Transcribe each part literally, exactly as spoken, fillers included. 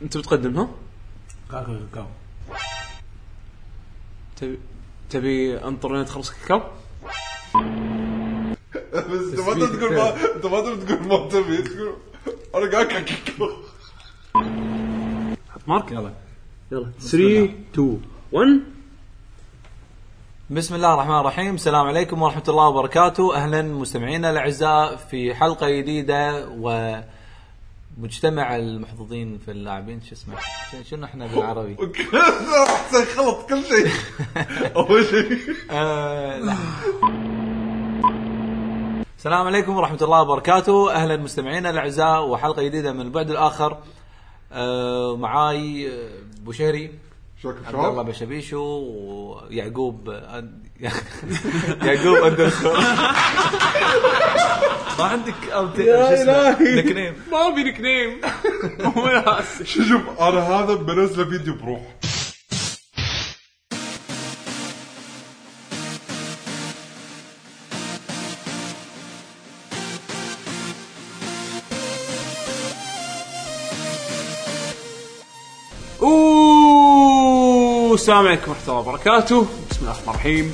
انت بتقدم ها كاكاو كاكاو تبي تبي انطر تخلص كاكاو بس انت ما تقول ما انت ما تقول ما تبي تقول انا قاعد كاكاو. حط مارك. يلا يلا ثلاثة اثنين واحد. بسم الله الرحمن الرحيم. السلام عليكم ورحمة الله وبركاته. أهلا مستمعينا الأعزاء في حلقة جديدة ومجتمع المحظوظين في اللاعبين. شو اسمه شنو احنا بالعربي احسن خلط كل شيء اول شيء. السلام عليكم ورحمة الله وبركاته. أهلا مستمعينا الأعزاء وحلقة جديدة من البعد الآخر. أه معاي بوشهري عبد الله بشبيشو ويعقوب يعقوب اندرسكور. ما عندك او نيك نيم؟ ما في نيك نيم. شوف انا هذا بنزله فيديو بروح. السلام عليكم ورحمة الله وبركاته. بسم الله الرحمن الرحيم.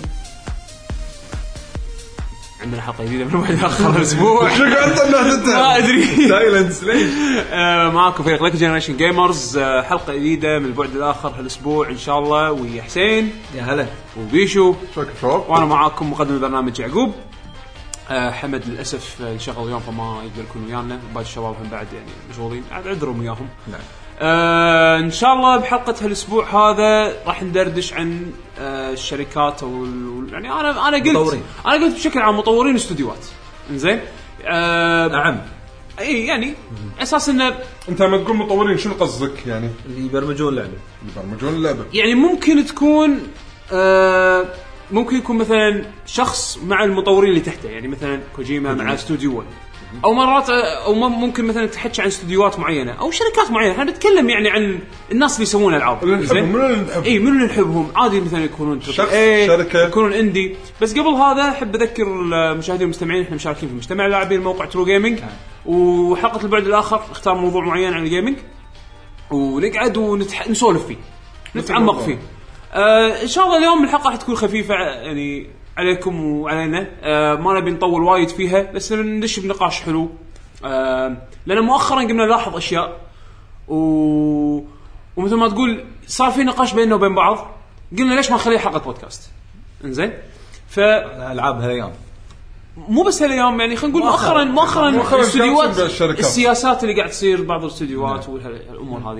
عندنا حلقة جديدة من واحد آخر الأسبوع. شو قلت أنه ما أدري. سايلنس ليش؟ معاكم فريق ليك جنريشن جيمرز. حلقة جديدة من البعد الآخر هالأسبوع إن شاء الله. ويا حسين يا هلا وبيشو شكرا. وأنا معاكم مقدم البرنامج يعقوب. حمد للأسف انشغل اليوم فما يقدر يكون ويانا. بعض الشباب هم بعد يعني مشغولين عاد عذرهم وياهم. نعم. آه إن شاء الله بحلقة هالأسبوع هذا راح ندردش عن آه الشركات أو يعني أنا أنا قلت مطورين. أنا قلت بشكل عام مطورين استوديوهات. إنزين. آه نعم. أي يعني أساس إنه أنت لما تقول مطورين شو قصدك يعني؟ اللي يبرمجون اللعبة. يبرمجون اللعبة. يعني ممكن تكون آه ممكن يكون مثلا شخص مع المطورين اللي تحته يعني مثلا كوجيما مع استوديو او مرات او ممكن مثلا تحكي عن استديوهات معينه او شركات معينه. احنا نتكلم يعني عن الناس اللي يسوون العاب. زين اي من اللي نحبهم عادي مثلا يكونون شركه يكونون اندي. بس قبل هذا احب اذكر المشاهدين والمستمعين احنا مشاركين في مجتمع اللاعبين موقع ترو جيمنج. وحلقه البعد الاخر اختار موضوع معين عن الجيمنج ونقعد ونسولف فيه نتعمق فيه. آه ان شاء الله اليوم الحلقه راح تكون خفيفه يعني عليكم وعلينا. آه ما نبي نطول وايد فيها بس ندش بنقاش حلو. آه لأن مؤخرا قمنا نلاحظ أشياء و... ومثل ما تقول صار في نقاش بيننا وبين بعض. قلنا ليش ما نخليها حلقة بودكاست. إنزين ف ألعاب هالأيام مو بس هالأيام يعني خلينا نقول مؤخرا مؤخرا الاستديوهات السياسات اللي قاعد تصير بعض الاستديوهات والأمور هذه.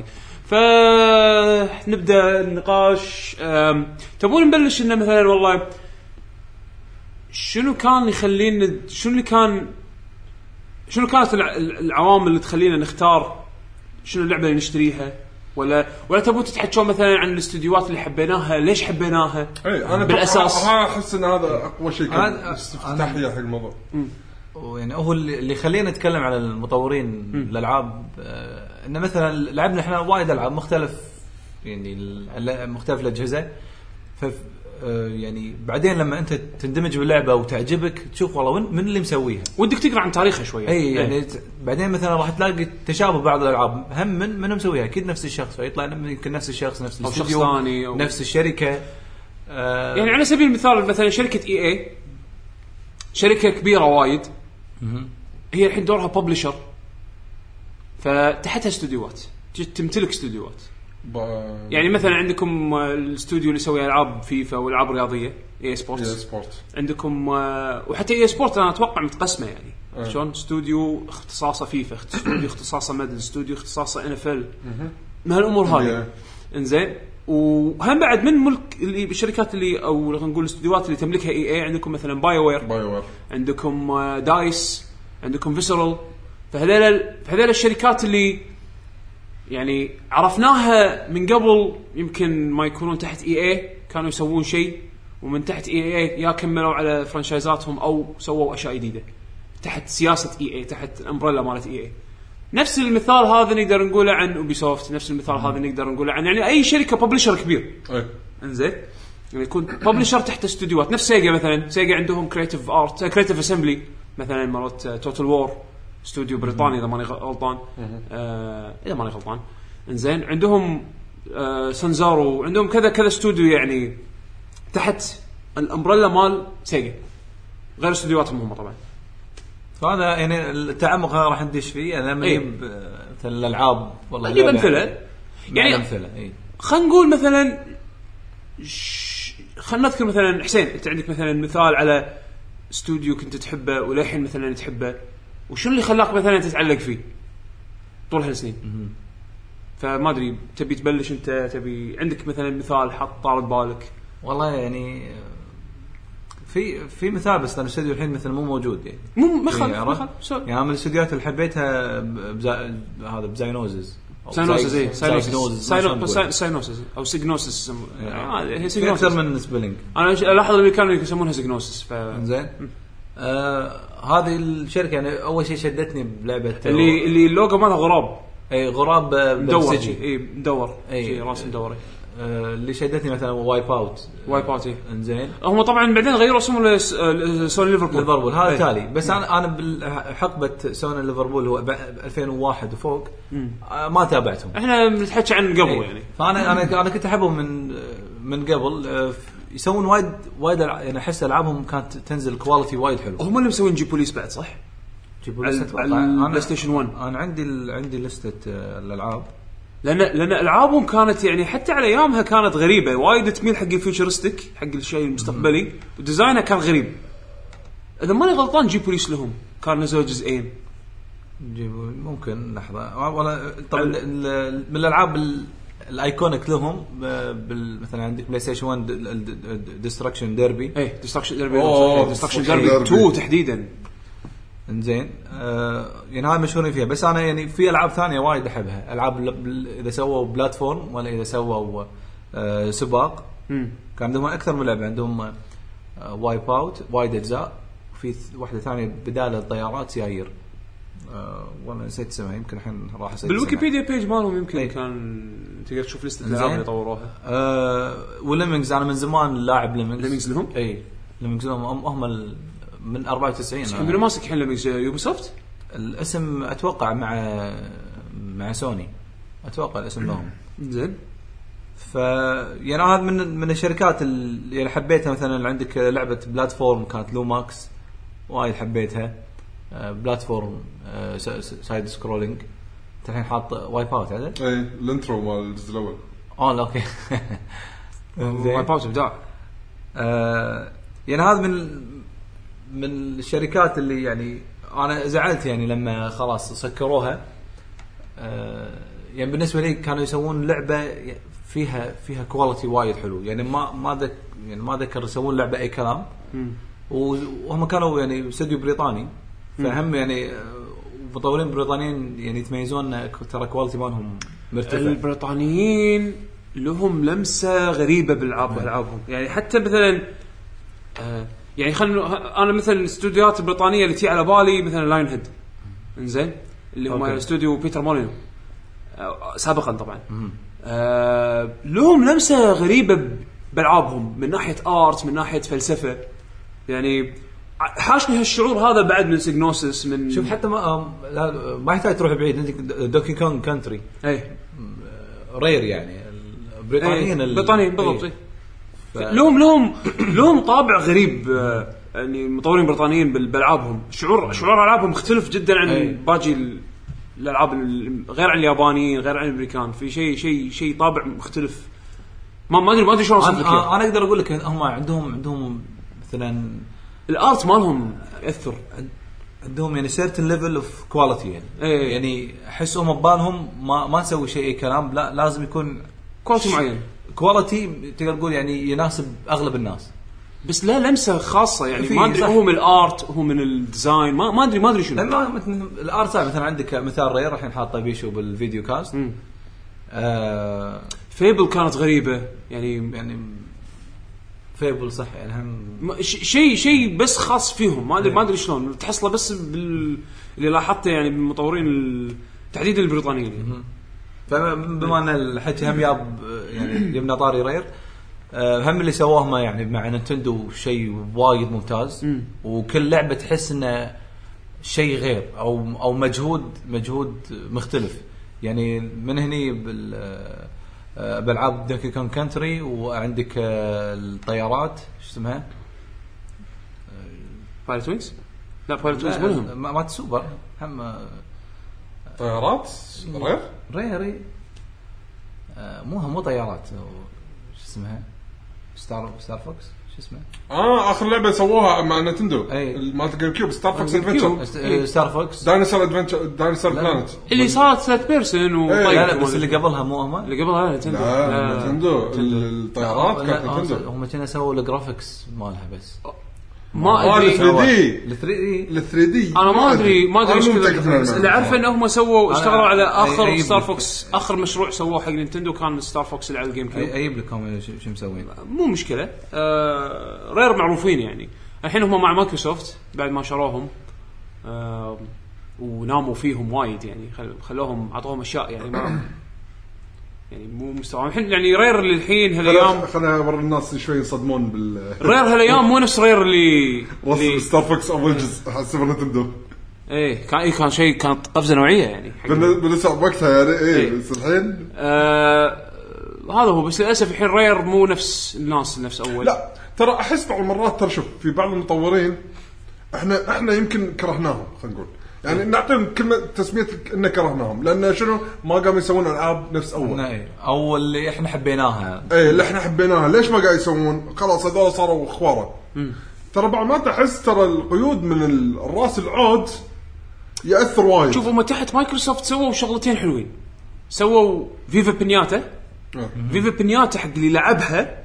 فنبدأ النقاش. تبون نبلش إنه مثلا والله شنو كان يخلينا شنو اللي كان شنو كانت العوامل اللي تخلينا نختار شنو اللعبة اللي نشتريها ولا ولا تبون تتحكون مثلا عن الاستديوهات اللي حبيناها ليش حبيناها. اي انا بالاساس احس ان هذا اقوى شيء كان استفتاحيه حق الموضوع. ويعني هو اللي خلينا نتكلم على المطورين الالعاب. آه ان مثلا لعبنا احنا وايد العاب مختلف يعني مختلف الاجهزه. ف يعني بعدين لما انت تندمج باللعبه وتعجبك تشوف والله من اللي مسويها ودك تقرا عن تاريخها شويه. اي يعني ايه. بعدين مثلا راح تلاقي تشابه بعض الالعاب هم من من مسويها اكيد نفس الشخص فيطلع يمكن نفس الشخص نفس الاستوديو أو نفس الشركه. آه يعني على سبيل المثال مثلا شركه اي اي شركه كبيره وايد. هي الحين دورها ببلشر فتحتها استوديوهات تمتلك استوديوهات. يعني مثلا عندكم الاستوديو اللي يسوي العاب فيفا والعاب رياضيه اي سبورتس. عندكم وحتى اي سبورت انا اتوقع متقسمه يعني أه. شلون استوديو اختصاصه فيفا استوديو اختصاصه ميدل استوديو اختصاصه ان اف ال من هالامور هذه. انزين وهم بعد من ملك اللي بالشركات اللي او خلينا نقول الاستوديوهات اللي تملكها اي اي. عندكم مثلا باي وير باي عندكم دايس عندكم فيسرال. فهذول فهذول الشركات اللي يعني عرفناها من قبل يمكن ما يكونون تحت اي اي كانوا يسوون شيء ومن تحت اي اي يا كملوا على فرانشايزاتهم او سووا اشياء جديده تحت سياسه اي اي تحت الامبريلا مالت اي اي. نفس المثال هذا نقدر نقوله عن اوبيسوفت. نفس المثال هذا نقدر نقوله عن يعني اي شركه ببلشر كبير. انزين يعني يكون ببلشر تحت استوديوهات نفس سيجا مثلا. سيجا عندهم كرييتيف ارت كرييتيف اسمبلي مثلا مرات توتال وور استوديو بريطاني اذا ماني غلطان. آه اذا ماني غلطان انزين عندهم آه سانزارو، عندهم كذا كذا استوديو يعني تحت الامبريلا مال سيجا غير استوديوهاتهم هم طبعا. فهذا يعني التعمق هذا راح ندش فيه انا لما اجيب مثلا الالعاب والله اجيب امثله يعني امثله اي خلينا نقول مثلا ش... خلينا نذكر مثلا حسين انت عندك مثلا مثال على استوديو كنت تحبه وللحين مثلا تحبه وشو اللي خلاك مثلا تتعلق فيه طول هالسنين؟ فما ادري تبي تبلش انت تبي عندك مثلا مثال حط طار ببالك؟ والله يعني في في مثال بس انا الاستوديو الحين مثلا مو موجود يعني مو ما خل ما خل يعني من الاستوديوهات اللي حبيتها بزا... هذا بزاينوزز ساينوسز اي ساينوسز ساينوسز او سيجنوسس هي سيجنوسس اكثر من سبيلينج. انا الاحظ اللي كانوا يسمونها سيجنوسس ف زين آه هذه الشركه يعني اول شيء شدتني بلعبه اللي اللي اللوجو مالها غراب اي غراب مدور اي مدور شيء راس مدور آه اللي شدتني مثلا وايب اوت وايب اوت انزين هم طبعا بعدين غيروا اسمهم سوني ليفربول ليفربول هذا ايه. تالي بس انا انا بحقبه سوني ليفربول هو ألفين وواحد وفوق آه ما تابعتهم احنا بنتحكي عن قبل ايه. يعني فانا انا انا كنت احبهم من من قبل آه يسوون وايد وايد يعني احس العابهم كانت تنزل كواليتي وايد حلو. هم اللي مسوين جي بوليس بعد صح؟ جي بوليس على بلاي ستيشن واحد انا عندي عندي لستة الالعاب لان لان العابهم كانت يعني حتى على ايامها كانت غريبه وايد تميل حق الفيوتشرستيك حق الشيء المستقبلي وديزاينه كان غريب. اذا ماني غلطان جي بوليس لهم كان نزلوا جزئين ممكن لحظه ولا طبعا من الالعاب الايكونيك لهم مثلا عندك بلاي ستيشن واحد ديستركشن ديربي اي ديستركشن ديربي ديستركشن ديربي اثنين تحديدا انزين آه يعني هاي مشهورين فيها بس انا يعني في العاب ثانيه وايد احبها العاب اذا سووا بلاتفورم ولا اذا سووا آه سباق مم. كان عندهم اكثر من لعبه عندهم آه وايب اوت وايد اجزاء وفي واحده ثانيه بدال الطيارات سيايير آه والله نسيت اسمها يمكن الحين راح اسجل بالويكيبيديا بيج مالهم يمكن ايه. كان تقدر تشوف لسته الالعاب اللي طوروها آه وليمينجز انا من زمان لاعب ليمينجز ليمينجز لهم اي ليمينجز لهم هم, هم من أربعة وتسعين من ماسك الحين ليمينجز يوبيسوفت الاسم اتوقع مع مع سوني اتوقع الاسم لهم زين. ف يعني هذا من من الشركات اللي حبيتها مثلا عندك لعبه بلاتفورم كانت لوماكس وايد حبيتها بلاتفورم سايد سكرولينج الحين حاط وايب اوت عدل اي الانترو مال الجزء الاول اه اوكي وايب اوت ابداع آه يعني هذا من من الشركات اللي يعني انا زعلت يعني لما خلاص سكروها آه يعني بالنسبه لي كانوا يسوون لعبه فيها فيها كواليتي وايد حلو يعني ما ما ذك يعني ما ذكر يسوون لعبه اي كلام وهم كانوا يعني استوديو بريطاني فهم يعني مطورين بريطانيين يعني يتميزون ترى كواليتي مالهم مرتفع. البريطانيين لهم لمسه غريبه بالالعاب العابهم يعني حتى مثلا آه يعني خلنا انا مثلا الاستوديوهات البريطانيه اللي تي على بالي مثلا لاين هيد انزين اللي هم استوديو بيتر مولينو آه سابقا طبعا آه لهم لمسه غريبه بالعابهم من ناحيه ارت من ناحيه فلسفه يعني حاشني هالشعور هذا بعد من سيجنوسس من شوف حتى ما ما يحتاج تروح بعيد عندك دوكي كونغ كانتري اي رير يعني البريطانيين البريطانيين بالضبط ف... لهم لهم لهم طابع غريب يعني المطورين البريطانيين بالالعابهم شعور شعور العابهم مختلف جدا عن أي. باقي الالعاب غير عن اليابانيين غير عن الامريكان في شيء شيء شيء طابع مختلف ما ما ادري ما ادري شلون اوصف لك انا, أنا اقدر اقول لك هم عندهم عندهم مثلا الارت مالهم ياثر عندهم يعني سيرتن ليفل اوف كواليتي يعني أي. يعني احسهم ببالهم ما ما نسوي شيء اي كلام لا لازم يكون كواليتي معين كواليتي تقدر تقول يعني يناسب اغلب الناس بس لا لمسه خاصه يعني ما ادري هو من الارت هو من الديزاين ما ما ادري ما ادري شنو الارت صعب مثلا عندك مثال رير الحين حاطه بيشو بالفيديو كاست آه فيبل كانت غريبه يعني يعني فيبل صح يعني هم شيء شيء بس خاص فيهم ما ادري ما ادري شلون تحصله بس بال... اللي لاحظته يعني بالمطورين تحديدا البريطانيين فبما ان الحكي هم ياب يعني جبنا طاري رير هم اللي سووه ما يعني مع نينتندو شيء وايد ممتاز م. وكل لعبه تحس انه شيء غير او او مجهود مجهود مختلف يعني من هني بال بالعاب دونكي كونغ كانتري، وعندك الطيارات شو اسمها بايلوت وينجز. لا بايلوت وينجز منهم ما تسوبر هم طيارات رير ريري مو مو طيارات شو اسمها ستار ستار فوكس شو اسمه اه اخر لعبه سووها مع نينتندو أي. مالت جيم كيوب ستار فوكس ادفنتشر ستار فوكس داينوسور ادفنتشر داينوسور بلانت اللي صارت ثلاث بيرسون وطيب. لا لا بس اللي قبلها مو هم اللي قبلها نينتندو. لا نينتندو الطيارات كانت نينتندو هم كانوا سووا الجرافيكس مالها بس ما ادري ثري دي ال ثري دي ال ثري دي انا ما ادري ما ادري ايش كذا، بس اللي عارفه انهم سووا اشتغلوا على اخر ستار فوكس اخر مشروع سووه حق نينتندو كان ستار فوكس اللي على الجيم كيوب. اجيب لكم شو مسوين مو مشكله. آه غير معروفين يعني الحين هم مع مايكروسوفت بعد ما شروهم آه وناموا فيهم وايد يعني خلوهم عطوهم اشياء يعني ما يعني مو مستوى الحين يعني رير للحين هالايام خلينا نوري الناس شوي يصدمون بال رير هالايام مو نفس رير اللي اللي ستار فوكس اول جزء على سوبر نينتندو. ايه كان إيه كان شيء كانت قفزه نوعيه يعني بالنسبه وقتها يعني ايه, إيه. بس الحين آه هذا هو. بس للاسف الحين رير مو نفس الناس نفس اول. لا ترى احس بعض المرات ترى شوف في بعض المطورين احنا احنا يمكن كرهناهم خلينا نقول يعني نعطيهم كلمه تسميه ان كرهناهم لان شنو ما قاموا يسوون العاب نفس اول او اللي احنا حبيناها. ايه اللي احنا حبيناها ليش ما قاعد يسوون خلاص هذول صاروا اخواره. ترى بعض ما تحس ترى القيود من الراس العود ياثر وايد. شوفوا ما تحت مايكروسوفت سووا شغلتين حلوين. سووا فيفا بنياتا أه. فيفا بنياتا حق اللي لعبها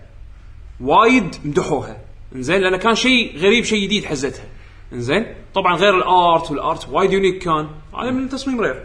وايد مدحوها انزين لأنه كان شيء غريب شيء جديد حزتها انزين. طبعا غير الارت والارت وايد يونيك كان هذا من تصميم رير.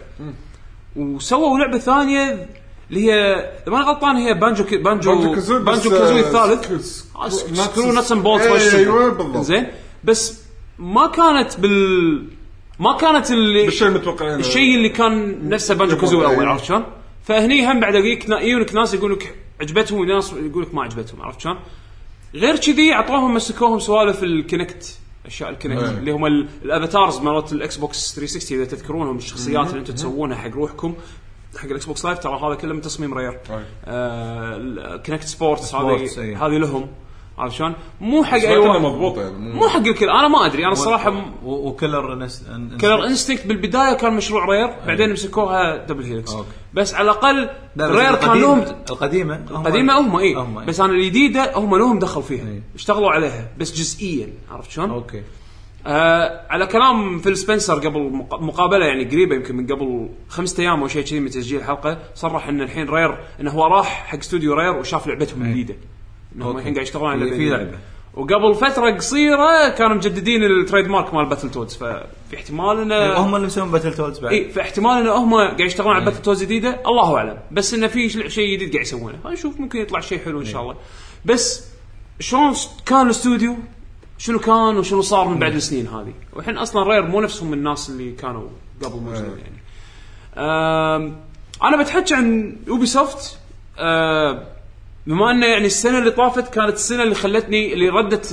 وسووا لعبه ثانيه اللي هي ما غلطان هي بانجو ك... بانجو بانجو كازوي, بانجو كازوي الثالث سكرو نتس اند بولتس زين. بس ما كانت بال ما كانت اللي بالشيء متوقعين الشيء اللي كان نفسه بانجو كازوي الاول عرفت شلون. فهني هم بعد دقيقه يجونك ناس يقولك عجبتهم وناس يقولك ما عجبتهم عرفت شلون. غير كذي عطوهم مسكوهم سوالف الكونكت اشياء الكونكت اللي هم الافاتارز مالت الاكس بوكس ثري سيكستي اذا تذكرونهم الشخصيات اللي انتم تسوونها حق روحكم حق الاكس بوكس لايف ترى هذا كله من تصميم رير. آه كونكت سبورتس هذه هذه لهم عارف شلون مو حق اي واحد مضبوط يعني مو حق الكل. انا ما ادري انا الصراحه م... وكلر كلر انستنكت بالبدايه كان مشروع رير بعدين مسكوها دبل هيلكس. بس على الاقل رير كان لهم القديمه القديمه هم اي بس انا الجديده هم لهم دخل فيها ايه. اشتغلوا عليها بس جزئيا عرفت شلون. اوكي آه على كلام فيل سبنسر قبل مقابله يعني قريبه يمكن من قبل خمسة ايام او شيء كذي من تسجيل الحلقه صرح ان الحين رير انه هو راح حق استوديو رير وشاف لعبتهم الجديده انهم الحين قاعد يشتغلون على في لعبه. وقبل فتره قصيره كانوا مجددين التريد مارك مال باتل تودز ففي احتمال انه هم اللي مسوين باتل تودز بعد اي في احتمال انه هم قاعد يشتغلون على باتل تودز جديده الله اعلم. بس انه في شيء جديد قاعد يسوونه فنشوف ممكن يطلع شيء حلو ان شاء الله. بس شلون كان الاستوديو شنو كان وشنو صار من بعد السنين هذه والحين اصلا رير مو نفسهم الناس اللي كانوا قبل موجودين يعني. انا بتحكي عن يوبي سوفت بما انه يعني السنه اللي طافت كانت السنه اللي خلتني اللي ردت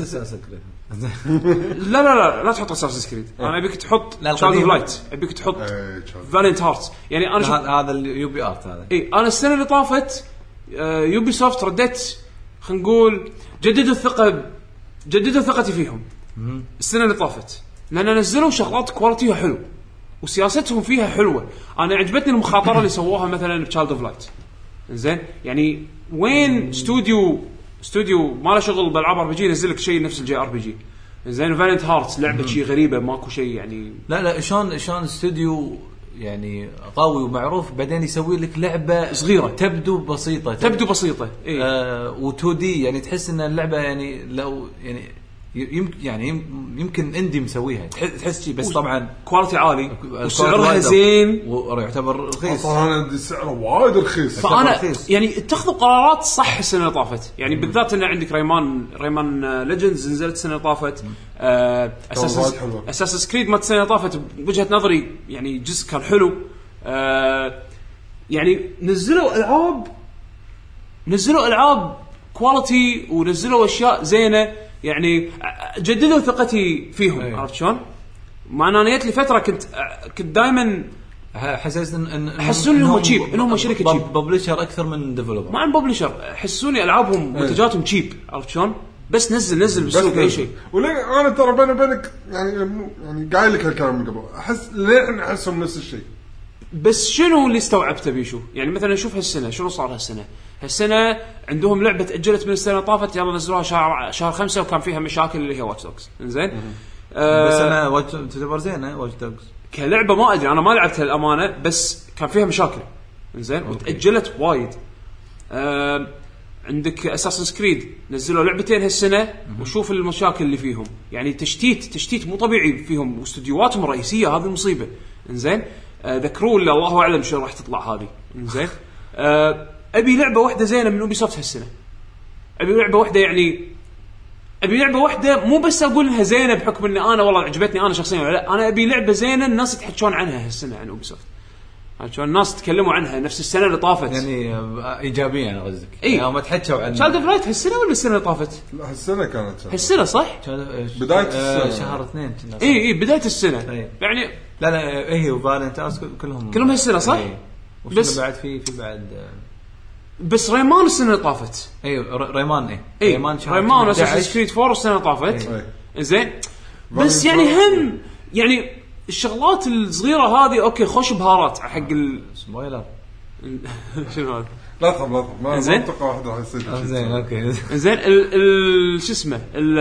لا لا لا لا تحط اساس كريد. انا ابيك تحط شادو لايت ابيك تحط فالنت هارت يعني انا هذا اليوبي ارت هذا اي انا السنه اللي طافت يوبي سوفت ردت خلينا نقول جددوا الثقه جددوا ثقتي فيهم السنه اللي طافت لان نزلوا شغلات كواليتيها حلو وسياستهم فيها حلوه. انا عجبتني المخاطره اللي سووها مثلا بتشايلد اوف لايت زين يعني وين استوديو استوديو ما له شغل بالعاب ار بي جي نزل لك شيء نفس الجي ار بي جي زين. فالنت هارتس لعبه شيء غريبه ماكو شيء يعني لا لا شلون شلون استوديو يعني قوي ومعروف بعدين يسوي لك لعبه صغيره تبدو بسيطه تبدو بسيطه اي آه و2 دي يعني تحس ان اللعبه يعني لو يعني يمكن يعني يمكن اندي مسويها تحس شيء بس طبعا كواليتي عالي وسعرها زين ويعتبر رخيص. انا دي سعره وايد رخيص فانا يعني اتخذوا قرارات صح السنه اللي طافت يعني بالذات ان عندك ريمان ريمان ليجندز نزلت السنه اللي طافت آه اساس اساس كريد ما السنه اللي طافت بوجهه نظري يعني جزء كان حلو آه يعني نزلوا العاب نزلوا العاب كواليتي ونزلوا اشياء زينه يعني جددوا ثقتي فيهم. أيه. عرفت شلون؟ مع انني جت لي فتره كنت كنت دائما حسيت ان ان حسوني انهم تشيب انهم شركه تشيب ببلشر اكثر من ديفلوبر ما عن ببلشر حسوني العابهم منتجاتهم تشيب عرفت شلون بس نزل نزل بالسوق اي شيء ولا انا ترى بيني وبينك يعني يعني قايل لك هالكلام من قبل احس ليه احسهم نفس الشيء بس شنو اللي استوعبته بيشو يعني مثلا شوف هالسنه شنو صار هالسنه هالسنه عندهم لعبه تاجلت من السنه طافت يلا نزلوها شهر شهر خمسة وكان فيها مشاكل اللي هي واتش دوجز زين آه بس انا واتش تعتبر زينه واتش دوجز كلعبه ما ادري انا ما لعبتها الامانه بس كان فيها مشاكل زين وتاجلت وايد آه عندك اساسن كريد نزلوا لعبتين هالسنه وشوف المشاكل اللي فيهم يعني تشتيت تشتيت مو طبيعي فيهم واستديوهاتهم الرئيسيه هذه المصيبه زين ذا كرو اللي الله اعلم شو راح تطلع هذه زين آه ابي لعبه واحده زينه من اوبي سوفت هالسنه ابي لعبه واحده يعني ابي لعبه واحده مو بس اقول انها زينه بحكم ان انا والله عجبتني انا شخصيا لا انا ابي لعبه زينه الناس يتحكون عنها هالسنه عن اوبي سوفت عشان الناس تكلموا عنها نفس السنه اللي طافت يعني ايجابيه انا قصدك إيه؟ يعني ما تحكوا عن شالد اوف لايت هالسنه ولا السنه اللي طافت لا هالسنه كانت هالسنه صح بدايه السنه شهر اثنين اي اي بدايه السنه أي. يعني لا لا هي وفالنت اسك كلهم كلهم هالسنه صح أي. بس بعد في في بعد بس ريمان السنه اللي طافت اي ريمان اي إيه؟ ريمان ريمان اساسن كريد فور السنه اللي طافت زين بس يعني هم يعني الشغلات الصغيره هذه اوكي خوش بهارات حق سبويلر شنو هذا لا طب لا طب ما منطقه واحده راح يصير زين اوكي زين ال شو اسمه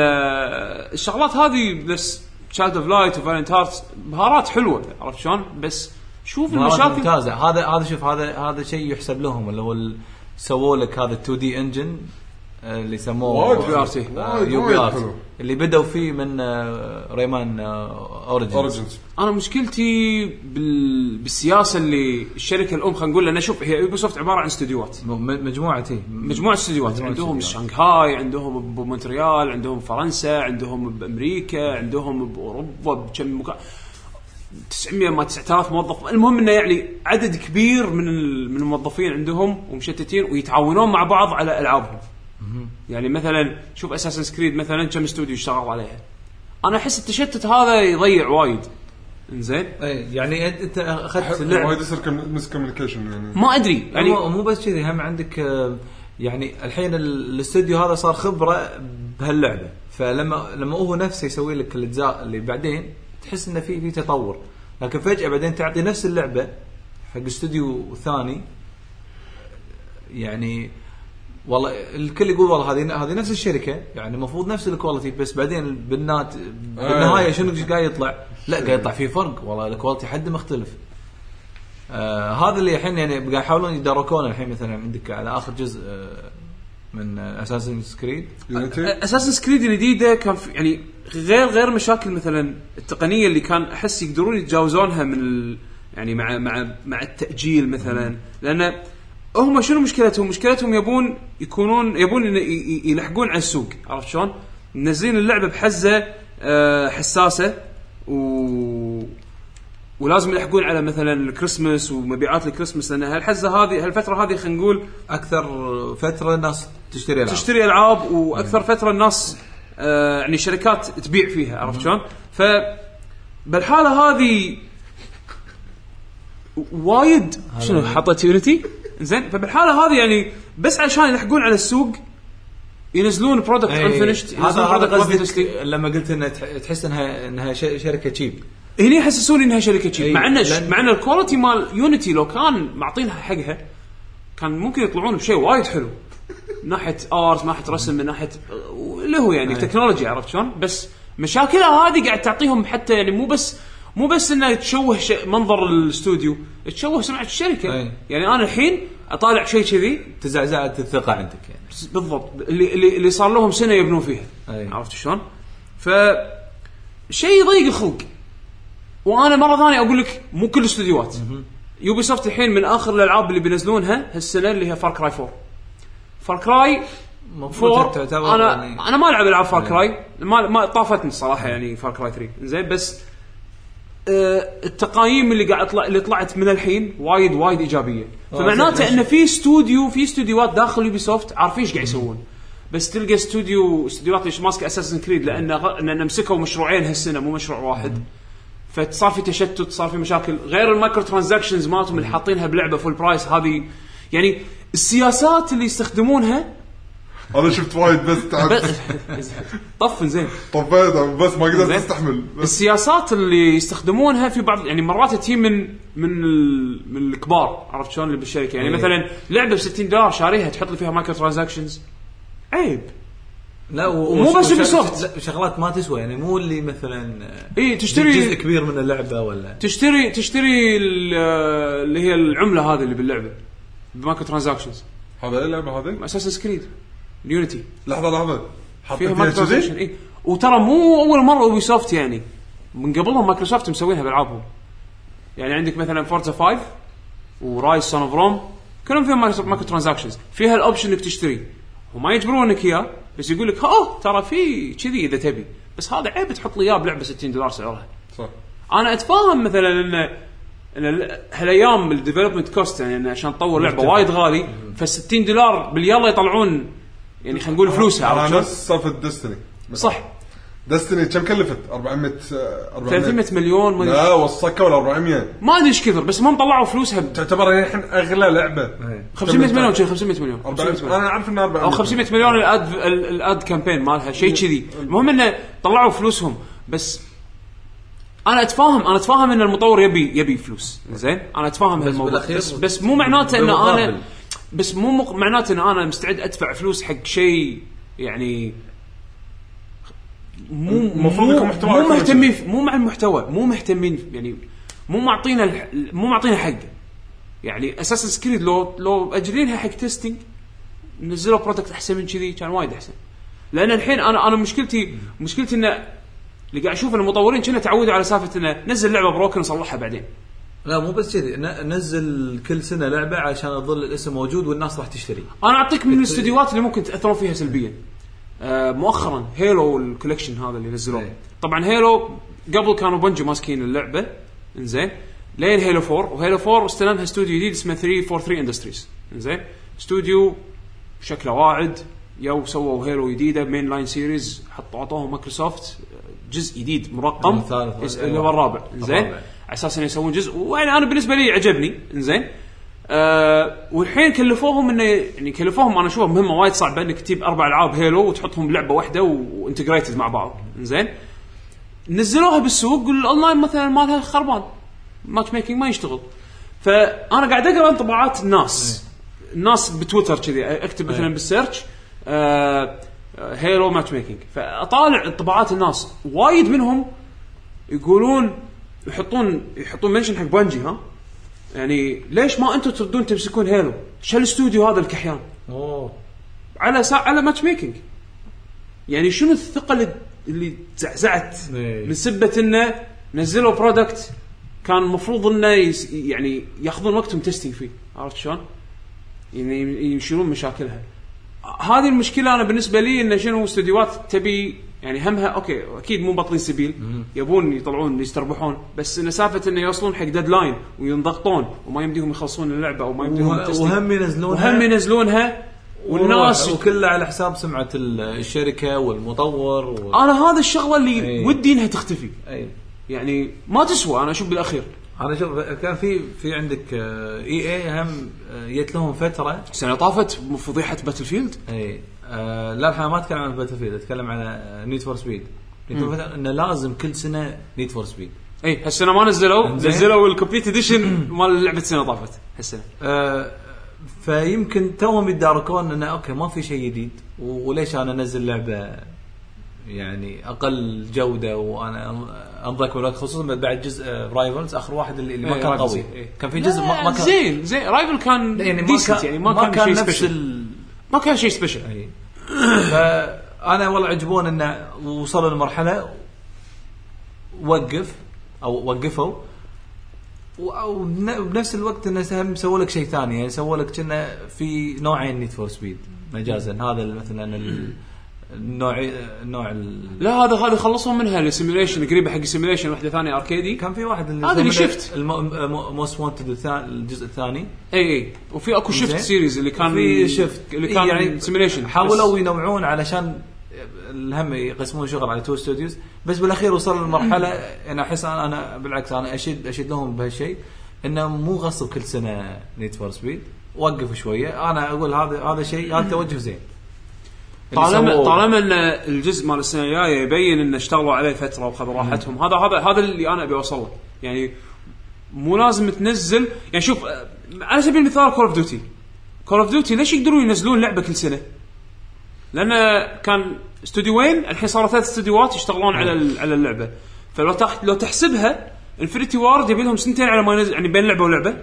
الشغلات هذه بس تشايلد اوف لايت وفالنت هارت بهارات حلوه عرفت شلون بس شوف المشاكل ممتازه هذا هذا شوف هذا هذا شيء يحسب لهم اللي هو سووا لك هذا تو دي انجن اللي يسموه يو ار تي يو بي ار اللي بدأوا فيه من ريمان اوريجينز انا مشكلتي بال... بالسياسه اللي الشركه الام خلينا نقول لنا شوف هي يوبي سوفت عباره عن استديوهات مجموعه مجموعه استديوهات عندهم شانغهاي عندهم بمونتريال عندهم فرنسا عندهم بامريكا عندهم باوروبا بكم مكان تسعمية ما تسعة آلاف موظف المهم انه يعني عدد كبير من من الموظفين عندهم ومشتتين ويتعاونون مع بعض على العابهم يعني مثلا شوف اساسن كريد مثلا كم استوديو اشتغل عليها انا احس التشتت هذا يضيع وايد انزين يعني انت اخذت وايد يصير مس كوميونيكيشن يعني ما ادري يعني مو بس كذي هم عندك يعني الحين الاستوديو هذا صار خبره بهاللعبه فلما لما هو نفسه يسوي لك الاجزاء اللي بعدين تحس انه في في تطور لكن فجاه بعدين تعطي نفس اللعبه حق استوديو ثاني يعني والله الكل يقول والله هذه هذه نفس الشركه يعني المفروض نفس الكواليتي بس بعدين بالنات بالنهايه شنو قاعد يطلع لا قاعد يطلع فيه فرق والله الكواليتي حد مختلف آه هذا اللي الحين يعني قاعد يحاولون يدركون الحين مثلا عندك على اخر جزء آه من اساسن كريد اساسن كريد الجديده كان يعني غير غير مشاكل مثلا التقنيه اللي كان احس يقدرون يتجاوزونها من يعني مع مع مع التاجيل مثلا لان هم شنو مشكلتهم مشكلتهم يبون يكونون يبون يلحقون على السوق عرفت شلون منزلين اللعبه بحزه حساسه و ولازم يلحقون على مثلا الكريسماس ومبيعات الكريسماس لان هالحزه هذه هالفتره هذه خلينا نقول اكثر فتره الناس تشتري العاب تشتري العاب واكثر فتره الناس آه يعني شركات تبيع فيها عرفت شلون ف بالحاله هذه وايد شنو حطت يونيتي زين فبالحاله هذه يعني بس عشان يلحقون على السوق ينزلون برودكت انفينيشد هذا هذا قصدك لما قلت انها تحس انها انها شركه تشيب هني يحسسون انها شركه تشيب مع ان مع ان الكواليتي مال يونيتي لو كان معطينها حقها كان ممكن يطلعون بشيء وايد حلو من ناحيه ارت من ناحيه رسم من ناحيه اللي هو يعني تكنولوجيا عرفت شلون بس مشاكلها هذه قاعد تعطيهم حتى يعني مو بس مو بس انه تشوه منظر الاستوديو تشوه سمعه الشركه أي. يعني انا الحين اطالع شيء كذي تزعزعت الثقه عندك يعني بالضبط اللي اللي, اللي صار لهم سنه يبنون فيها أي. عرفت شلون ف شيء يضيق الخلق وانا مره ثانيه اقول لك مو كل الاستديوهات يوبي سوفت الحين من اخر الالعاب اللي بينزلونها هالسنه اللي هي فار كراي فور فار كراي فور انا يعني انا ما العب العاب فار كراي ما ما طافتني الصراحه يعني فار كراي ثري زين بس آه التقايم اللي قاعد اطلع اللي طلعت من الحين وايد وايد ايجابيه فمعناته ان في استوديو في استوديوهات داخل يوبي سوفت عارفين ايش قاعد يسوون بس تلقى استوديو استوديوهات اللي ماسكه اساسن كريد لان لان مسكوا مشروعين هالسنه مو مشروع واحد فصار في تشتت، صار في مشاكل، غير المايكرو ترانزاكشنز مالتهم اللي حاطينها بلعبه فول برايس. هذه يعني السياسات اللي يستخدمونها. انا شفت وايد بس تعب طف زين طفيت بس ما قدرت استحمل. السياسات اللي يستخدمونها في بعض يعني مرات تجي من من ال... من الكبار، عرفت شلون اللي بالشركه يعني. مثلا لعبه ب ستين دولار شاريها تحط لي فيها مايكرو ترانزاكشنز، عيب. لا ومو بس يوبيسوفت، شغلات ما تسوى يعني، مو اللي مثلا اي تشتري جزء كبير من اللعبه ولا تشتري تشتري اللي هي العمله هذه اللي باللعبه بمايكرو ترانزاكشنز. هذا اللعبه هذه اساسن كريد يونيتي. لحظه لحظه فيها مايكرو ترانزاكشن. اي وترى مو اول مره يوبيسوفت يعني، من قبلهم مايكروسوفت مسوينها بالعابهم. يعني عندك مثلا فورزا خمسة ورايز سون اوف روم كلهم فيهم مايكرو ترانزاكشنز، فيها الاوبشن انك تشتري وما يجبرونك اياه، بس يقول لك ها ترى في كذي اذا تبي، بس هذا عيب تحط لي اياه بلعبه ستين دولار سعرها. صح. انا اتفاهم مثلا ان ان هالايام الديفلوبمنت كوست يعني عشان تطور لعبه وايد غالي، فستين دولار باليلا يطلعون يعني خلينا نقول فلوسها. على نفس صرف ديستني صح. دستني كم كلفت؟ أربعمية ثلاثمية مليون ما لا وصكوا ولا أربعمية ما ادري ايش كثر، بس ما طلعوا فلوسها. تعتبر الحين اغلى لعبه خمسمية مليون شيء خمسمية مليون انا عارف انه أربعمية او خمسمية مليون الاد الاد كامبين مالها شيء كذي. المهم انه طلعوا فلوسهم، بس انا اتفاهم انا اتفاهم ان المطور يبي يبي فلوس زين. انا اتفاهم هالموضوع، بس, بس مو معناته ان انا بس مو معناته ان انا مستعد ادفع فلوس حق شيء يعني مو مو مو مهتمين مو مع المحتوى، مو مهتمين يعني، مو معطينا مو معطينا حقه يعني. اساسا سكريد لو لو اجرينها حق تيستينج نزلوا برودكت احسن من كذي كان وايد احسن. لان الحين انا انا مشكلتي مشكلتي ان اللي قاعد اشوف المطورين كنا تعودوا على سالفه انه نزل لعبه بروكن نصلحها بعدين. لا مو بس كذي، نزل كل سنه لعبه عشان يظل الاسم موجود والناس راح تشتري. انا اعطيك من الاستديوهات اللي ممكن تاثرون فيها سلبيا. آه مؤخرا هيلو الكولكشن هذا اللي نزلوه. طبعا هيلو قبل كانوا بنجي ماسكين اللعبه انزين لين هيلو فور، وهيلو فور استلمها استوديو جديد اسمه ثلاثمية وثلاثة وأربعين اندستريز انزين. استوديو شكله واعد، يو سووا هيلو جديده مين لاين سيريز، حطوا عطوهم مايكروسوفت جزء جديد مرقم اللي هو الرابع انزين على اساس انه يسوون جزء، وانا انا بالنسبه لي عجبني انزين. أه والحين كلفوهم انه يعني كلفوهم انا اشوفها مهمه وايد صعبه انك تجيب اربع العاب هيلو وتحطهم بلعبه واحده وانتجريتد مع بعض انزين. نزلوها بالسوق والاونلاين مثلا مالها خربان، ماتش ميكينج ما يشتغل. فانا قاعد اقرا انطباعات الناس الناس بتويتر كذي، اكتب مثلا بالسيرش أه هيلو ماتش ميكينج، فاطالع انطباعات الناس وايد منهم يقولون يحطون يحطون منشن حق بانجي. ها يعني ليش ما انتم تردون تمسكون هيلو؟ شو الاستوديو هذا الكحيان اوه على سا... على ماتش ميكينج؟ يعني شنو الثقه اللي اللي زعزعت من سبه انه نزلوا برودكت كان المفروض انه يس... يعني ياخذون وقتهم تيستينج فيه، عرفت شلون؟ يعني يشيلون مشاكلها. هذه المشكله انا بالنسبه لي ان شنو استديوهات تبي يعني همها اوكي اكيد مو بطلين سبيل يبون يطلعون يستربحون، بس نسافه انه يوصلون حق ديدلاين وينضغطون وما يمديهم يخلصون اللعبه او ما يمديهم وهم ينزلونها وهم ينزلونها والناس وكله على حساب سمعه الشركه والمطور و... انا هذا الشغله اللي أي. ودي انها تختفي. أي. يعني ما تسوى. انا اشوف بالاخير انا شوف كان في في عندك اي اي هم جت لهم فتره سنه طافت فضيحه باتل فيلد. اي آه لا الحين ما اتكلم عن باتل فيلد، اتكلم عن نيد فور سبيد. انه لازم كل سنه نيد فور سبيد. اي هالسنه ما نزلوا نزلوا الكومبليت اديشن مال لعبه سنه طافت هالسنه. آه فيمكن توهم يتداركون انه اوكي ما في شيء جديد وليش انا انزل لعبه يعني اقل جوده وانا انضك ولا خصوصا بعد جزء رايفلز اخر واحد اللي, اللي ما كان قوي. إيه. كان في جزء ما, ما كان زين زين رايفل كان يعني ديسنت يعني ما, ما كان, كان شيء سبيشل ما كان شيء سبيشل. فانا والله عجبون انه وصلوا لمرحله وقف او وقفوا وبنفس الوقت انه سهم سووا لك شيء ثاني يعني سووا لك كنا في نوعين نيد فور سبيد مجازا. هذا مثلا النوع النوع لا هذا هذا خلصوا منها السيميوليشن قريبه حق السيميوليشن واحده ثانيه اركيدي. كان في واحد اللي هذا اللي شفت موست وانتد الجزء الثاني اي اي وفي اكو شفت سيريز اللي كان في شفت اللي كان يعني سيميوليشن. حاولوا ينوعون علشان الهم يقسمون شغل على تو ستوديوز، بس بالاخير وصل للمرحله انا احس انا, أنا بالعكس انا اشيد اشيد لهم بهالشيء انه مو غصب كل سنه نيد فور سبيد، وقف شويه. انا اقول هذا هذا شيء هذا توجه زين. طالما طالما ان الجزء مال السنه الجايه يبين ان اشتغلوا عليه فتره وخذوا راحتهم، هذا هذا هذا اللي انا ابي اوصل له. يعني مو لازم تنزل، يعني شوف على سبيل المثال كول اوف ديوتي كول اوف ديوتي ليش يقدروا ينزلون لعبه كل سنه؟ لان كان استوديوين، الحين صاروا ثلاث استوديوهات يشتغلون على على اللعبه. فلو تحت لو تحسبها انفينيتي وارد يبي لهم سنتين على ما ينزل، يعني بين لعبه ولعبه.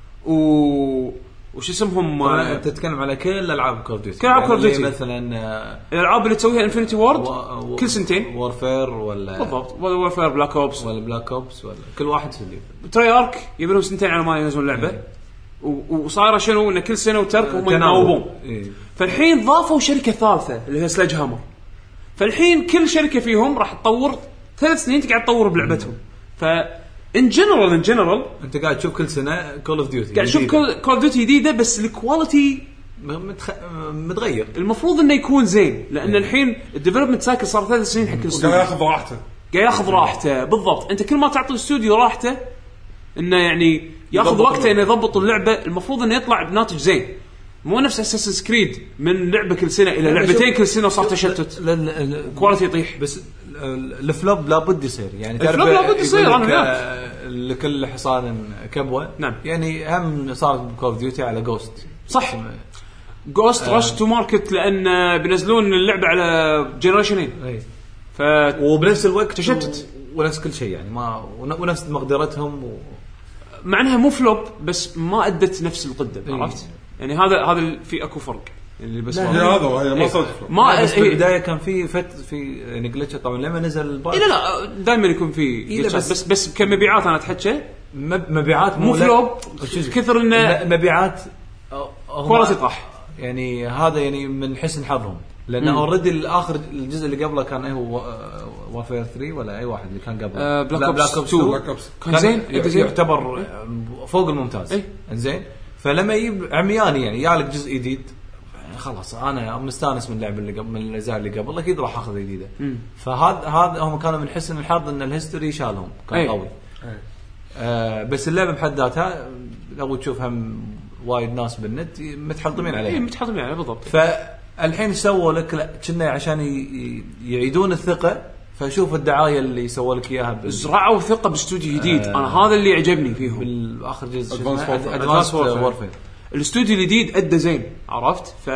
و وش اسمهم انت تتكلم على كل العاب كول اوف ديوتي، كل العاب كول اوف ديوتي مثلا الالعاب اللي تسويها انفينيتي وارد و... كل سنتين، وورفير ولا بالضبط وورفير بلاك اوبس ولا بلاك اوبس ولا كل واحد سنتين. تري ارك يبي لهم سنتين على ما ينزلون لعبه. وصايره شنو ان كل سنه وترك وما يناوبون. إيه. فالحين ضافوا شركه ثالثه اللي هي سلاج هامر، فالحين كل شركه فيهم راح تطور ثلاث سنين تقعد تطور بلعبتهم. ف ان جنرال ان جنرال انت قاعد تشوف كل سنه كول اوف ديوتي، قاعد تشوف كول اوف ديوتي جديده، بس الكواليتي متخ... متغير. المفروض انه يكون زين، لان إيه. الحين الديفلوبمنت سايكل صار ثلاث سنين حق الاستوديو، قاعد ياخذ راحته قاعد ياخذ راحته بالضبط. انت كل ما تعطي الاستوديو راحته انه يعني ياخذ وقته انه يضبط اللعبه، المفروض انه يطلع بناتج زين. مو نفس اساسن كريد من لعبه كل سنه الى لعبتين كل سنه وصار تشتت كواليتي يطيح. بس الفلوب لابد يصير، يعني الفلوب لابد يصير. انا لكل حصان كبوه. نعم. يعني هم صار بكول اوف ديوتي على جوست، صح. جوست رش تو ماركت لان بينزلون اللعبه على جنريشنين. اي ف وبنفس الوقت تشتت و... ونفس كل شيء، يعني ما ونفس مقدرتهم و... مع انها مو فلوب بس ما ادت نفس القدم. إيه. عرفت يعني هذا هذا في اكو فرق اللي بس هذا هي ما صدق ما بس في البدايه كان في فت في يعني جلتش طبعا لما نزل البايت. لا لا دائما يكون في إيه بس, بس بس كمبيعات انا اتحكى مبيعات مو فلوب كثر انه مبيعات كواليتي طاح. يعني هذا يعني من حسن حظهم، لان اوريدي الاخر الجزء اللي قبله كان ايه هو وارفير ثري ولا اي واحد اللي كان قبله آه بلاك اوبس تو كان زين يعتبر فوق الممتاز. ايه؟ انزين فلما يجيب عمياني يعني يالك جزء جديد خلاص انا مستانس من اللعبه اللي قبل من الاجزاء اللي قبل اكيد راح اخذ جديده. فهذا هذا هم كانوا من حسن الحظ ان الهيستوري شالهم كان أي. قوي. أي. آه بس اللعبه بحد ذاتها لو تشوفها وايد ناس بالنت متحطمين عليها. اي متحطمين عليها بالضبط. فالحين سووا لك كنا عشان يعيدون الثقه، فشوف الدعايه اللي سووا لك اياها زرعوا ثقه باستوديو جديد. آه انا هذا اللي عجبني فيهم بالاخر جزء ادفانس وورفير. الاستوديو الجديد ادى زين عرفت، ف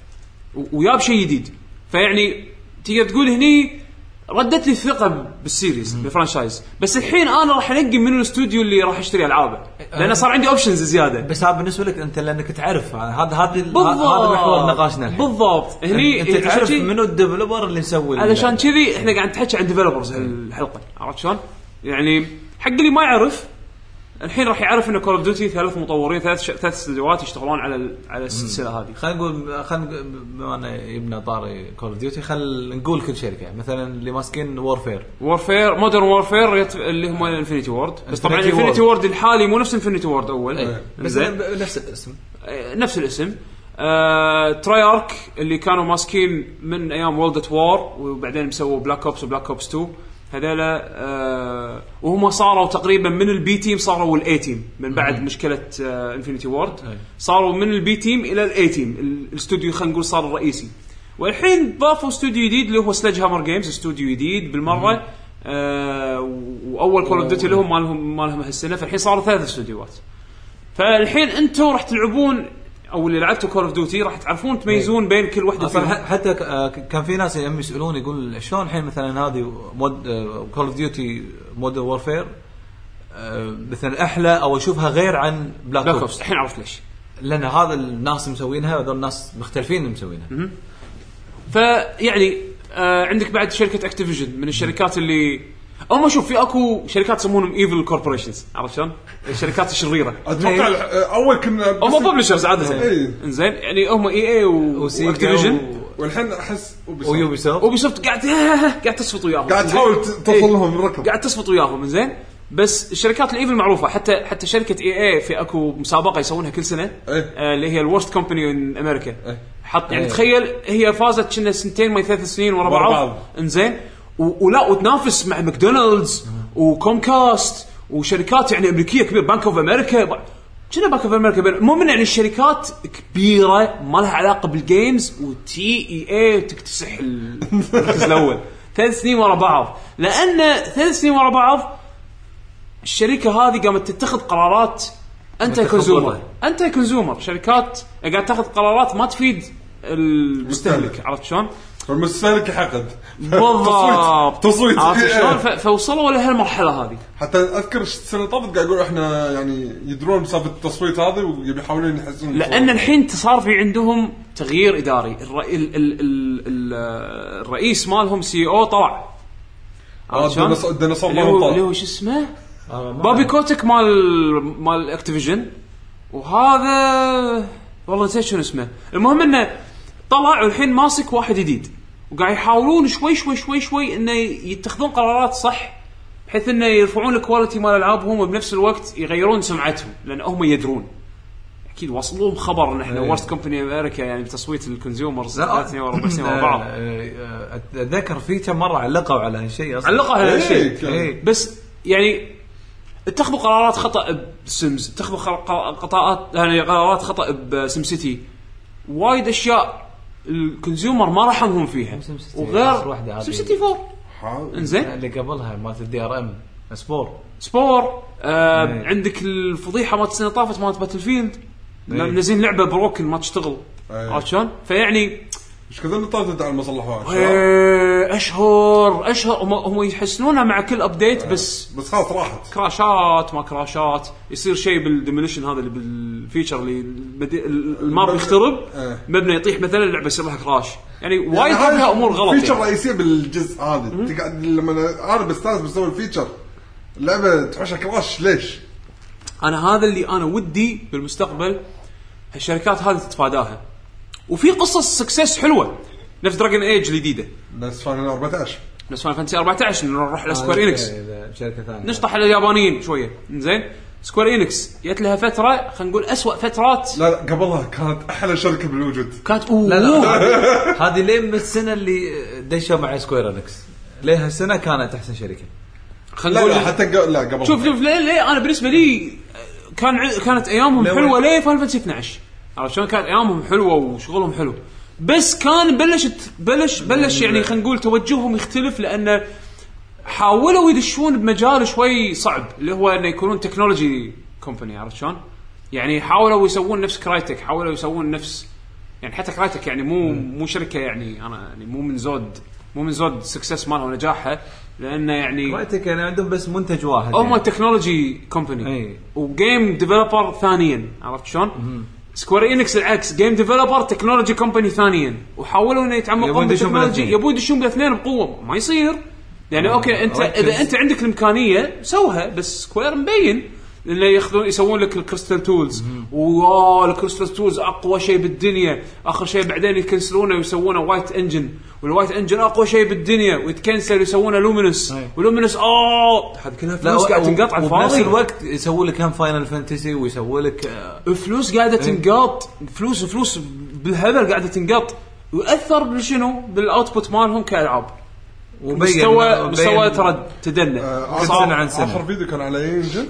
وياب شيء جديد. فيعني تقدر تقول هني ردت لي الثقه بالسيريز بالفرانشايز. بس الحين انا راح انقي من الاستوديو اللي راح اشتري العابه لان صار عندي اوبشنز زياده. بس هذا بالنسبه لك انت لانك تعرف هذا هذا هذا محور نقاشنا الحين بالضبط. هني انت تعرف منو الديفلوبر اللي مسوي. علشان كذي احنا قاعد نحكي عن ديفلوبرز هالحلقه عرفت شلون. يعني حق اللي ما يعرف الحين راح يعرف ان كول اوف ديوتي ثلاث مطورين ثلاث ش... ثلاث استديوهات يشتغلون على على السلسله هذه. خلينا نقول خلينا بما ان يبنى طاري كول اوف ديوتي خل نقول كل شركه مثلا اللي ماسكين وورفير وورفير مودرن وورفير يت... اللي هم انفينيتي وورد. بس طبعا انفينيتي وورد الحالي مو نفس انفينيتي وورد اول. أيه. بس نفس الاسم نفس الاسم. آه... ترايارك اللي كانوا ماسكين من ايام وورلد ات وار وبعدين مسووا بلاك اوبس وبلاك اوبس تو هذول. آه وهم صاروا تقريبا من البي تيم صاروا الاي تيم من بعد مشكله آه انفينيتي وورد. صاروا من البي تيم الى الاي تيم الاستوديو خلينا نقول صار الرئيسي. والحين ضافوا استوديو جديد اللي هو سلاج هامر جيمز استوديو جديد بالمره. آه واول كول اوف ديوتي لهم مالهم مالهم هالسنه. فالحين صاروا ثلاث استوديوهات. فالحين انتم راح تلعبون او اللي لعبتوا كول اوف ديوتي راح تعرفون تميزون بين كل وحده فيهم. حتى كان في ناس يم يسالون يقول شلون الحين مثلا هذه مود كول اوف ديوتي مودرن وورفير مثلا احلى او اشوفها غير عن بلاك اوبس. الحين عرفت ليش. لان هذا الناس مسوينها وهذول الناس مختلفين مسوينها. فيعني آه عندك بعد شركه اكتيفيجن من الشركات اللي او ما شوف في اكو شركات يسمونهم ايفل كوربوريشنز عرفت شلون الشركات الشريره. اتوقع اول كنا هم ببلشرز عاده انزين يعني هم اي اي واكتيفيجن والحين احس ويوبي سوفت ويوبي سوفت قاعد قاعد تصفط وياهم قاعد تحاول توصل لهم الركب قاعد تصفط وياهم انزين. بس الشركات الايفل معروفه، حتى حتى شركه اي اي في اكو مسابقه يسوونها كل سنه إيه. آه اللي هي الورست كومباني ان امريكا. إيه. حط يعني إيه. تخيل هي فازت كنا سنتين ما ثلاث سنين ورا ورا بعض, بعض. انزين و- ولا وتنافس مع ماكدونالدز وكومكاست وشركات يعني امريكيه كبيره، بانك اوف امريكا كنا بانك اوف امريكا. المهم يعني الشركات كبيره ما لها علاقه بالجيمز، وتي اي اي تكتسح المركز الاول ثلاث سنين ورا بعض، لان ثلاث سنين ورا بعض الشركه هذه قامت تتخذ قرارات انت كونسيومر انت كونسيومر شركات قاعد تاخذ قرارات ما تفيد المستهلك. عرفت شلون؟ فالمستهلك حقد بالضبط تصويت عرفت إيه. شلون؟ ف- فوصلوا لهالمرحله هذه. حتى اذكر السنه طافت قاعد يقول احنا يعني يدرون بسالفه التصويت هذه ويبي يحاولون يحسنون، لان الحين صار في عندهم تغيير اداري. الر... ال... ال... ال... ال... الرئيس مالهم سي او طلع، عرفت شلون؟ الديناصور اللي مالهم هو اللي طلع. هو شو اسمه بابي كوتك مال مال اكتيفيجن، وهذا والله نسيت شنو اسمه. المهم انه طلع والحين ماسك واحد جديد، وقاعد يحاولون شوي شوي شوي شوي انه يتخذون قرارات صح بحيث انه يرفعون الكواليتي مال العابهم وبنفس الوقت يغيرون سمعتهم، لان هم يدرون اكيد وصلوا خبر ان احنا ورست كومباني امريكا يعني بتصويت الكونسيومرز ثلاث سنين وربع سنين ورا بعض. اتذكر في كم مره علقوا على هالشيء اصلا، علقوا على هالشيء إيه. بس يعني اتخذوا قرارات خطا بسيمز، اتخذوا قرارات يعني قرارات خطا بسم سيتي، وايد اشياء الكونسيومر ما رحمهم فيها. وغير سم سيتي فور انزين اللي قبلها مالت الدي ار ام سبور سبور آه عندك الفضيحه مالت السنه طافت مالت باتل فيلد منزلين لعبه بروكن ما تشتغل. عرفت شلون؟ فيعني ايش كثر طافت على المصلحه ايه اشهر اشهر هم, هم يحسنونها مع كل ابديت. آه. بس بس خلاص راحت كراشات ما كراشات يصير شيء بالديموليشن هذا اللي بالفيتشر اللي المدي... الماب يخترب آه. مبنى يطيح مثلا اللعبه يصير لها كراش. يعني وايد فيها امور غلط. الفيتشر يعني. الرئيسيه بالجزء هذا تقعد لما انا بستانس بسوي الفيتشر اللعبه تحوش كراش. ليش؟ انا هذا اللي انا ودي بالمستقبل هالشركات هذه تتفاداها. وفي قصص سكسس حلوه نفس دراجون ايج الجديده، نفس فاينل أربعة عشر نفس فاينل فانتسي أربعة عشر نروح لسكوير انكس شركه ثانيه نشطح على اليابانيين شويه. زين سكوير انكس جت لها فتره خلينا نقول أسوأ فترات. لا لا قبلها كانت احلى شركه بالوجود. كانت اوه لا لا هذه لين من السنه اللي دشوا مع سكوير انكس ليه هالسنه كانت احسن شركه. خلينا لا, نقول لا حتى قبل لا قبل شوف شوف ليه, ليه انا بالنسبه لي كان ع- كانت ايامهم حلوه. ليه فاينل فانتسي اثنا عشر عرفت شلون؟ كانت ايامهم حلوه وشغلهم حلو، بس كان بلشت بلش بلش يعني خلينا نقول توجههم يختلف، لانه حاولوا يدشون بمجال شوي صعب اللي هو انه يكونون تكنولوجي كومباني. عرفت شلون؟ يعني حاولوا يسوون نفس كرايتك، حاولوا يسوون نفس يعني حتى كرايتك يعني مو مو شركه يعني انا يعني مو من زود مو من زود سكسس مالها ونجاحها، لانه يعني رايتك يعني عندهم بس منتج واحد هم يعني. تكنولوجي كومباني أي. وجيم ديفلوبر ثانيا. عرفت شلون؟ سكوير انكس العكس جيم ديفلوبر تكنولوجي كومباني ثانيا، وحاولوا انه يتعمقون بالتكنولوجي يبون يدشون بالاثنين بقوه. ما يصير يعني آه. اوكي انت ركز. اذا انت عندك الامكانيه سوها، بس سكوير مبين اللي ياخذون يسوون لك الكريستال تولز واو الكريستال تولز اقوى شيء بالدنيا، اخر شيء بعدين يكنسلونه ويسوونه وايت انجن، والوايت انجن اقوى شيء بالدنيا ويتكنسل ويسوونه لومينس ولومينس اه هذه كلها فلوس قاعده تنقط على الفاضي. وبنفس الوقت يسوي لك هم فاينل فانتسي ويسوي لك آه فلوس قاعده تنقط فلوس فلوس بالهبل قاعده تنقط، ويأثر بشنو بالاوتبوت مالهم كالعاب. ومستوى مستوى ترى تدنى آه سنة عن سنة. اخر فيديو كان على انجن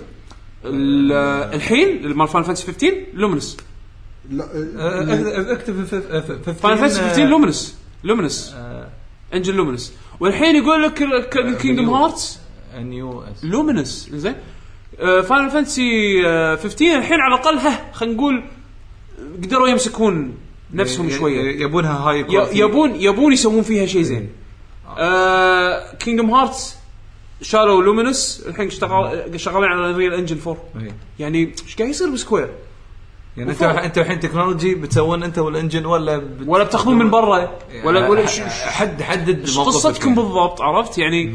الحين مال فاينل فانتسي خمسة عشر لومينس. لا اكتب في فاينل فانتسي خمسة عشر لومينس لومينس انجن لومينس. والحين يقول لك كينجدم هارتس نيو لومينس. زين فاينل فانتسي خمسة عشر الحين على الاقل ها خلينا نقول قدروا يمسكون نفسهم شويه، يبونها هاي يبون يبون يسوون فيها شيء زين. كينجدم هارتس شالوا لومينس الحين اشتغل شغالين على ريال انجن فور. يعني ايش قاعد يصير بسكوير؟ يعني انت انت الحين تكنولوجي بتسوون انت والانجن ولا بت... ولا بتاخذون من برا ولا ولا حد حدد قصتكم بالضبط. عرفت يعني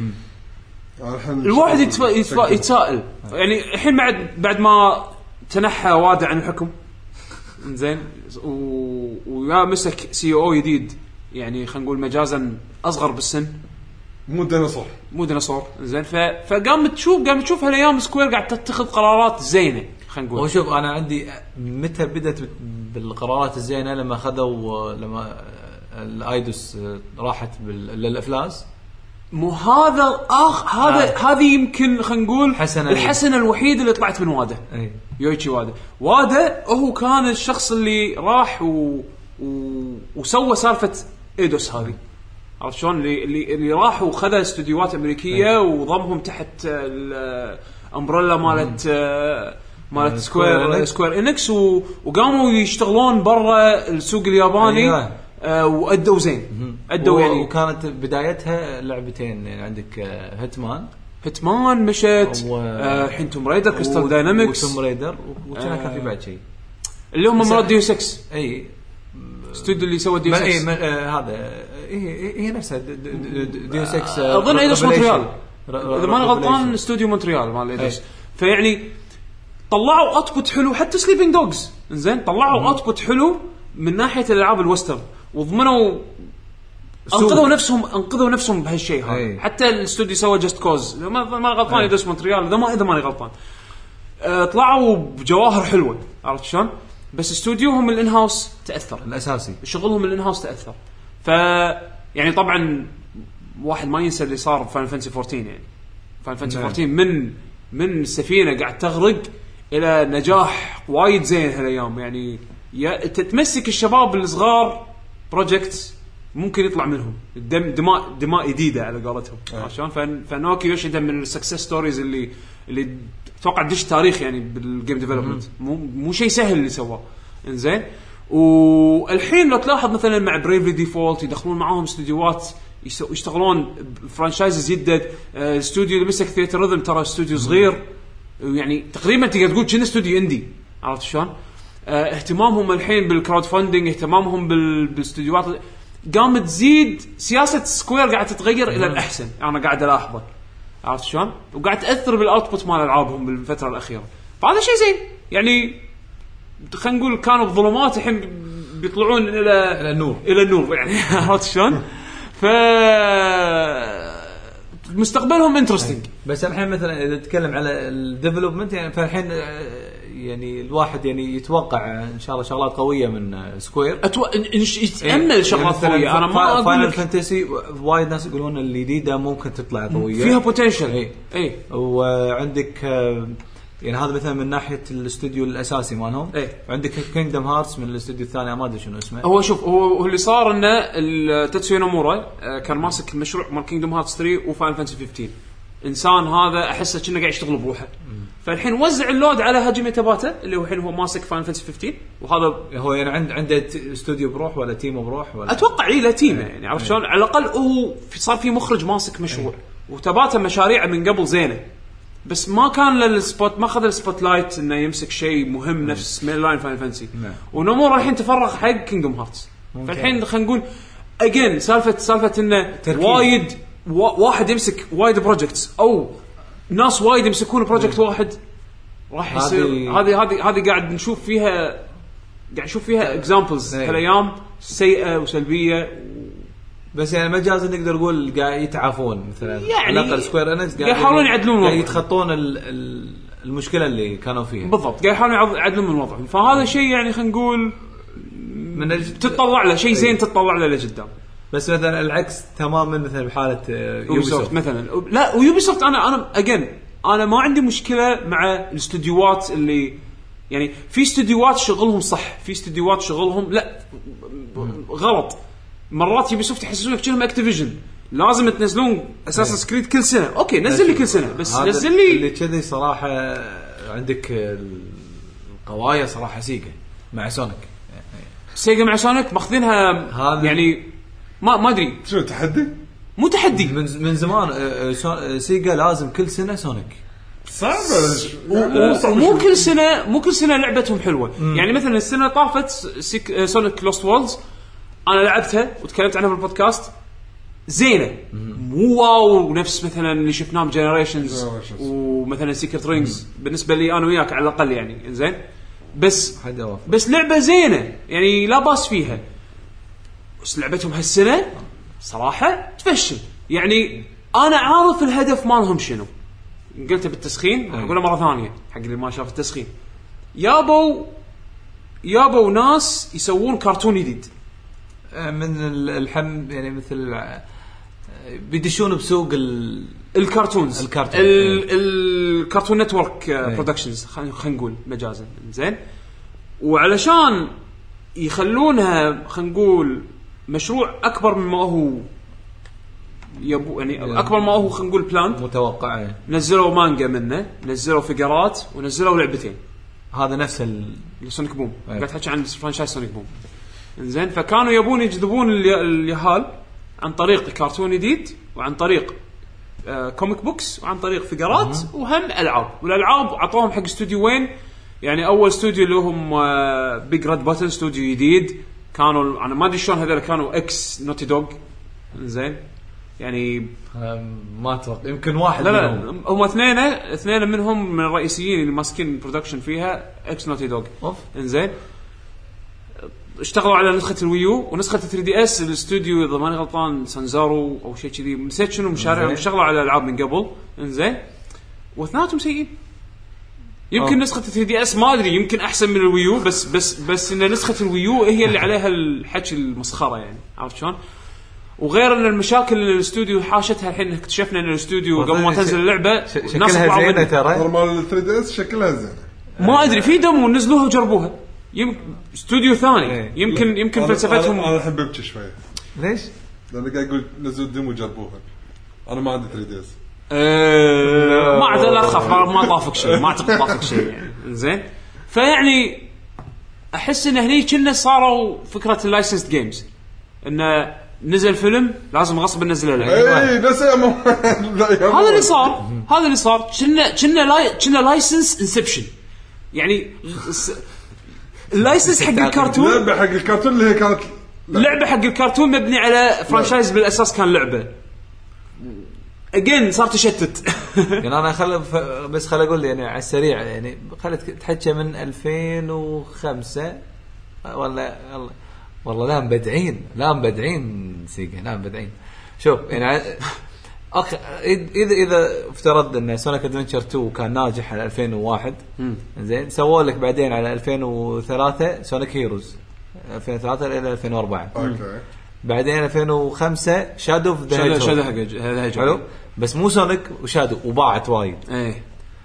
الواحد يتف... يتف... يتساءل يعني الحين بعد بعد ما تنحى وادع عن الحكم زين و... ويا مسك سي او جديد يعني خلينا نقول مجازا اصغر بالسن مو ديناصور مو ديناصور زين. ف... فقام تشوف قام تشوف هالايام سكوير قاعد تتخذ قرارات زينه خلينا نقول. وشوف انا عندي متى بدت بالقرارات الزينه لما اخذوا لما الايدوس راحت للافلاس. مو هذا اخ هذا آه. هذه يمكن خلينا نقول حسنة الحسنه الوحيده اللي طلعت من وادا. أي. يويتشي وادا وادا هو كان الشخص اللي راح و... و... وسوى سالفه ايدوس هذه. عرفت شلون اللي اللي, اللي راح وخذ استديوهات امريكيه أي. وضمهم تحت الامبريلا مالت مالت سكوير سكوير انكس و... وقاموا يشتغلون برا السوق الياباني. أيوة. آه وأدوا زين أدوا يعني. وكانت بدايتها لعبتين يعني عندك هيتمان هيتمان مشت الحين توم رايدر كريستال داينامكس وتوم رايدر وكان آه كان في بعد شيء اللي هم مراد ديو ستة. اي استوديو اللي سوى ديو ستة. اي آه هذا هي هي نفسها ديو ستة اظن ايدوس مونتريال اذا ما غلطان استوديو مونتريال مال ايدوس. فيعني طلعوا اوتبوت حلو حتى سليبينج دوجز زين طلعوا اوتبوت حلو من ناحيه الالعاب الوسترن وضمنوا انقذوا نفسهم انقذوا نفسهم بهالشيء هذا. حتى الاستوديو سوى جاست كوز ما ما غلطان يدوس مونتريال اذا ما اذا ماني غلطان أه طلعوا بجواهر حلوه عرفت شلون. بس استوديوهم الان هاوس تاثر الاساسي شغلهم الان هاوس تاثر. ف يعني طبعا واحد ما ينسى اللي صار فاينل فانتسي فورتين يعني فاينل فانتسي فورتين من من السفينه قاعد تغرق الى نجاح وايد زين هالايام يعني. يا تتمسك الشباب الصغار بروجكت ممكن يطلع منهم الدم دماء دماء جديده على قولتهم عشان فنوكي يوشيدا من السكسس ستوريز اللي اللي اتوقع دش تاريخ يعني بالجيم ديفلوبمنت مو مو شيء سهل اللي سواه انزين. والحين لو تلاحظ مثلا مع بريفلي ديفولت يدخلون معاهم استديوهات يشتغلون فرانشايزز جدد. استوديو اللي مسك ثياتر ريذم ترى استوديو صغير يعني تقريبا تقدر تقول كأنه استوديو اندي عرفت شلون. اه اهتمامهم الحين بالكراود فاندنج اهتمامهم بالاستديوهات قامت تزيد. سياسه سكوير قاعده تتغير الى الاحسن انا قاعد الاحظه عرفت شلون وقاعد تاثر بالاوتبوت مال العابهم بالفتره الاخيره. فهذا شيء زين يعني خلينا نقول كانوا بظلمات الحين بيطلعون الى الى النور الى النور يعني عرفت شلون. ف مستقبلهم انترستينج. بس الحين مثلا اذا نتكلم على الديفلوبمنت يعني فالحين يعني الواحد يعني يتوقع ان شاء الله شغلات قويه من سكوير أتو... يتامل شغلات قويه. انا ما اقول فاينل فانتسي وايد ناس يقولون الجديده ممكن تطلع قويه فيها بوتنشل. اي اي وعندك يعني هذا مثلا من ناحيه الاستوديو الاساسي مالهم. ايه عندك كينجدم هارتس من الاستوديو الثاني ما ادري شنو اسمه. هو شوف هو اللي صار انه تاتسويا نومورا كان ماسك المشروع مال كينجدم هارتس ثلاثة وفاينل فانتسي خمسة عشر. انسان هذا احسه كأنه قاعد يشتغل بروحه. فالحين وزع اللود على هاجمي تباتا اللي هو الحين هو ماسك فاينل فانتسي خمسة عشر وهذا هو يعني عند عنده استوديو بروح ولا تيم بروح ولا اتوقع ايه لا تيم يعني عرفت شلون. على الاقل هو صار في مخرج ماسك مشروع وتباتا مشاريع من قبل زينه بس ما كان للسبوت ما خذ السبوت لايت انه يمسك شيء مهم نفس مين لاين فاينل فانتسي. ونمور الحين تفرغ حق كينجدم هارتس. فالحين خلينا نقول اجين سالفه سالفه انه وايد واحد يمسك وايد بروجكتس او ناس وايد يمسكون بروجكت واحد راح يصير. هذه هذه هذه قاعد نشوف فيها قاعد نشوف فيها اكزامبلز هالايام سيئه وسلبيه. بس يعني مجازا نقدر نقول قاعد يتعافون مثلا يعني على سكوير انكس قاعد يحاولون يعدلون قاعد يتخطون المشكله اللي كانوا فيها بالضبط. قاعد يحاولون يعدلون من وضعهم. فهذا شيء يعني خلينا نقول من الج... تتطلع له شيء زين تتطلع له لقدام. بس مثلا العكس تماما مثلا بحاله يوبيسوفت مثلا. لا ويوبيسوفت انا انا اجين انا ما عندي مشكله مع الاستديوهات اللي يعني في استديوهات شغلهم صح في استديوهات شغلهم لا غلط. مرات يوبيسوفت يحسسونك كأنهم اكتيفيجن لازم تنزلون اساسن سكريد كل سنه. اوكي نزل لي كل سنه بس نزل لي اللي كذي صراحه. عندك القوايا صراحه سيجا مع سونيك سيجا مع سونيك ماخذينها يعني ما ما ادري شو تحدي مو تحدي من من زمان. سيجا لازم كل سنه سونيك صعبه ومو كل سنه مو كل سنه لعبتهم حلوه. مم. يعني مثلا السنه طافت سيك سونيك لوست وولز انا لعبتها وتكلمت عنها في البودكاست زينه مو واو نفس مثلا اللي شفناه بجنريشنز ومثلا سيكرت رينجز بالنسبه لي انا وياك على الاقل يعني زين بس بس لعبه زينه يعني لا باس فيها. بس لعبتهم هالسنه صراحه تفشل يعني انا عارف الهدف مالهم شنو. قلت بالتسخين اقول مره ثانيه حق اللي ما شاف التسخين، يابو يابو ناس يسوون كرتون جديد من الحم يعني مثل بيدشون بسوق ال... الكرتونز الكرتون ال... الكرتون نتورك برودكشنز خلينا نقول مجازا زين. وعلشان يخلونها خلينا نقول مشروع اكبر مما هو يبو يعني اكبر ما هو خلينا نقول بلان متوقع، نزلوا مانجا منه، نزلوا فيجرات، ونزلوا لعبتين. هذا نفس ال سونيك بوم. قاعد احكي عن فرانشايز سونيك بوم. زين فكانوا يبون يجذبون اليهال عن طريق كرتون جديد وعن طريق آه كوميك بوكس وعن طريق فيجرات وهم العاب. والالعاب عطوهم حق استوديو وين يعني اول استوديو اللي هم آه بيج ريد باتن استوديو جديد كانوا انا ما ادري شلون هذول كانوا اكس نوتي دوغ. زين يعني ما اتوقع يمكن واحد لا لا هم اثنين اثنين منهم من الرئيسيين اللي ماسكين برودكشن فيها اكس نوتي دوغ. انزين اشتغلوا على نسخه الويو ونسخه ثري دي اس الاستوديو اذا ماني غلطان سانزارو او شيء كذي نسيت شنو مشاريع اشتغلوا على العاب من قبل. انزين واثنيناتهم سيئين. يمكن أوه. نسخه ثري دي اس ما ادري يمكن احسن من الويو بس بس بس ان نسخه الويو هي اللي عليها الحكي المسخره يعني عرفت شلون. وغير ان المشاكل اللي الاستوديو حاشتها الحين اكتشفنا ان الاستوديو قبل ما تنزل اللعبه شكلها زينه ترى نورمال ثري دي اس شكلها زين ما ادري في دمو نزلوها وجربوها يمكن استوديو ثاني يمكن يمكن فلسفتهم. انا احب ابكي شويه ليش لان قاعد يقول نزلوا ديمو وجربوها انا ما عندي ثري دي اس أه ما عاد لا تخاف ما طافك شيء ما اعتقد طافك شيء يعني. زين فيعني احس ان هني كنا صاروا فكره اللايسنسد جيمز انه نزل فيلم لازم غصب ننزله له. اي نسي هذا اللي صار هذا اللي صار كنا كنا لاي كنا لايسنس انسبشن يعني اللايسنس حق الكرتون لعبه حق الكرتون اللي هي كانت لعبه حق الكرتون مبني على فرانشايز بالاساس كان لعبه اجين صار تشتت. يعني انا خل بس خل اقول يعني على السريع يعني خلت تحكي من ألفين وخمسة ولا والله لا مبدعين لا مبدعين سيجا لا مبدعين. شوف يعني أخ... اذا اذا افترض ان سونيك ادفنتشر تو كان ناجح على ألفين وواحد زين سووا لك بعدين على ألفين وثلاثة سونيك هيروز ألفين وثلاثة الى ألفين وأربعة اوكي بعدين ألفين وخمسة شادو اوف ذا هيدج حلو بس مو سونيك وشادو وباعت وايد. ايه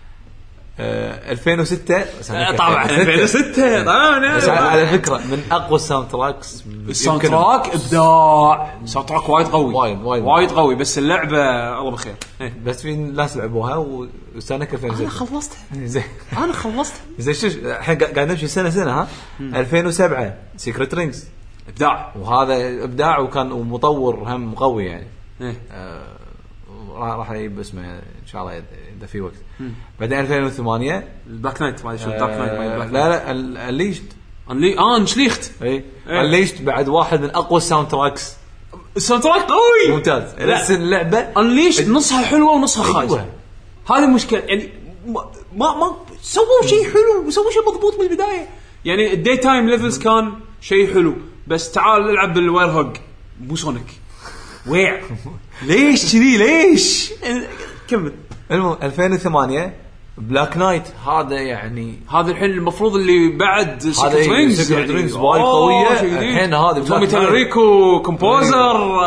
آه ألفين وستة طبعا ألفين وستة طبعا بس على فكره من اقوى الساوند تراكس. الساوند تراك ابداع ساوند تراك وايد قوي وايد وايد وايد قوي بس اللعبه الله بخير. ايه بس في ناس لعبوها وسونيك ألفين وستة انا خلصتها زين انا خلصتها زين شو الحين قاعد نمشي سنه سنه ها ألفين وسبعة سيكريت رينجز ابداع وهذا ابداع وكان ومطور هم قوي يعني. ايه آه راح يجيب اسمه ان شاء الله اذا في وقت. بعدين ألفين وثمانية البلاك نايت ما شو دارك نايت لا لا الليشت انلي اه انشليخت اي الليشت بعد واحد من اقوى الساوند تراكس. الساوند تراك قوي ممتاز بس اللعبه انليشت نصها حلوه ونصها خايسه. هذه المشكله يعني ما ما سووا شيء حلو وسووا شيء مضبوط من البدايه يعني الدي تايم ليفلز كان شيء حلو بس تعال العب بالواير هوج مو سونيك ويع ليش كذي ليش كمل. المهم ألفين وثمانية بلاك نايت هذا يعني هذا الحين المفروض اللي بعد سيكريت رينجز سيكريت رينجز وايد قويه الحين هذا تومي تيريكو كومبوزر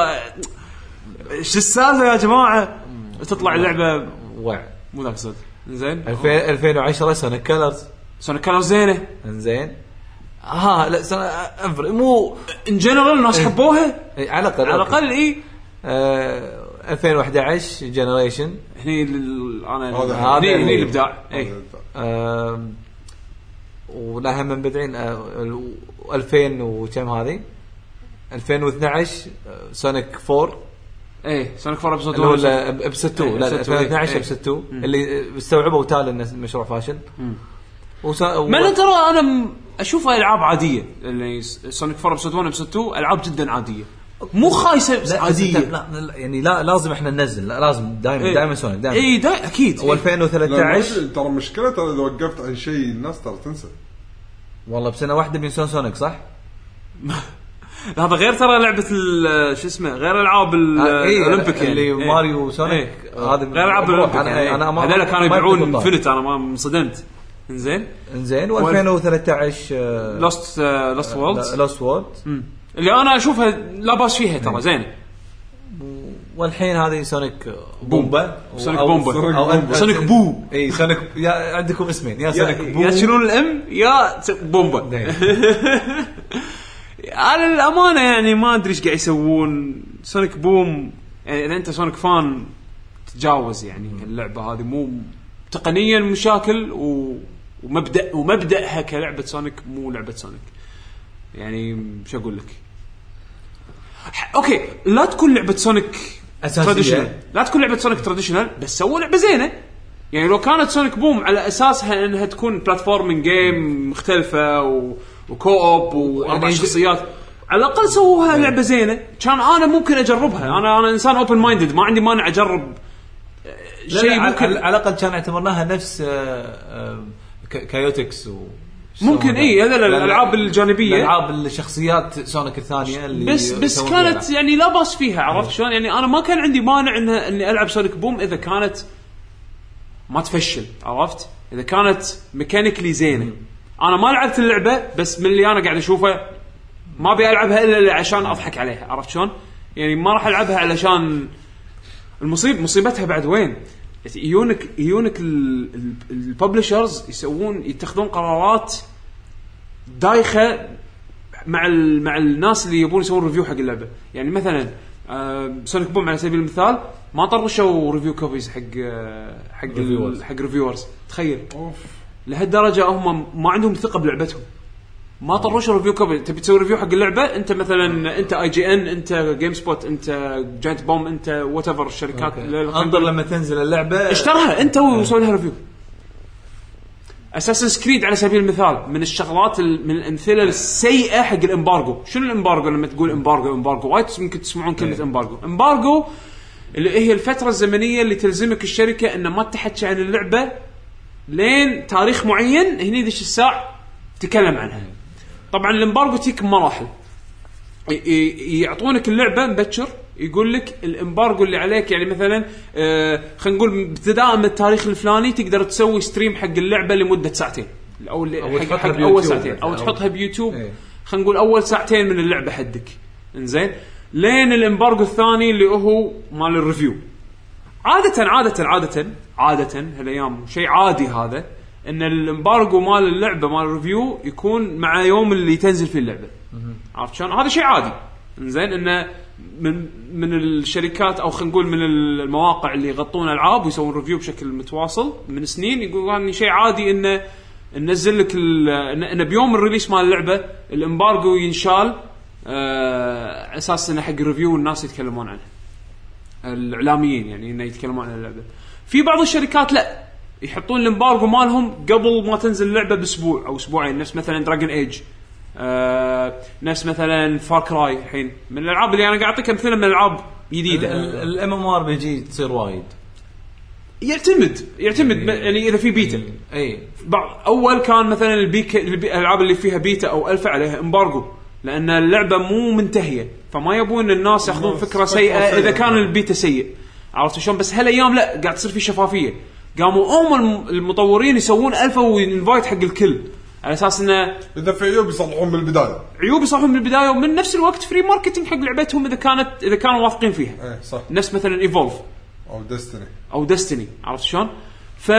ايش السالفه يا جماعه تطلع اللعبه وع مو ذاك صدق. زين ألفين وعشرة سونيك كلرز سونيك كلرز زينه زين ها لا سنة انفر مو ان جنرال الناس حبوها على الاقل على الاقل اي آه ألفين وأحد عشر جنريشن هني انا هذا هني الابداع اي آه ولا هم مبدعين آه ألفين وكم هذه ألفين واثني عشر سونيك فور ايه سونيك فور ابسود واحد ولا ابسود تو لا ألفين واثني عشر ابسود تو اللي استوعبوا تال ان المشروع فاشل. وسا... و... ما ترى انا م... اشوفها العاب عاديه اللي سونيك فور ابسود واحد ابسود تو العاب جدا عاديه مو خايسه عاديه. لا يعني لا لازم احنا ننزل لا لازم دائما إيه. دائما سونيك دائما اي دا اكيد. و2013 ترى مشكله ترى اذا وقفت عن شيء الناس ترى تنسى والله بسنه واحده بينسون سونيك صح. هذا غير ترى لعبه شو اسمه غير العاب الاولمبيك يعني اللي ماريو وسونيك هذا غير العاب الاولمبيك هذول كانوا يبيعون انفنت انا ما انصدمت انزين انزين و2013 لوست لوست وورلد لوست وورلد اللي انا اشوفها لا باس فيها ترى زين والحين هذه سونيك بومبا سونيك بومبا او سونيك بو اي سونيك يا عندكم اسمين يا سونيك بو يا شنو الام يا بومبا على الامانه يعني ما ادري ايش قاعد يسوون سونيك بوم يعني اذا انت سونيك فان تتجاوز يعني اللعبه هذه مو تقنيا مشاكل و... ومبدا ومبداها كلعبه سونيك مو لعبه سونيك يعني شو اقول لك اوكي لا تكون لعبه سونيك تراديشنال لا تكون لعبه سونيك تراديشنال بس سووا لعبه زينه يعني لو كانت سونيك بوم على اساسها انها تكون بلاتفورمينج جيم مختلفه و... وكوب واربع يعني شخصيات على الاقل سووها لعبه زينه كان انا ممكن اجربها انا انا انسان اوبن مايندد ما عندي مانع اجرب شيء ممكن على الاقل كان اعتبرناها نفس كايوتكس و ممكن اي هذا الالعاب الجانبيه الالعاب الشخصيات سونيك الثانيه اللي بس بس كانت لها. يعني لا باس فيها عرفت شلون يعني انا ما كان عندي مانع ان اني العب سونيك بوم اذا كانت ما تفشل عرفت اذا كانت ميكانيكلي زينه م. انا ما لعبت اللعبه بس من اللي انا قاعد اشوفه ما ابي العبها الا عشان اضحك عليها عرفت شلون يعني ما راح العبها علشان المصيب مصيبتها بعد وين يونك يونك الببلشرز يسوون يتخذون قرارات دايخه مع مع الناس اللي يبون يسوون ريفيو حق اللعبه يعني مثلا آه سونيك بوم على سبيل المثال ما طرشوا ريفيو كوبيز حق حق ريفيورز. حق ريفيورز تخيل أوف. لهالدرجه هم ما عندهم ثقه بلعبتهم ما طرشوا ريفيو كوبي تبي تسوي ريفيو حق اللعبه انت مثلا انت اي جي ان انت جيم سبوت انت جاينت بوم انت وات ايفر الشركات انظر لما تنزل اللعبه اشترها انت وسوي لها ريفيو اساسن كريد على سبيل المثال من الشغلات من الامثله السيئه حق الامبارجو شنو الامبارجو لما تقول امبارجو امبارجو وايد ممكن تسمعون كلمه امبارجو امبارجو اللي هي الفتره الزمنيه اللي تلزمك الشركه ان ما تحكي عن اللعبه لين تاريخ معين هني دش الساعه تكلم عنها طبعا الامبارجو تيك مراحل يعطونك اللعبه مبكر يقول لك الامبارجو اللي عليك يعني مثلا آه خلينا نقول ابتداء من التاريخ الفلاني تقدر تسوي ستريم حق اللعبه لمده ساعتين او حق, حق اول ساعتين او, أو تحطها بيوتيوب ايه. خلينا نقول اول ساعتين من اللعبه حدك انزين لين الامبارجو الثاني اللي هو مال الريفيو عاده عاده عاده عاده هالايام شيء عادي هذا ان الامبارجو مال اللعبه مال الريفيو يكون مع يوم اللي تنزل فيه اللعبه عرفت شلون هذا شيء عادي انزين انه من من الشركات او خلينا نقول من المواقع اللي يغطون العاب ويسوون ريفيو بشكل متواصل من سنين يقولوا ان شيء عادي انه ننزل لك ان بيوم الريليس مال اللعبه الامبارجو ينشال آه اساس انه حق ريفيو والناس يتكلمون عنه الاعلاميين يعني انه يتكلمون عن اللعبه في بعض الشركات لا يحطون الامبارجو مالهم قبل ما تنزل اللعبه باسبوع او اسبوعين نفس مثلا دراجون ايج آه، نفس مثلا فار كراي الحين من الالعاب اللي انا قاعد اعطيك امثله من العاب جديده الام ام ار بي جي تصير وايد يعتمد يعتمد يعني اذا في بيتا اي بعض اول كان مثلا البيك الالعاب اللي فيها بيتا او الفا عليها امبارجو لان اللعبه مو منتهيه فما يبون الناس ياخذون فكره سيئه اذا كان البيتا سيء عرفت شلون بس هالايام لا قاعد تصير في شفافيه قاموا هم المطورين يسوون الفا وينفايت حق الكل على اساس انه اذا في عيوب يصلحون بالبدايه عيوب يصلحون بالبدايه ومن نفس الوقت فري ماركتينج حق لعبتهم اذا كانت اذا كانوا واثقين فيها ايه صح نفس مثلا ايفولف او ديستني او ديستني عرفت شلون ف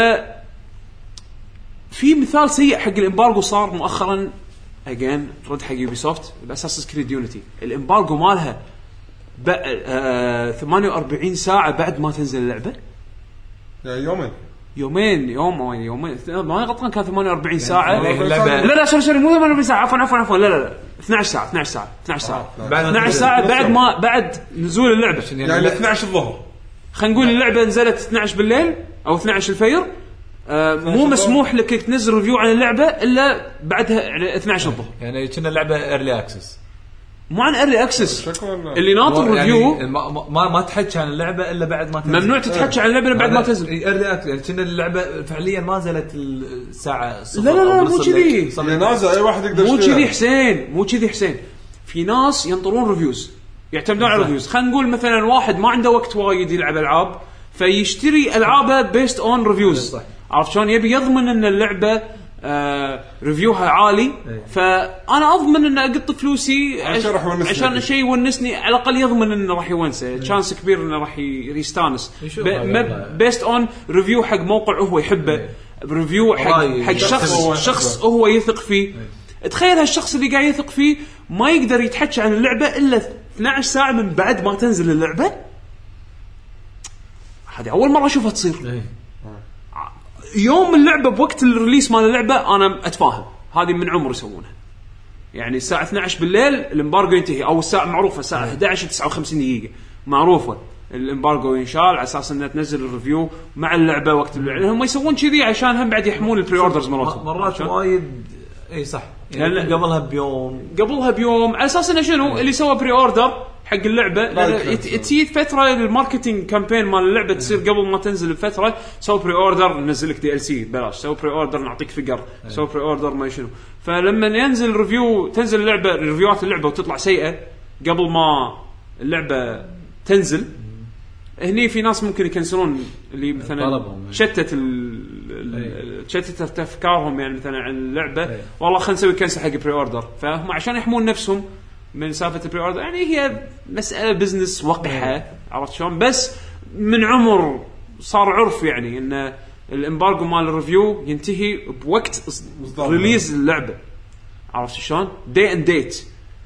في مثال سيء حق الامبارجو صار مؤخرا اجين رد حق يوبي سوفت باساس كريد يونيتي الامبارجو مالها آه ثمانية وأربعين ساعه بعد ما تنزل اللعبه يعني يومين يومين يوم او يومين ما غلطان كان ثمانية وأربعين ساعه لا لا سوري سوري مو ثمانية وأربعين ساعه عفوا عفوا عفوا لا لا لا اثنعش ساعه اثنعش ساعه اثنعش ساعه اثنعش ساعه بعد ما بعد نزول اللعبه يعني اثنعش الظهر خلينا نقول اللعبه نزلت اثنعش بالليل او اثنعش الفجر آه مو مسموح لك تنزل ريفيو عن اللعبه الا بعدها اثنعش الظهر يعني كنا اللعبه ايرلي اكسس مو عن ايرلي اكسس اللي ناطر ريفيو يعني ما ما, ما تحكي عن اللعبه الا بعد ما تنزل ممنوع تتحكي عن اللعبه بعد ما تنزل ايرلي اكسس يعني كنا اللعبه فعليا ما زالت الساعه لا لا لا مو كذي اللي نازل اي واحد يقدر مو كذي حسين مو كذي حسين في ناس ينطرون ريفيوز يعتمدون على ريفيوز. خلينا نقول مثلا واحد ما عنده وقت وايد يلعب العاب فيشتري العابه بيست اون ريفيوز. عرفت شلون؟ يبي يضمن ان اللعبه آه ريفيوها عالي فانا اضمن ان اقط فلوسي عشان شيء يونسني على الاقل يضمن انه راح يونسه تشانس كبير انه راح يستانس بيست اون ريفيو حق موقع هو يحبه ريفيو حق حق شخص شخص هو يثق فيه. تخيل هالشخص اللي قاعد يثق فيه ما يقدر يتحكي عن اللعبه الا اثنا عشر ساعه من بعد ما تنزل اللعبه. هذه اول مره اشوفها تصير. يوم اللعبه بوقت الريليس مال اللعبه انا اتفاهم هذه من عمر يسوونها يعني الساعه اثنا عشر بالليل الامبارجو ينتهي او الساعه معروفه الساعه احد عشر وتسعة وخمسين دقيقه معروفه الامبارجو ينشال على اساس انها تنزل الريفيو مع اللعبه وقت اللعبه. هم يسوون كذي عشان هم بعد يحمون البري اوردرز مراتهم مرات وايد اي صح يعني قبلها بيوم قبلها بيوم على اساس انه شنو اللي سوى بري اوردر حق اللعبه تي فتره الماركتينج كامبين مال اللعبه تصير قبل ما تنزل الفتره سوى بري اوردر ننزل لك دي ال سي بلاش سوى بري اوردر نعطيك فيجر سوى بري اوردر ما شنو. فلما ينزل ريفيو تنزل اللعبه ريفيوات اللعبه وتطلع سيئه قبل ما اللعبه تنزل هني في ناس ممكن يكنسلون اللي مثلا شتت شتت افكارهم يعني مثلا عن اللعبه والله خلينا نسوي كنسل حق بري اوردر. فهم عشان يحمون نفسهم من سالفه البري اوردر يعني هي مساله بزنس وقحه عرفت شلون. بس من عمر صار عرف يعني ان الامبارجو مال الريفيو ينتهي بوقت ريليز اللعبه عرفت شلون دي اند ديت.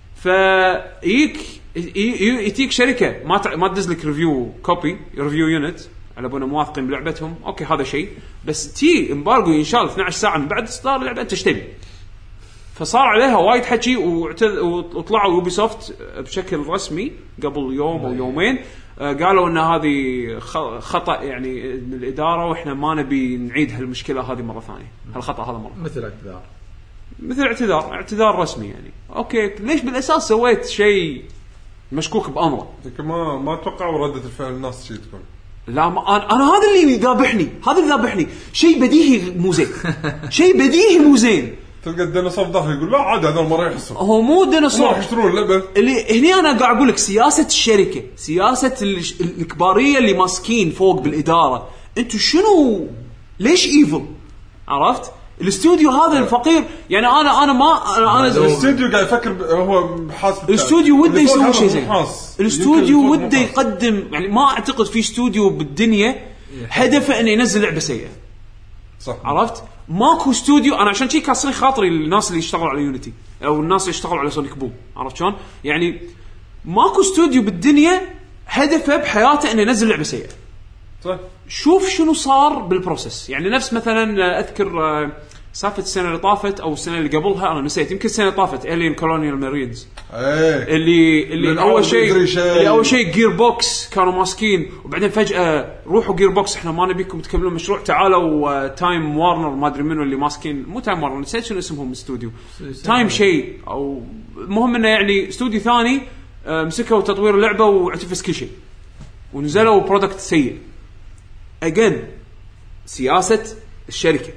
فيك يتيك شركه ما ما تدز لك ريفيو كوبي ريفيو يونت على بنا موافقين بلعبتهم اوكي هذا شيء بس تي امبارجو ينشال اثنا عشر ساعه من بعد اصدار اللعبه انت تشتري. فصار عليها وايد حكي وطلعوا يوبي سوفت بشكل رسمي قبل يوم او يومين قالوا ان هذه خطا يعني من الاداره واحنا ما نبي نعيد هالمشكله هذه مره ثانيه هالخطا هذا مره مثل اعتذار مثل اعتذار اعتذار رسمي يعني اوكي ليش بالاساس سويت شيء مشكوك بامره ما ما اتوقع رده الفعل الناس شيء تكون لا ما انا, أنا هذا اللي يذابحني هذا اللي يذابحني شيء بديهي مو زين شيء بديهي مو زين. تلقى الديناصور ظهر يقول لا عاد هذول ما راح يحصل هو مو ديناصور راح يشترون اللعبه اللي هني انا قاعد اقول لك سياسه الشركه سياسه الكباريه اللي ماسكين فوق بالاداره انتوا شنو ليش ايفل عرفت الاستوديو هذا الفقير يعني انا انا ما انا, أنا الاستوديو قاعد يفكر هو حاسب الاستوديو وده يسوي شيء زين الاستوديو وده يقدم يعني ما اعتقد في استوديو بالدنيا هدفه انه ينزل لعبه سيئه صح عرفت ماكو استوديو انا عشان شي كاسرين خاطري الناس اللي يشتغلوا على يونيتي او الناس اللي يشتغلوا على سونيك بوم عرفت شلون يعني ماكو استوديو بالدنيا هدفه بحياته انه ينزل لعبه سيئه صح. شوف شنو صار بالبروسس يعني نفس مثلا اذكر سالفه السنه اللي طافت او السنه اللي قبلها انا نسيت يمكن السنه اللي طافت الين كولونيال مارينز ايه. اللي اللي اول شيء اللي اول شيء جير بوكس كانوا ماسكين وبعدين فجاه روحوا جير بوكس احنا ما نبيكم تكملون مشروع تعالوا تايم وارنر ما ادري منو اللي ماسكين مو تايم وارنر نسيت شنو اسمهم استوديو تايم شيء او المهم انه يعني استوديو ثاني مسكوا تطوير اللعبه واعتفس كل شيء ونزلوا برودكت سيء اجين سياسه الشركه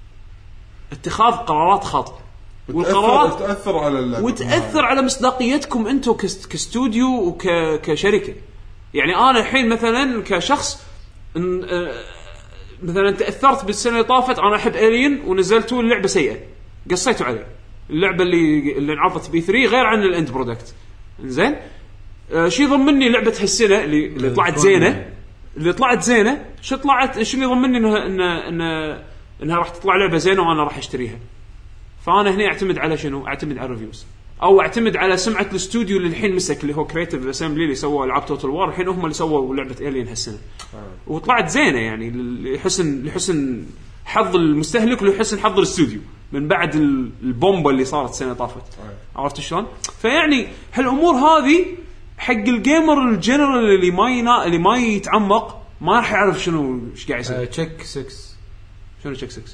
اتخاذ قرارات خاطئه والقرارات تاثر على اللعبه وتاثر على مصداقيتكم انتم كاستوديو وكشركه يعني انا الحين مثلا كشخص مثلا تاثرت بالسنه اللي طافت انا احب الين ونزلتوا اللعبه سيئه قصيتوا عليه اللعبه اللي اللي انعرضت بي ثري غير عن الاند برودكت زين آه شي ضمني لعبه هالسنه اللي, اللي طلعت زينه اللي طلعت زينه شو طلعت شو اللي ضمني انها انها انها, إنها راح تطلع لعبه زينه وانا راح اشتريها. فانا هنا اعتمد على شنو اعتمد على الريفيوز او اعتمد على سمعه الاستوديو اللي الحين مسك اللي هو كرييتيف اسامبلي اللي سووا العاب توتال وار الحين هم اللي سووا لعبه الين هالسنه آه. وطلعت زينه يعني لحسن لحسن حظ المستهلك ولحسن حظ الاستوديو من بعد البومبا اللي صارت السنه طافت آه. عرفت شلون فيعني هالامور هذه حق الجيمر الجنرال اللي ما ينا... اللي ما يتعمق ما راح يعرف شنو ايش قاعد يصير. تشيك ستة شنو تشيك ستة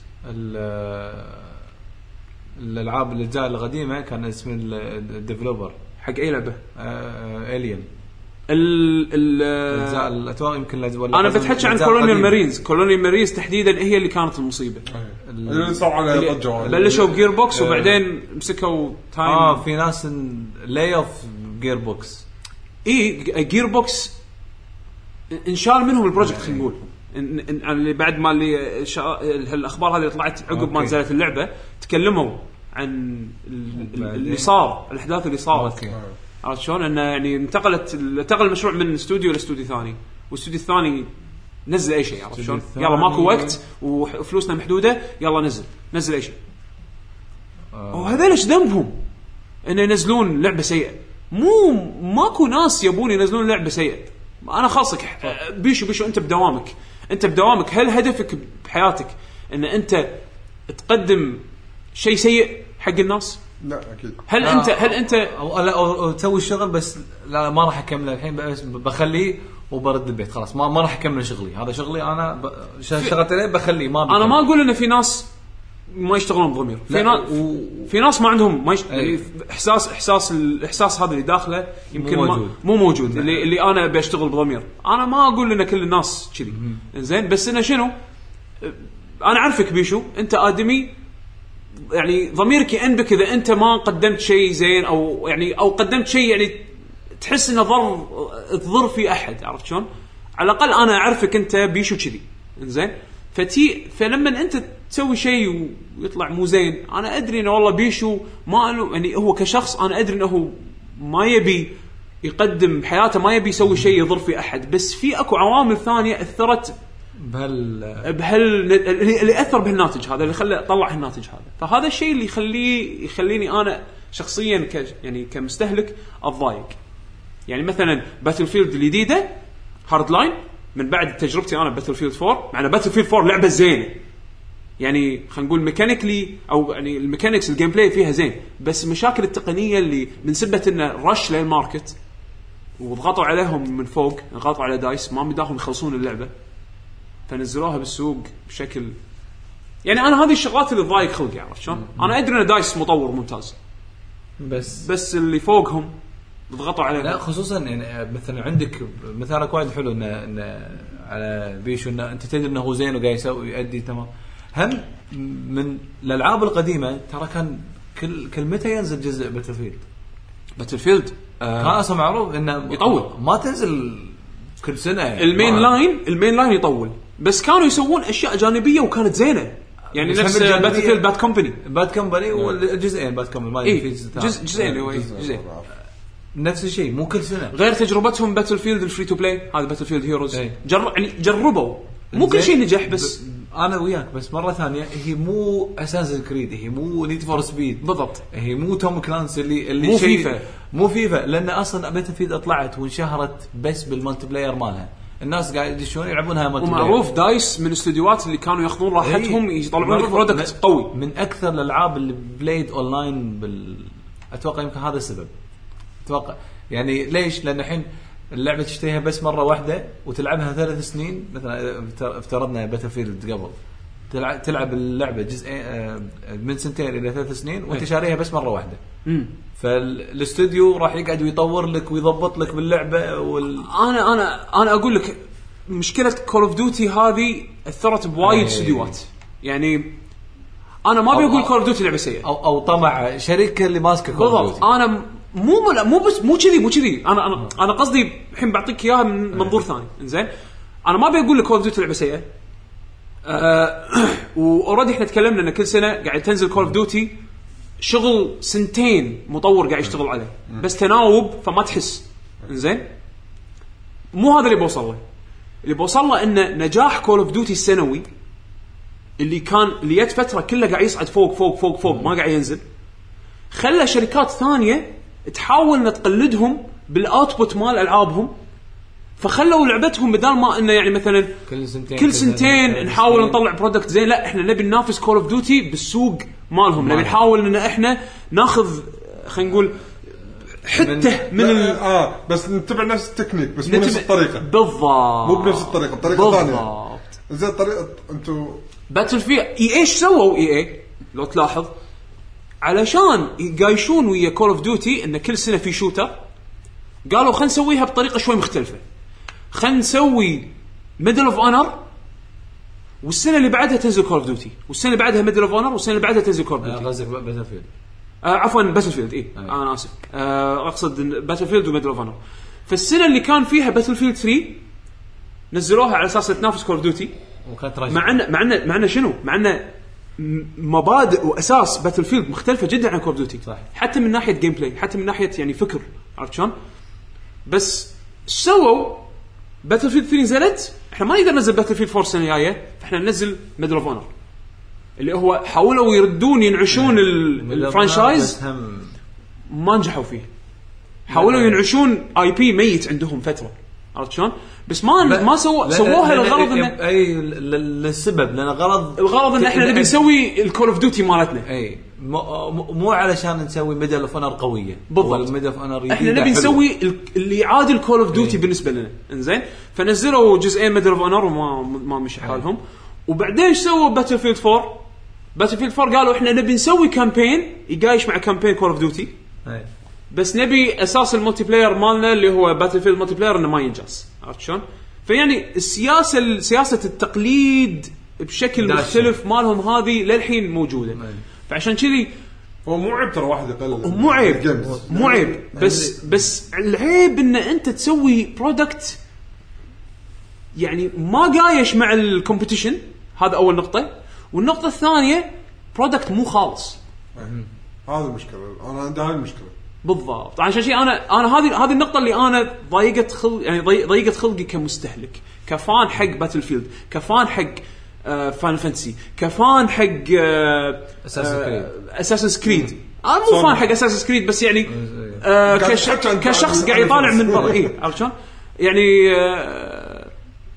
الالعاب الاجزاء القديمه كان اسم الديفلوبر حق اي لعبه الين ال اجزاء الاتوار يمكن ولا انا بتحكي عن كولونيال مارينز. كولونيال مارينز تحديدا هي اللي كانت المصيبه اللي صار على ضجه. بلشوا بجير بوكس وبعدين مسكوا تايم. اه في ناس لاي اوف جير بوكس. اي جير بوكس انشال منهم البروجكت. خلينا نقول اللي بعد ما اللي شا... الاخبار هذه طلعت عقب ما نزلت اللعبه تكلموا عن اللي صار الاحداث اللي صارت. عرفت شلون انه يعني انتقلت انتقل المشروع من استوديو لاستوديو ثاني والاستوديو الثاني نزل اي شيء. عرفت شلون يلا ماكو وقت وفلوسنا محدوده يلا نزل نزل اي شيء. آه. وهذول ايش ذنبهم ان ينزلون لعبه سيئه؟ مو ماكو ناس يبون ينزلون لعبه سيئه. انا خاصك بيشو بيشو انت بدوامك انت بدوامك هل هدفك بحياتك ان انت تقدم شيء سيء حق الناس؟ لا اكيد. هل انت هل انت او لا او تسوي الشغل بس لا ما راح اكمله الحين بس بخليه وبرد البيت خلاص ما ما راح اكمل شغلي هذا شغلي انا ب... شغلت عليه بخليه ما بكمل. انا ما اقول ان في ناس ما يشتغلون بضمير. في ناس و... في ناس ما عندهم ما يشت... يعني احساس احساس الاحساس هذا اللي داخله يمكن مو ما... موجود, مو موجود. اللي اللي انا بشتغل بضمير. انا ما اقول ان كل الناس كذي زين بس انه شنو انا عارفك بيشو انت ادمي يعني ضميرك ينبك اذا انت ما قدمت شيء زين او يعني او قدمت شيء يعني تحس انه ضر تضر في احد. عرفت شلون؟ على الاقل انا اعرفك انت بيشو كذي زين. فتي فلما انت تسوي شيء ويطلع مو زين انا ادري انه والله بيشو ما له يعني هو كشخص انا ادري انه ما يبي يقدم بحياته ما يبي يسوي شيء يضر في احد بس في اكو عوامل ثانيه اثرت بهال بهال اللي اثر بهالناتج هذا اللي خلى طلع الناتج هذا. فهذا الشيء اللي يخليه يخليني انا شخصيا ك يعني كمستهلك اتضايق. يعني مثلا باتل فيلد الجديده هارد لاين من بعد تجربتي انا باتل فيلد فور مع باتل فيلد فور لعبه زينه يعني خلينا نقول ميكانيكلي او يعني الميكانيكس الجيم بلاي فيها زين بس مشاكل التقنيه اللي من سبه انه رش للماركت وضغطوا عليهم من فوق ضغطوا على دايس ما بداهم يخلصون اللعبه فنزلوها بالسوق بشكل يعني انا هذه الشغلات اللي ضايق خلقي. عرفت شلون؟ انا ادري ان دايس مطور ممتاز بس بس اللي فوقهم ضغطوا عليهم. لا خصوصا يعني مثلا عندك مثالك وايد حلو ان ان على بيشو ان انت تدري انه هو زين وقاعد يسوي يؤدي تمام. هم من الالعاب القديمه ترى كان كل كل متى ينزل جزء باتلفيلد باتلفيلد آه كان اصلا معروف انه يطول ما تنزل كل سنه يعني المين لاين المين لاين يطول بس كانوا يسوون اشياء جانبيه وكانت زينه يعني نفس باتلفيلد باد كومباني باد كومباني والجزئين باد كومباني ما إيه جزء جزئين هو جزئين نفس الشيء مو كل سنه غير تجربتهم باتلفيلد الفري تو بلاي هذا باتلفيلد هيروز جر يعني جربوا مو كل شيء نجح بس ب... انا وياك بس مره ثانيه هي مو اساسن كريد هي مو نيد فور سبيد بالضبط هي مو توم كلانس اللي اللي مو شيء فيفا مو فيفا لان اصلا باتلفيلد طلعت وانشهرت بس بالمالتي بلاير مالها الناس قاعد يدشون يلعبونها مالتي بلاير ومعروف دايس من الاستديوهات اللي كانوا ياخذون راحتهم يطلعون لك برودكت قوي من اكثر الالعاب اللي بلايد اونلاين بال اتوقع يمكن هذا السبب اتوقع يعني ليش لان الحين اللعبه تشتريها بس مره واحده وتلعبها ثلاث سنين مثلا افترضنا باتلفيلد قبل تلعب تلعب اللعبه جزء من سنتين الى ثلاث سنين وانت شاريها بس مره واحده امم فالاستوديو راح يقعد ويطور لك ويضبط لك باللعبه وال... انا انا انا اقول لك مشكله كول اوف ديوتي هذه اثرت بوايد استديوهات يعني انا ما بقول كول اوف ديوتي لعبه سيئه او او طمع شركه اللي ماسكه كول اوف ديوتي انا مو مو بس مو كذي مو كذي انا انا انا قصدي الحين بعطيك اياها من منظور ثاني انزين انا ما بقول لك كول اوف ديوتي لعبه سيئه أه واوريدي احنا تكلمنا ان كل سنه قاعد تنزل كول اوف ديوتي شغل سنتين مطور قاعد يشتغل عليه بس تناوب فما تحس انزين مو هذا اللي بوصل له اللي بوصل له ان نجاح كول اوف ديوتي السنوي اللي كان اللي جت فتره كله قاعد يصعد فوق فوق فوق فوق ما قاعد ينزل خلى شركات ثانيه تحاول نتقلدهم بالاوتبوت مال العابهم فخلوا لعبتهم بدل ما انه يعني مثلا كل سنتين كل سنتين نحاول نطلع برودكت زين لا احنا نبي ننافس كول اوف ديوتي بالسوق مالهم نبي نحاول ان احنا ناخذ خلينا نقول حته من, من ال... اه بس نتبع نفس التكنيك بس مو نفس الطريقه بالضبط مو بنفس الطريقه الطريقه ثانيه زي الطريقه انتم باتل في اي ايش سووا اي اي لو تلاحظ علشان يقايشون ويا كول اوف ديوتي ان كل سنه في شوتر قالوا خلينا نسويها بطريقه شوي مختلفه، خلينا نسوي ميدل اوف اونر والسنه اللي بعدها تنزل كول اوف ديوتي، والسنه اللي بعدها ميدل اوف اونر والسنه اللي بعدها تنزل كول اوف ديوتي. قصدك باتل فيلد؟ آه عفوا باتل فيلد. اي آه انا اسف، آه اقصد باتل فيلد وميدل اوف اونر. فالسنه اللي كان فيها باتل فيلد ثري نزلوها على اساس تنافس كول اوف ديوتي، مع ان مع ان مع ان شنو مع ان مبادئ واساس باتل فيلد مختلفه جدا عن كول اوف ديوتي، حتى من ناحيه جيم بلاي، حتى من ناحيه يعني فكر، عرفت شلون؟ بس سووا باتل فيلد ثري نزلت، احنا ما نقدر ننزل باتل فيلد فور السنه الجايه، فاحنا ننزل ميدل اوف اونر اللي هو حاولوا يردون ينعشون الفرانشايز، ما نجحوا فيه. حاولوا ينعشون اي بي ميت عندهم فتره، عرفت شلون؟ بس ما ما سووا سووها للغرض انه اي للسبب، لان غرض الغرض ان احنا نبي نسوي الكول اوف ديوتي مالتنا، اي مو علشان نسوي ميدل اوف اونر قويه، بالضبط. ميدل اوف اونر احنا نبي نسوي اللي يعادل كول اوف ديوتي بالنسبه لنا. انزين، فنزلوا جزئين ميدل اوف اونر وما ما مشي حالهم. وبعدين ايش سووا باتل فيلد فور؟ باتل فيلد فور قالوا احنا نبي نسوي كامبين يقايش مع كامبين كول اوف ديوتي، بس نبي اساس الملتي بلاير مالنا اللي هو باتل فيلد ملتي بلاير انه ما ينجز، عرفت شلون؟ فيعني السياسه سياسه التقليد بشكل داشة. مختلف مالهم هذه للحين موجوده. مم. فعشان كذي هو مو عيب ترى واحد يقلل، مو عيب مو عيب بس بس العيب ان انت تسوي برودكت يعني ما قايش مع الكومبيتيشن. هذا اول نقطه. والنقطه الثانيه برودكت مو خالص. هذا المشكله، انا عندي هاي المشكله بالضبط. عشان شيء انا انا هذه هذه النقطه اللي انا ضايقت خلق يعني ضايقت خلقي كمستهلك، كفان حق باتل فيلد، كفان حق آه فان فانتسي، كفان حق آه اساسن كريد. انا مو فان حق اساسن كريد بس يعني آه كش كشخص قاعد يطالع من برا. اي عرفت شلون يعني آه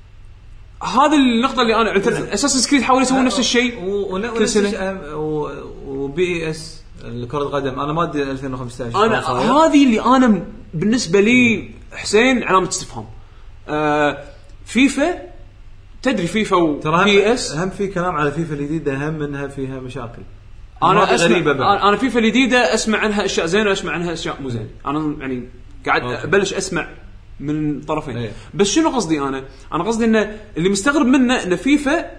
هذه النقطه اللي انا اساسن كريد حاولوا يسوون نفس الشيء كل سنه. وبي اس الكرة القدم انا ما ادري ألفين وخمسة عشر انا هذه اللي انا بالنسبه لي حسين علامه استفهام. آه فيفا تدري فيفا وبي اس اهم في كلام على فيفا الجديده، اهم منها فيها مشاكل. انا اسمع انا فيفا الجديده اسمع عنها اشياء زينه واسمع عنها اشياء مو زينه. انا يعني قاعد ابلش اسمع من طرفين. أيه. بس شنو قصدي انا انا قصدي ان اللي مستغرب منه ان فيفا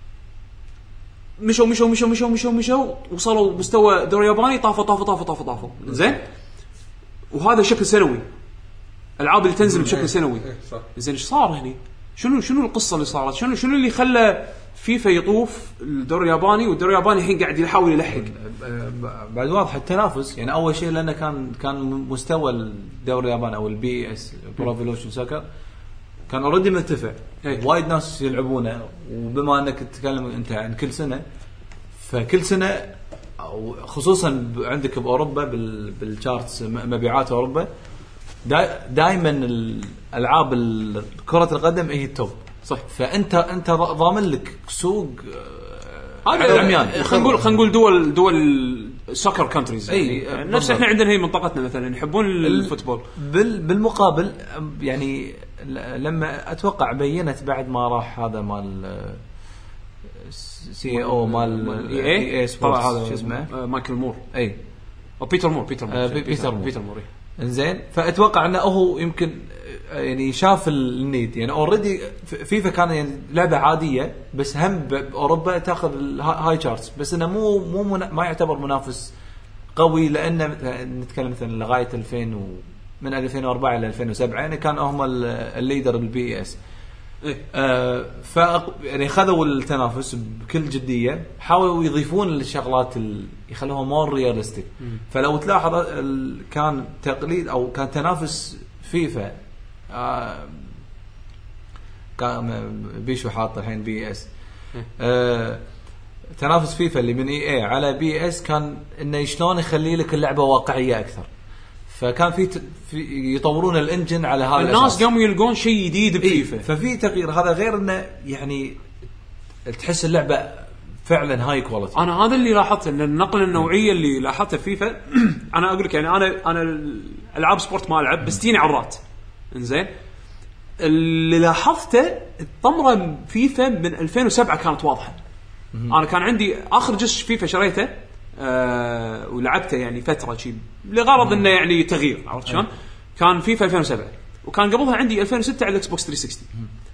مشوا مشوا مشوا مشوا مشوا مشوا وصلوا مستوى دوري ياباني، طافوا طافوا طافوا طافوا طافوا زين. وهذا شكل سنوي، العاب اللي تنزل بشكل سنوي. زين ايش صار هني؟ شنو شنو القصه اللي صارت؟ شنو شنو اللي خلى فيفا يطوف الدوري الياباني والدوري الياباني الحين قاعد يحاول يلحق؟ بعد واضح التنافس. يعني اول شيء لانه كان كان مستوى الدوري الياباني او البي اس برو ايفولوشن سوكر كان اوريدي مرتفع، وايد ناس يلعبونه. وبما انك تتكلم انت عن كل سنه، فكل سنه او خصوصا عندك باوروبا بالشارتس مبيعات اوروبا دائما الالعاب كره القدم هي التوب، صح. فانت انت ضامن لك سوق هذا العميان. خلينا نقول خلينا نقول دول دول سوكر كانتريز، يعني نفس احنا عندنا هي منطقتنا مثلا يحبون الفوتبول. بالمقابل يعني لما اتوقع بينت بعد ما راح هذا مال سي او مال اي اي طبعا هذا شو اسمه مايكل مور اي او بيتر مور بيتر مور بيتر مور, بيتر مور. انزين فاتوقع انه هو يمكن يعني شاف النيد. يعني اوريدي فيفا كان يعني لعبه عاديه بس هم باوروبا تاخذ الهاي تشارتس، بس انه مو مو ما يعتبر منافس قوي، لانه نتكلم مثلا لغايه ألفين و من ألفين وأربعة الى ألفين وسبعة يعني كان هم الليدر بالبي اس. إيه؟ آه ف يعني خذوا التنافس بكل جديه، حاولوا يضيفون الشغلات اللي يخلوها مور رياليستيك. فلو تلاحظ ال... كان تقليد او كان تنافس فيفا آه كان بيشو حاط الحين بي اس. آه تنافس فيفا اللي من اي اي على بي اس كان انه شلون يخلي لك اللعبه واقعيه اكثر. فكان في, ت... في يطورون الانجن على هذا الناس الأساس. قاموا يلقون شيء جديد بفيفا. إيه؟ ففي تغيير. هذا غير انه يعني تحس اللعبه فعلا هاي كواليتي. انا هذا اللي لاحظته، ان النقله النوعيه اللي لاحظتها فيفا انا اقول لك يعني انا انا العاب سبورت ما العب بس تيني عرات. انزين اللي لاحظته الطمره فيفا من ألفين وسبعة كانت واضحه. انا كان عندي اخر جزء فيفا شريته أه ولعبته يعني فتره شيء لغرض انه يعني تغيير، عرفت شلون؟ كان فيفا ألفين وسبعة، وكان قبلها عندي ألفين وستة على الاكس بوكس ثلاثمية وستين،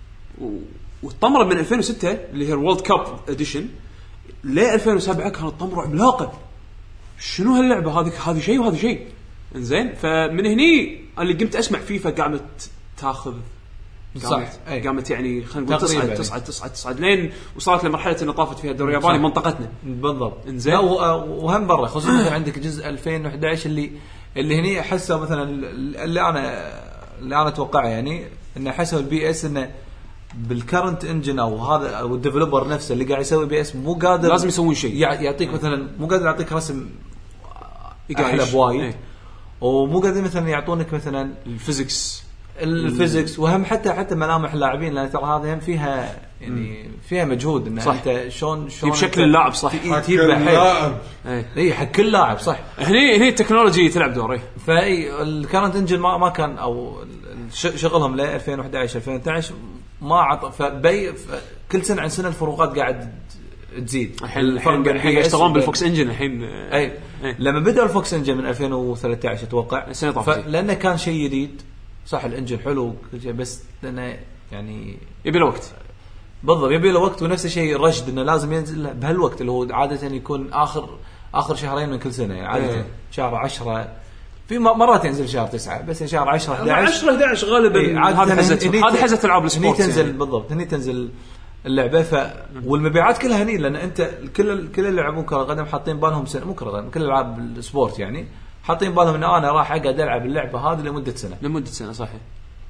والطمره من ألفين وستة اللي هي الورلد كاب اديشن ل ألفين وسبعة كانت طمره عملاقه. شنو هاللعبه هذه؟ هذه شيء وهذا شيء. انزين فمن هني اللي قمت اسمع فيفا قامت تاخذ صح، قامت يعني خلينا نقول تصعد تصعد تصعد تصعد لين وصلت لمرحله ان طافت فيها الدوري الياباني منطقتنا بالضبط. انزين وهم برا خصوصا عندك جزء ألفين وإحدى عشر اللي اللي هني احسه مثلا اللي انا اللي انا اتوقع يعني انه حسوا البي اس انه بالكرنت انجن او هذا او الديفلوبر نفسه اللي قاعد يسوي بي اس مو قادر لازم يسوون شيء يعطيك مثلا مو قادر يعطيك رسم احلى بوايد ايه. ومو قادر مثلا يعطونك مثلا الفيزيكس الفيزيكس وهم حتى حتى ملامح اللاعبين لان ترى هذه هم فيها يعني فيها مجهود ان انت شلون شلون بشكل اللاعب صح تجيب اللاعب اي حق كل لاعب صح. هني هني التكنولوجيا تلعب دور. فاي الكرنت انجن ما ما كان او شغلهم ل ألفين وإحدى عشر ألفين واثني عشر ما عطى فبي كل سنه عن سنه الفروقات قاعد تزيد. الحين الحين يشتغلون بالفوكس انجن الحين اي, أي. لما بدا الفوكس انجن من ألفين وثلاثة عشر اتوقع لانه كان شيء جديد صح. الانجن حلو بس لانه يعني يبي له وقت بالضبط يبي له وقت. ونفس الشيء رشد انه لازم ينزل بهالوقت اللي هو عاده يكون اخر اخر شهرين من كل سنه يعني عاده أيه. شهر عشرة في مرات ينزل شهر تسعة بس شهر عشرة إحدى عشر عشرة إحدى عشر غالبا إيه هذه حزه هذه حزه العاب السبورت تنزل يعني. بالضبط هني تنزل اللعبه ف والمبيعات كلها هني لان انت كل كل اللي يلعبون كره قدم حاطين بالهم سنه مو كره قدم كل العاب السبورت يعني حاطين بالهم ان انا راح اقعد العب اللعبه هذه لمده سنه لمده سنه صحيح.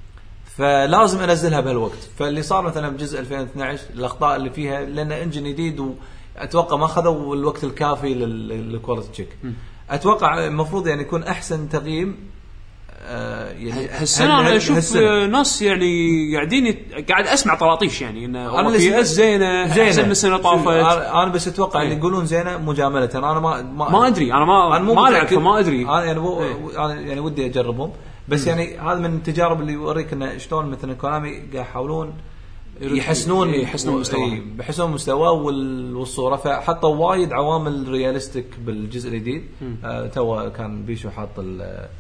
فلازم انزلها بهالوقت. فاللي صار مثلا بجزء ألفين واثني عشر الاخطاء اللي فيها لان انجن جديد واتوقع ما اخذوا الوقت الكافي للكواليتي تشيك. اتوقع المفروض يعني يكون احسن تقييم آه يعني هالسنه انا اشوف ناس يعني قاعدين يت... قاعد اسمع طراطيش يعني انه في اس زينه احسن من السنه طافت. انا بس اتوقع اللي يقولون زينه مجامله. انا ما ما, ما ادري انا ما أنا ما العب فما ادري انا يعني مو انا يعني ودي اجربهم بس م. يعني هذا من التجارب اللي يوريك انه شلون مثلا كونامي قاعد يحاولون يحسنون يحسنون مستواه بحسنون مستواه والصوره. فحطوا وايد عوامل رياليستيك بالجزء الجديد. آه تو كان بيشو حاط ال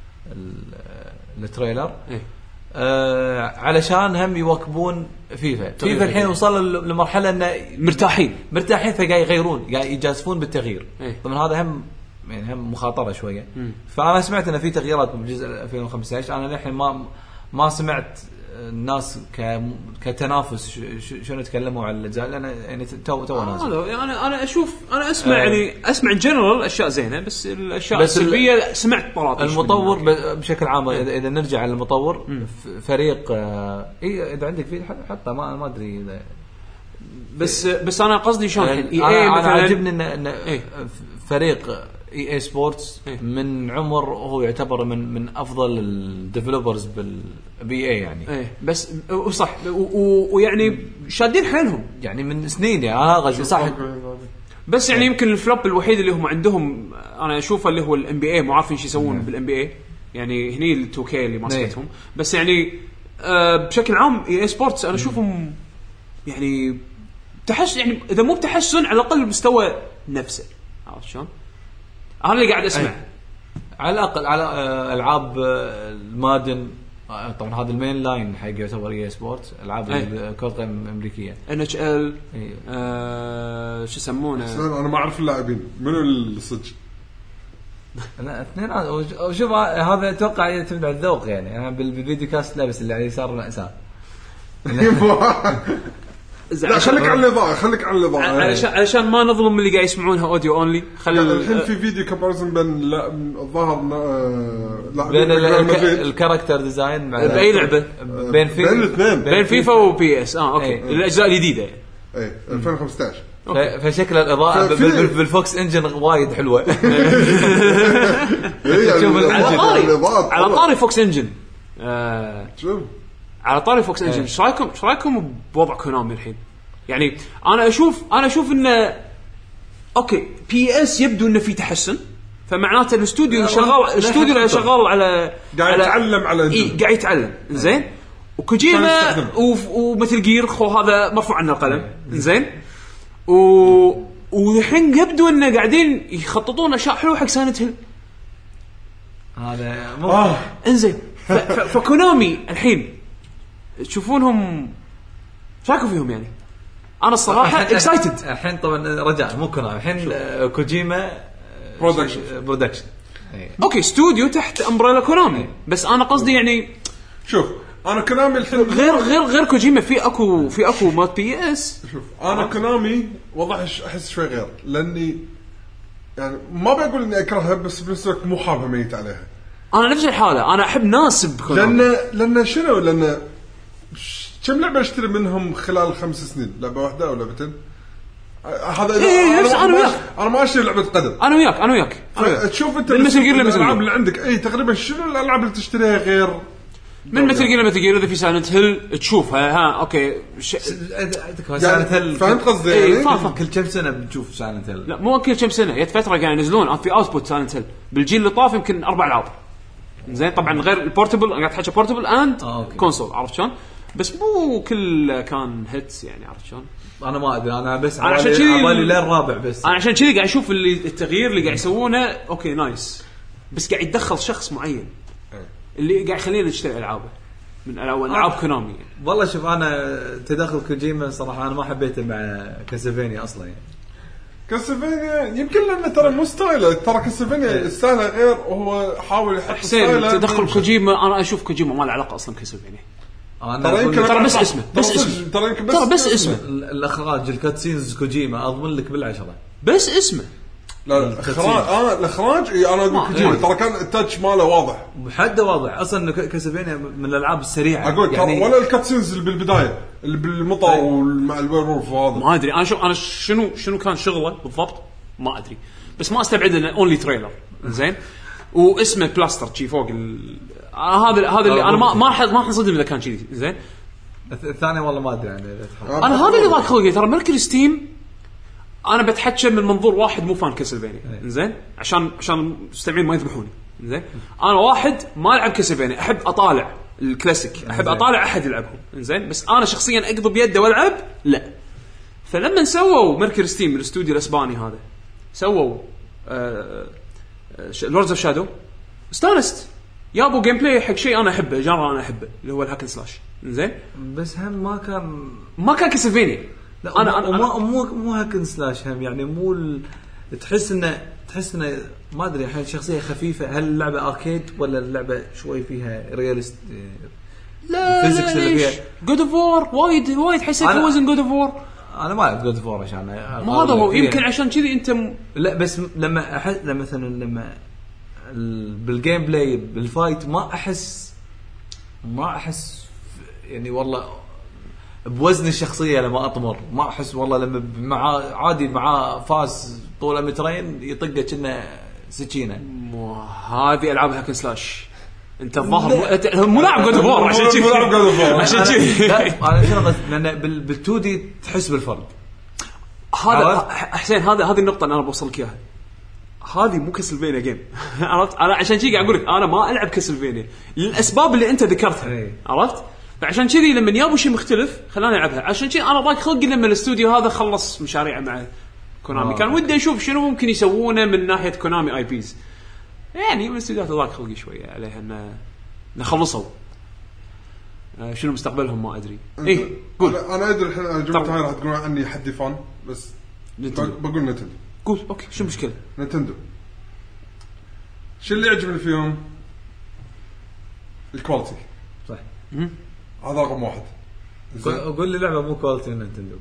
التريلر إيه؟ آه علشان هم يواكبون فيفا فيفا الحين وصلوا لمرحله انه مرتاحين مرتاحين فقاعد يغيرون قاعد يجازفون بالتغيير. إيه؟ طبعا هذا هم يعني هم مخاطره شويه. م. فانا سمعت ان في تغييرات بالجزء ألفين وخمسة عشر. انا الحين ما ما سمعت الناس ك كتنافس شنو تكلموا على الاجزاء لان يعني تو تو نازل. آه انا انا اشوف انا اسمع آه يعني اسمع جنرال اشياء زينه بس الاشياء السلبيه سمعت طلعت. المطور بشكل عام اذا نرجع على المطور م. فريق آه اي اذا عندك فيه حتى ما ما ادري اذا بس بس انا قصدي شلون اي انا, أنا عجبني ان, إن إيه؟ فريق اي اي سبورتس إيه؟ من عمر هو يعتبر من من افضل الديفلوبرز بالبي اي يعني. ايه بس وصح ويعني شادين حيلهم يعني من سنين يعني انا غزي صح. بس يعني يمكن الفلوب الوحيد اللي هم عندهم انا اشوفه اللي هو الام بي اي مو عارفين شو يسوون بالام بي اي يعني هني ال تو كيه اللي ماسكتهم. بس يعني آه بشكل عام اي اي سبورتس انا اشوفهم يعني تحس يعني اذا مو بتحسن على الاقل مستوى نفسه. عرفت شلون؟ انا اللي قاعد اسمع أي. على الاقل على العاب المادن طبعا هذا المين لاين حق يعتبر اي سبورت العاب كره قدم امريكيه ان اتش ال آه شو يسمونه. انا ما اعرف اللاعبين منو الصج انا اثنين شوف هذا اتوقع يعتمد على الذوق يعني. انا بالفيديو كاست لابس اللي على يسار مأساة. لا خليك على الاضاءه خليك على الاضاءه علشان علشان ما نظلم اللي قاعد يسمعونها اوديو اونلي. خلي الحين في فيديو كومباريزن بين لا الظاهر لا بين الكاركتر ديزاين مع باي لعبه بين في بين, بين فيفا وبي اس اه اوكي ايه. الاجزاء الجديده اي ألفين وخمسة عشر فشكل الاضاءه بالفوكس انجن وايد حلوه. شوف على طاري فوكس انجن شوف على طاري فوكس انجن ايش رايكم ايش رايكم بوضع كونامي الحين؟ يعني انا اشوف انا اشوف انه اوكي بي اس يبدو انه في تحسن فمعناته الاستوديو شغال الاستوديو شغال على قاعد يتعلم على اي قاعد يتعلم زين. وكوجيما ومثل جير خو هذا مرفوع عنه القلم زين. و والحين يبدو انه قاعدين يخططون اشياء حلوه حق سايلنت هيل. هذا مو آه. انزين ف- ف- فكونامي الحين تشوفونهم شاكوا فيهم يعني. انا الصراحه اكسايتد الحين طبعا رجع مو كونامي الحين آه، كوجيما برودكشن برودكشن اوكي استوديو تحت امبريلا كونامي. بس انا قصدي يعني شوف انا كونامي الحين غير غير غير كوجيما في اكو في اكو مات بي اس. شوف انا كونامي وضح احس شوي غير لاني يعني ما بقول اني اكرهها بس بنفس الوقت مو حابه ميت عليها. انا نفس الحاله انا احب ناس بكونامي لان لان شنو لان كم لعبه اشتري منهم خلال خمس سنين لعبه واحده او لعبتين هذا إيه نفس أنا وياك. انا ما اشتري لعبه قدم انا وياك انا وياك تشوف انت من مثل جير لمثل الالعاب جير. اللي عندك اي تقريبا شنو الالعاب اللي تشتريها غير من مثل جير لمثل جير. اذا في سايلنت هيل تشوفها ها اوكي ش... يعني فهمت قصدي إيه، يعني فاهم. كل كم سنه بنشوف سايلنت هيل. لا مو كل كم سنه جت فتره قاعد ينزلون في اوتبوت سايلنت هيل بالجيل اللي طاف يمكن اربع العاب زين. طبعا غير البورتبل انا قاعد احكي بورتبل اند آه، كونسول عرفت شلون. بس مو كل كان هيتس يعني عرفت شلون. انا ما ادري انا بس أنا عشان على كذي بالي ال- لين الرابع بس انا عشان كذي قاعد اشوف اللي التغيير اللي قاعد يسوونه اوكي نايس. بس قاعد يتدخل شخص معين اللي قاعد يخلينا نشتري العابه من العاب كونامي يعني. والله شوف انا تدخل كوجيما صراحه انا ما حبيته مع كاسلفينيا اصلا يعني. كاسلفينيا يمكن لانه ترى مو ستايله ترى كاسلفينيا ستايله غير وهو حاول يحط حسين تدخل كوجيما انا اشوف كوجيما ما له علاقه اصلا كاسلفينيا. انا يمكن ترى بس اسمه بس اسمه ترى يمكن ترى بس اسمه الاخراج الكاتسينز كوجيما اضمن لك بالعشره بس اسمه. لا لا اخراج انا الاخراج اي انا اقول كوجيما ترى كان التاتش ماله واضح بحده واضح اصلا كاسلفينيا من الالعاب السريعه اقول يعني ولا الكاتسينز اللي بالبدايه اللي بالمطر ومع الويرولف هذا ما ادري انا شو انا شنو شنو كان شغله بالضبط ما ادري. بس ما استبعد انه اونلي تريلر زين واسمه بلاستر شي فوق ال... آه هذا هذا اللي انا ما ما راح ما حنصدم اذا كان كذي زين. الثاني والله ما ادري يعني انا هذا اللي ضاق خلقي ترى ميركوري ستيم. انا بتحكي من منظور واحد مو فان كاسلفينيا زين عشان عشان المستمعين ما يذبحوني زين. انا واحد ما العب كاسلفينيا احب اطالع الكلاسيك احب اطالع احد يلعبهم زين. بس انا شخصيا اقضي بيده والعب لا. فلما سووا ميركوري ستيم من الاستوديو الاسباني هذا سووا آه لوردز اوف شادو استانست يابو جيم بلاي حق شيء انا احبه جانرا انا احبه اللي هو الهاكن سلاش زين. بس هم ما كان ما كان كاسلفينيا. لا انا انا مو مو مو هاكن سلاش هم يعني مو ال... تحس انه تحس انه ما ادري الحين شخصيه خفيفه. هل اللعبه اركيد ولا اللعبه شوي فيها ريالست لا الفيزكس اللي فيها جود اوف وور وايد وايد حسيت وزن جود اوف وور. انا ما لعبت جود فور عشان ما هذا هو يمكن عشان كذي انت م... لا بس لما احس لما مثلا لما ال... بالجيم بلاي بالفايت ما احس ما احس يعني والله بوزن الشخصيه لما اطمر ما احس والله لما مع عادي مع فاس طوله مترين يطقه كأنه سكينه. هذه العاب هاكن سلاش انت الظاهر مو لاعب جود اوف وور عشان كذي عشان كذي. لا انا شنو قصدي لان بالتو دي تحس بالفرق هذا حسين. هذا هذه النقطه اللي انا بوصل لك اياها. هذه مو كاسلفينيا جيم عرفت. انا عشان كذي قاعد اقول لك انا ما العب كاسلفينيا للاسباب اللي انت ذكرتها عرفت. فعشان كذي لما يابوا شيء مختلف خلاني العبها. عشان كذي انا ضاق خلقي لما الاستوديو هذا خلص مشاريعه مع كونامي آه. كان ودي اشوف شنو ممكن يسوونه من ناحيه كونامي اي بيز يعني. من الاستوديوهات ضاق خلقي شويه عليها ان نخلصوا آه شنو مستقبلهم ما ادري. ايه قول. انا ادري الحين الجمله هاي راح تقول عني حدي فان بس نتندو. بقول نتندو. قول اوكي شو المشكله. نتندو شو اللي يعجبني فيهم الكواليتي صح. هذا رقم واحد. قول لي لعبه مو كواليتي نينتندو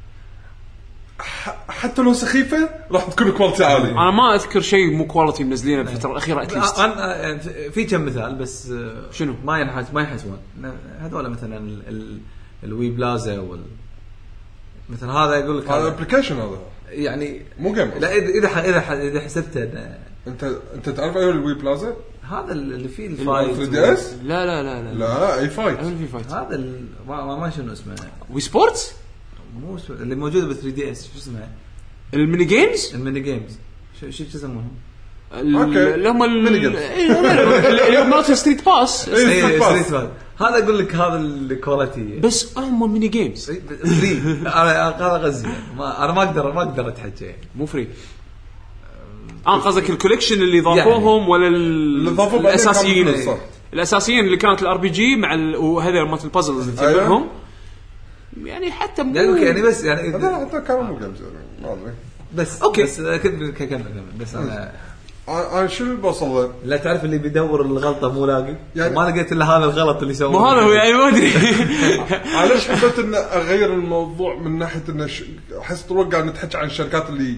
حتى لو سخيفه راح تكون كواليتي عالي. انا ما اذكر شيء مو كواليتي منزلينه الفتره الاخيره اتليست. انا في كم مثال بس شنو ما ينحس ما يحسون هذول مثلا الوي بلازا وال مثلا هذا يقول لك هذا ابلكيشن هذا يعني مو جيم. لا اذا اذا اذا حسبته انت انت تعرف ايوه الوي بلازا هذا اللي فيه الفايت ثري دي اس. لا لا لا لا لا اي فايت في فايت هذا ما ما شنو اسمه وي سبورتس مو اللي موجوده ب ثري دي اس شو اسمها الميني جيمز. الميني جيمز شو شو اسمهم اللي هم اللي هم ستريت باس. ستريت باس هذا اقول لك هذا الكواليتي بس هم ميني جيمز فري. انا هذا غزي ما انا ما اقدر ما اقدر اتحكي مو فري. اه قصدك الكوليكشن اللي ضافوهم ولا الاساسيين الاساسيين اللي كانت الار بي جي مع ال... وهذا مالت البازلز اللي تجيبهم يعني حتى مو يعني يعني بس يعني هذا هذا كانوا مو جيمز ما ادري بس أوكي. بس كمل كمل بس انا انا شو اللي بوصل لا تعرف اللي بيدور الغلطه مو لاقي يعني ما لقيت الا هذا الغلط اللي سووه مو هذا هو يعني ما ادري علاش حبيت ان اغير الموضوع من ناحيه انه احس طول الوقت قاعد نتحكي عن الشركات اللي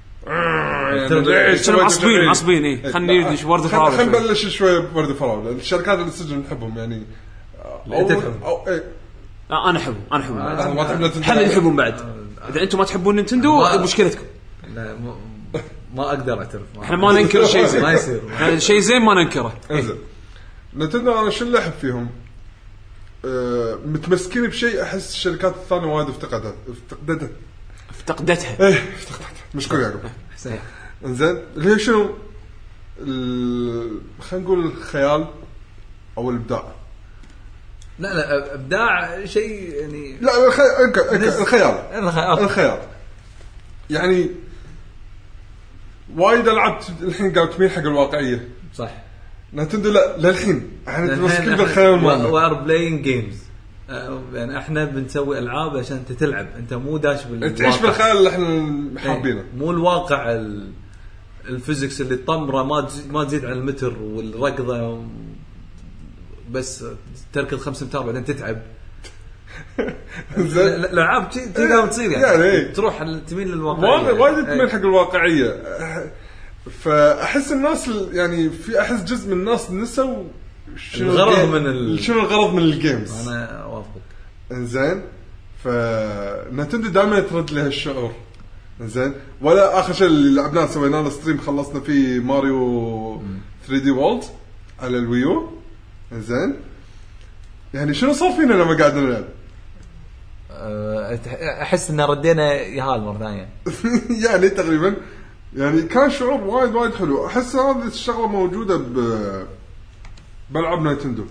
شنو معصبين معصبين ايه خليني ندش ورد فراوله خلينا نبلش شويه بورد فراوله الشركات اللي السجن نحبهم يعني او او ايه آه انا احبهم انا احبهم احنا ما تحبون احنا يحبون بعد اذا انتم ما تحبون نينتندو مشكلتكم لا ما اقدر اعترف احنا ما ننكر شيء زين ما يصير شيء زين ما ننكره انزين نينتندو انا شو اللي احب فيهم أه متمسكين بشيء احس الشركات الثانيه وايد افتقدتها افتقدتها افتقدتها ايه افتقدتها مشكور يعقوب انزين اللي هي شنو خلينا نقول الخيال او الابداع لا لا ابداع شيء يعني لا الخيال الخيال الخيال الخيال يعني وايد العاب الحين قاعد تميل حق الواقعيه صح نتندو لا للحين احنا متمسكين بالخيال مالنا وار بلاينج جيمز يعني احنا بنسوي العاب عشان انت تلعب انت مو داش بالواقع تعيش بالخيال اللي احنا حابينه مو الواقع الفيزيكس اللي طمره ما ما تزيد عن المتر والركضه بس تركض خمسة امتار بعدين تتعب الالعاب تقدر تصير يعني, يعني تروح تميل للواقعيه وايد تميل حق الواقعيه فاحس الناس يعني في احس جزء من الناس نسوا شنو الغرض من ال... شنو الغرض من الجيمز انا اوافقك انزين فنتندو دائما ترد لها الشعور انزين ولا اخر شيء اللي لعبناه سوينا له ستريم خلصنا فيه ماريو ثري دي وورلد على الويو انزين يعني شنو صار فينا لما قاعد نلعب احس ان ردينا يهال مره ثانيه يعني تقريبا يعني كان شعور وايد وايد حلو احس هذه الشغله موجوده ب بلعب نينتندو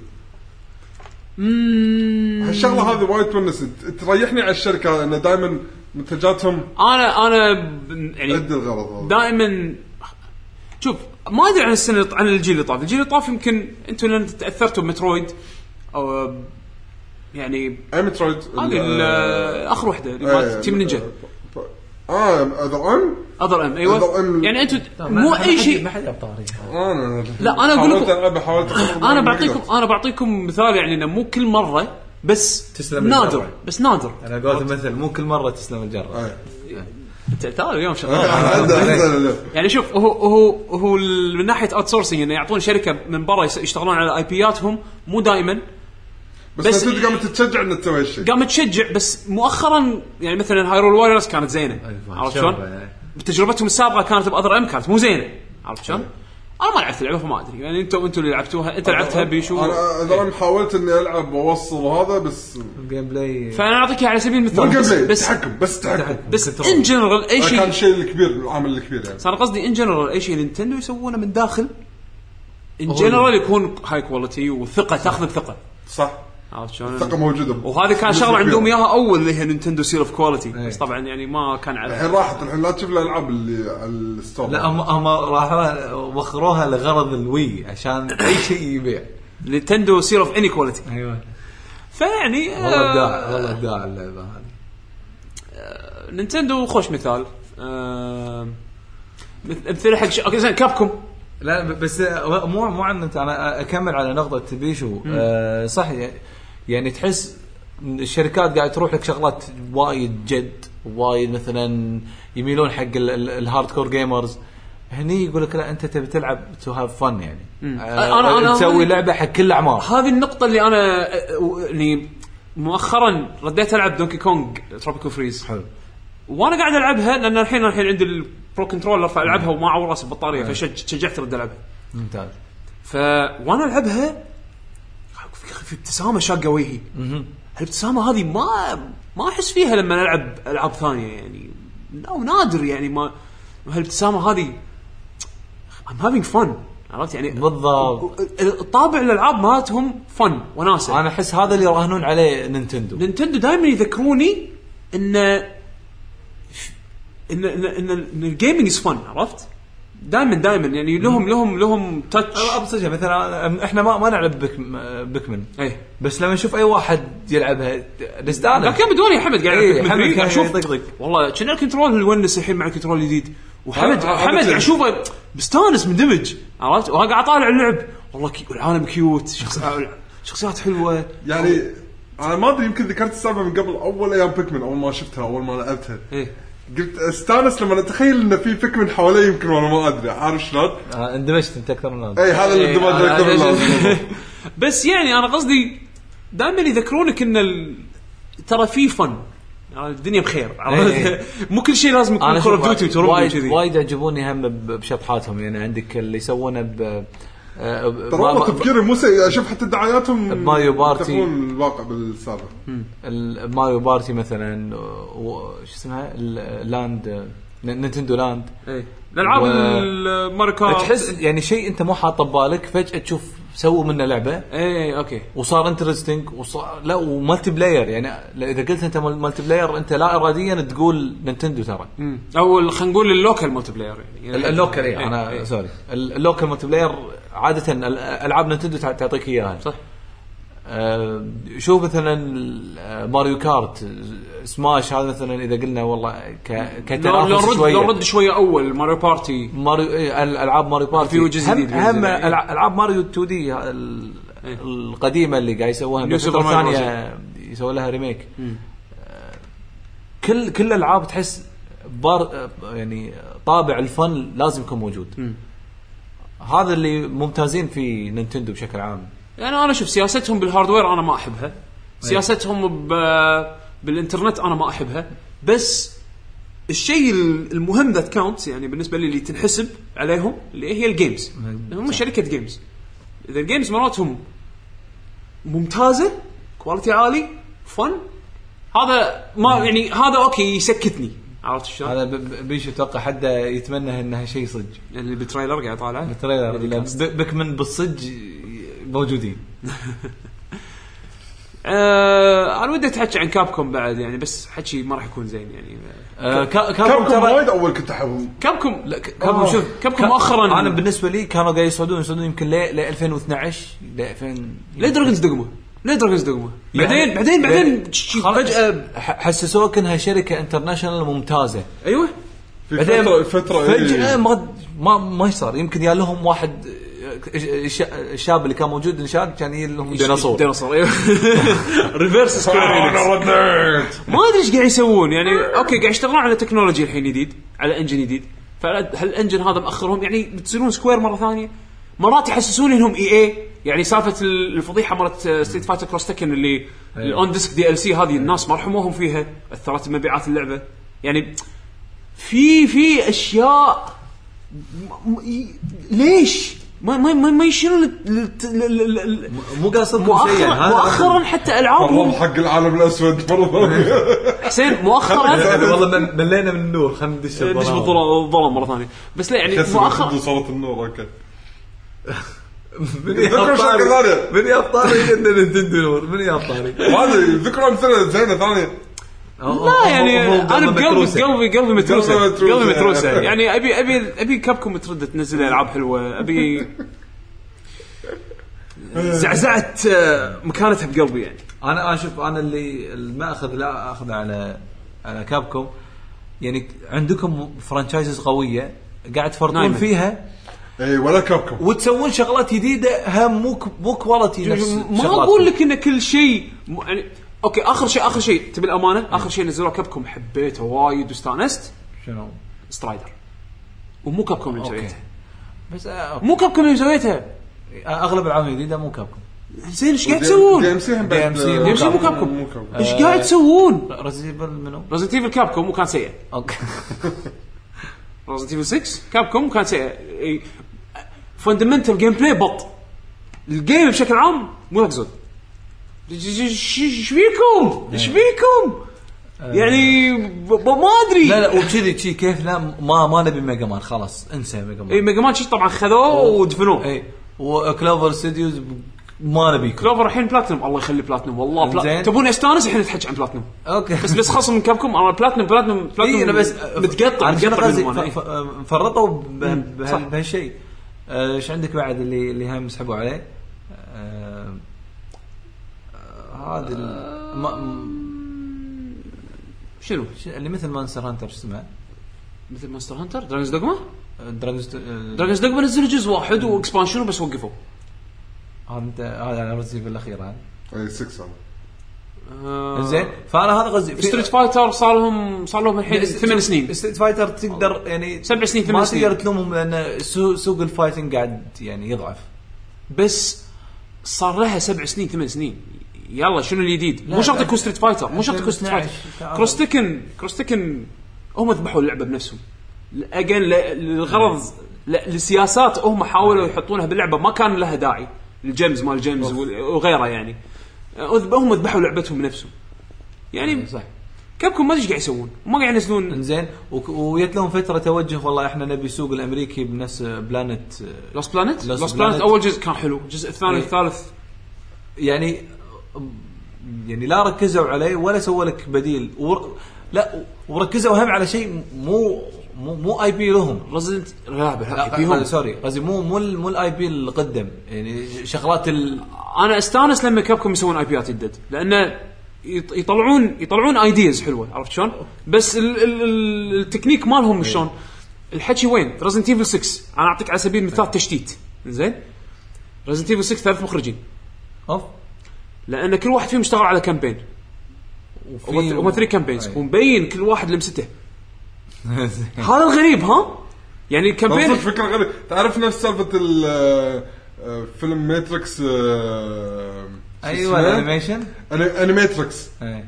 امم هالشغله هذه وايد تونس تريحني على الشركه ان دائما منتجاتهم انا انا يعني قد الغرض دائما شوف ما ادري عن السنه عن الجيل اللي طاف الجيل اللي طاف يمكن انتم لان تاثرتوا بمترويد او يعني اي مترويد هذه اخر وحده اللي مالت تيم نينجا اه اذر ام اذر ام ايوه يعني انتم مو اي شيء ما حد يبطاري انا لا انا اقول لكم حاولت انا بعطيكم انا بعطيكم مثال يعني انه مو كل مره بس تسلم نادر الجرة. بس نادر انا قلت مثل مو كل مره تسلم الجره انت تعال اليوم شغال يعني شوف هو هو هو من ناحيه اوت سورسنج انه يعطون شركه من برا يشتغلون على اي بياتهم مو دائما بس, بس انت قامت تتشجع ان تسوي هالشيء قامت تشجع بس مؤخرا يعني مثلا هايرول واريورز كانت زينه عرفت شلون بتجربتهم السابقه كانت باذر ام كانت مو زينه عرفت شلون انا ما لعبت اللعبه فما ادري يعني انتم انتم اللي لعبتوها انت لعبتها بيشو انا اذا انا حاولت اني العب واوصل هذا بس الجيم بلاي فانا اعطيك على سبيل المثال بس, بس تحكم بس تحكم بس ان جنرال اي شيء كان الشيء الكبير العامل الكبير يعني صار قصدي ان جنرال اي شيء نينتندو يسوونه من داخل ان جنرال يكون هاي كواليتي وثقه تاخذ بثقه صح عرفت شلون الثقه موجوده وهذه كان شغله عندهم اياها اول اللي هي نينتندو سيل اوف كواليتي بس طبعا يعني ما كان على الحين راحت الحين لا تشوف الالعاب اللي على الستور لا هم هم راحوا وخروها لغرض الوي عشان اي شيء يبيع نينتندو سيل اوف اني كواليتي ايوه فيعني والله ابداع والله ابداع اللعبه هذه نينتندو خوش مثال آه مثل حق اوكي زين كابكم لا بس مو مو عن انت انا اكمل على نقطه تبيشو أه صح يعني تحس الشركات قاعده تروح لك شغلات وايد جد وايد مثلا يميلون حق الهارد كور جيمرز هني يقول لك لا انت تبي تلعب تو هاف فن يعني أه أنا أنا تسوي لعبه حق كل الاعمار هذه النقطه اللي انا اللي مؤخرا رديت العب دونكي كونغ تروبيكال فريز حلو وانا قاعد العبها لان الحين الحين عندي البرو كنترولر فالعبها وما اعور راسي البطاريه فشجعت ارد العبها ممتاز ف وانا العبها في ابتسامه شاقه وجهي الابتسامه هذه ما ما احس فيها لما العب العاب ثانيه يعني لا نادر يعني ما هالابتسامه هذه I'm having fun عرفت يعني بالضبط الطابع الالعاب مالتهم فن وناسه انا احس هذا اللي يراهنون عليه نينتندو نينتندو دائما يذكروني ان ان ان ان الجيمنج از فن عرفت دائما دائما يعني لهم لهم لهم تاتش. ابسطها مثلا احنا ما ما نلعب بك بكمن اي بس لما نشوف اي واحد يلعبها نستانس. لكن بدوني حمد قاعد ايه حمد كان يطقطق والله كنا الكنترول الونس الحين مع الكنترول الجديد وحمد آه، حمد قاعد اشوفه بستانس مندمج عرفت وقاعد اطالع اللعب والله كي... العالم كيوت شخصيات شخصيات حلوه يعني انا ما ادري يمكن ذكرت السالفه من قبل اول ايام بيكمن اول ما شفتها اول ما لعبتها ايه قلت استانس لما اتخيل ان في بيكمن حوالي يمكن وانا ما ادري عارف شلون آه اندمجت انت اكثر من لازم. اي هذا اللي اندمج إيه اكثر من لازم. بس يعني انا قصدي دائما يذكرونك ان ال... ترى في فن يعني الدنيا بخير إيه. مو كل شيء لازم يكون كول اوف ديوتي وتربي كذي. وايد يعجبوني هم بشطحاتهم يعني عندك اللي يسوونه ب ترى تفكيري مو سيء اشوف حتى دعاياتهم ماريو بارتي يتفقون الواقع بالسالفه. الماريو بارتي مثلا وش اسمها اللاند نينتندو لاند ايه الالعاب الماريو كارت تحس يعني شيء انت مو حاطه ببالك فجاه تشوف سووا منه لعبه ايه اوكي وصار انترستينج وصار لا ومالتي بلاير يعني اذا قلت انت مالتي بلاير انت لا اراديا تقول نينتندو ترى او خلينا نقول اللوكال مالتي بلاير يعني اللوكال ايه انا ايه سوري اللوكال مالتي بلاير عاده العاب نينتندو تعطيك اياها صح. أه شوف مثلا ماريو كارت سماش هذا مثلا اذا قلنا والله كتنافس شويه لو رد شويه اول ماريو بارتي ماريو ايه الالعاب ماريو بارتي في جزء جديد هم العاب ماريو تو دي القديمه اللي قاعد يسووها فتره ثانيه يسوي لها ريميك كل كل الالعاب تحس بار يعني طابع الفن لازم يكون موجود. م. هذا اللي ممتازين في نينتندو بشكل عام. يعني انا اشوف سياستهم بالهاردوير انا ما احبها سياستهم بالانترنت انا ما احبها بس الشيء المهم ذات كاونت يعني بالنسبه لي اللي تنحسب عليهم اللي هي الجيمز هم شركه جيمز اذا الجيمز مراتهم ممتازه كواليتي عالي فن هذا ما يعني هذا اوكي يسكتني عرفت شلون هذا بيش اتوقع حد يتمنى انها شيء صدق اللي بالتريلر قاعد طالع التريلر بك من بالصدق موجودين. آه انا ودي اتحكي عن كابكوم بعد يعني بس حكي ما راح يكون زين يعني آه كابكوم وايد اول كنت احبهم كابكوم لا كابكوم شوف كابكوم مؤخرا انا بالنسبه لي كانوا قاعد يصعدون يصعدون يمكن ل ألفين واثناشر ل ألفين ليه دراجونز دقمه ليه دراجونز دقمه بعدين بعدين بعدين فجاه حسسوك انها شركه انترناشونال ممتازه. ايوه بعدين فتره فجاه ما ما ما صار يمكن يا لهم واحد الشاب اللي كان موجود انشاد كان يلهم ديناصور ديناصور ايوه ريفرس سكوير ما ادري ايش قاعد يسوون يعني اوكي قاعد يشتغلون على تكنولوجيا الحين جديد على انجن جديد فهل الانجن هذا مأخرهم يعني بتصيرون سكوير مره ثانيه مرات يحسسون انهم اي اي يعني سالفه الفضيحه مرت ستريت فايتر كروس تكن اللي الاون ديسك دي ال سي هذه الناس ما رحموهم فيها اثرت مبيعات اللعبه يعني في في اشياء ليش ما ما ما يشيلون مو قاصدكم شيء مؤخرا, مؤخرا حتى العابهم حق العالم الاسود مره حسين مؤخرا والله ملينا من النور خلينا ندش بالظلام مره ثانيه بس لا يعني مؤخرا صوت النور اوكي من يابطاري من يابطاري جدا نينتندو نور من يابطاري هذا ذكرى مثلا زينه ثانيه لا يعني انا بقلبي قلبي قلبي متروسه قلبي متروسه يعني ابي ابي ابي كابكوم ترد تنزل العاب حلوه ابي زعزعت مكانتها بقلبي يعني انا اشوف انا اللي ما اخذ لا اخذ على على كابكوم يعني عندكم فرانشايزز قويه قاعد تفرطون فيها اي ولا كابكوم وتسوون شغلات جديده هم مو مو كواليتي نفس ما اقول لك ان كل شيء يعني اوكي اخر شيء اخر شيء تبي الامانه اخر شيء نزلوا كابكوم حبيته وايد واستانست شنو سترايدر ومو كابكوم اللي سويتها بس آه مو كابكوم اللي سويتها اغلب العاب الجديده مو كابكوم زين ايش قاعد تسوون دي ام سي دي ام سي مو كابكوم ايش قاعد تسوون ريزيدنت منو ريزيدنت ايفل كابكوم وكان سيء اوكي ريزيدنت ايفل ستة كابكوم كان سيء فاندمنتال جيم بلاي بط الجيم بشكل عام مو ركزون ايش فيكم ايش فيكم يعني ما ادري لا لا وكذي كذي كيف لا ما ما نبي ميجا مان خلاص انسى ميجا مان اي ميجا مان شيء طبعا خذوه ودفنوه اي وكلوفر ستوديوز ما نبي كلوفر الحين بلاتنم الله يخلي بلاتنم والله بلا... تبون استانس الحين نتحكي عن بلاتنم اوكي بس بس خاصه من كابكم انا بلاتنم بلاتنم بلاتنم إيه انا بس متقطع متقطع فرطوا بهالشيء. ايش عندك بعد اللي اللي هم سحبوا عليه هذا ما شنو اللي مثل مانستر هانتر شو اسمه مثل مانستر هانتر دراجونز دوغما دراجونز دراجونز دوغما نزل جزء واحد واكسبانشن بس وقفوا هذا هذا الرزيف الاخير هذا اي ستة آه زين. فانا هذا قصدي ستريت فايتر صار لهم صار لهم الحين ثمان سنين. ستريت فايتر تقدر يعني سبع سنين ثمان سنين ما تقدر تلومهم لان سوق الفايتنج قاعد يعني يضعف بس صار لها سبع سنين ثمان سنين يلا شنو الجديد مو شرط يكون ستريت فايتر مو شرط يكون ستريت فايتر كروس تكن كروس تكن هم ذبحوا اللعبه بنفسهم اجين للغرض للسياسات هم حاولوا يحطونها باللعبه ما كان لها داعي الجيمز مال الجيمز وغيره يعني هم ذبحوا لعبتهم بنفسهم يعني صح. كابكم ما ادري ايش قاعد يسوون ما قاعد ينزلون زين ويت لهم فتره توجه والله احنا نبي سوق الامريكي بنفس بلانت لوس بلانت لوس بلانت اول جزء كان حلو الجزء الثاني الثالث يعني يعني لا ركزوا عليه ولا سووا لك بديل ور... لا وركزوا هم على شيء مو مو مو اي بي لهم ريزيدنت لا فيهم سوري قصدي مو مو مو الاي بي اللي قدم يعني شغلات ال... انا استانس لما كابكم يسوون اي بيات جدد لانه يطلعون يطلعون ايدياز حلوه عرفت شلون بس ال ال ال التكنيك مالهم شلون الحكي وين ريزيدنت ايفل ستة انا اعطيك على سبيل المثال تشتيت زين ريزيدنت ايفل ستة ثلاث مخرجين اوف لان كل واحد فيهم اشتغل على كامبين وما ثري كامبينز ومبين كل واحد لمسته هذا الغريب ها يعني الكامبين فكره غريب تعرف نفس سالفه الفيلم ماتريكس ايوه الانيميشن انيماتريكس اي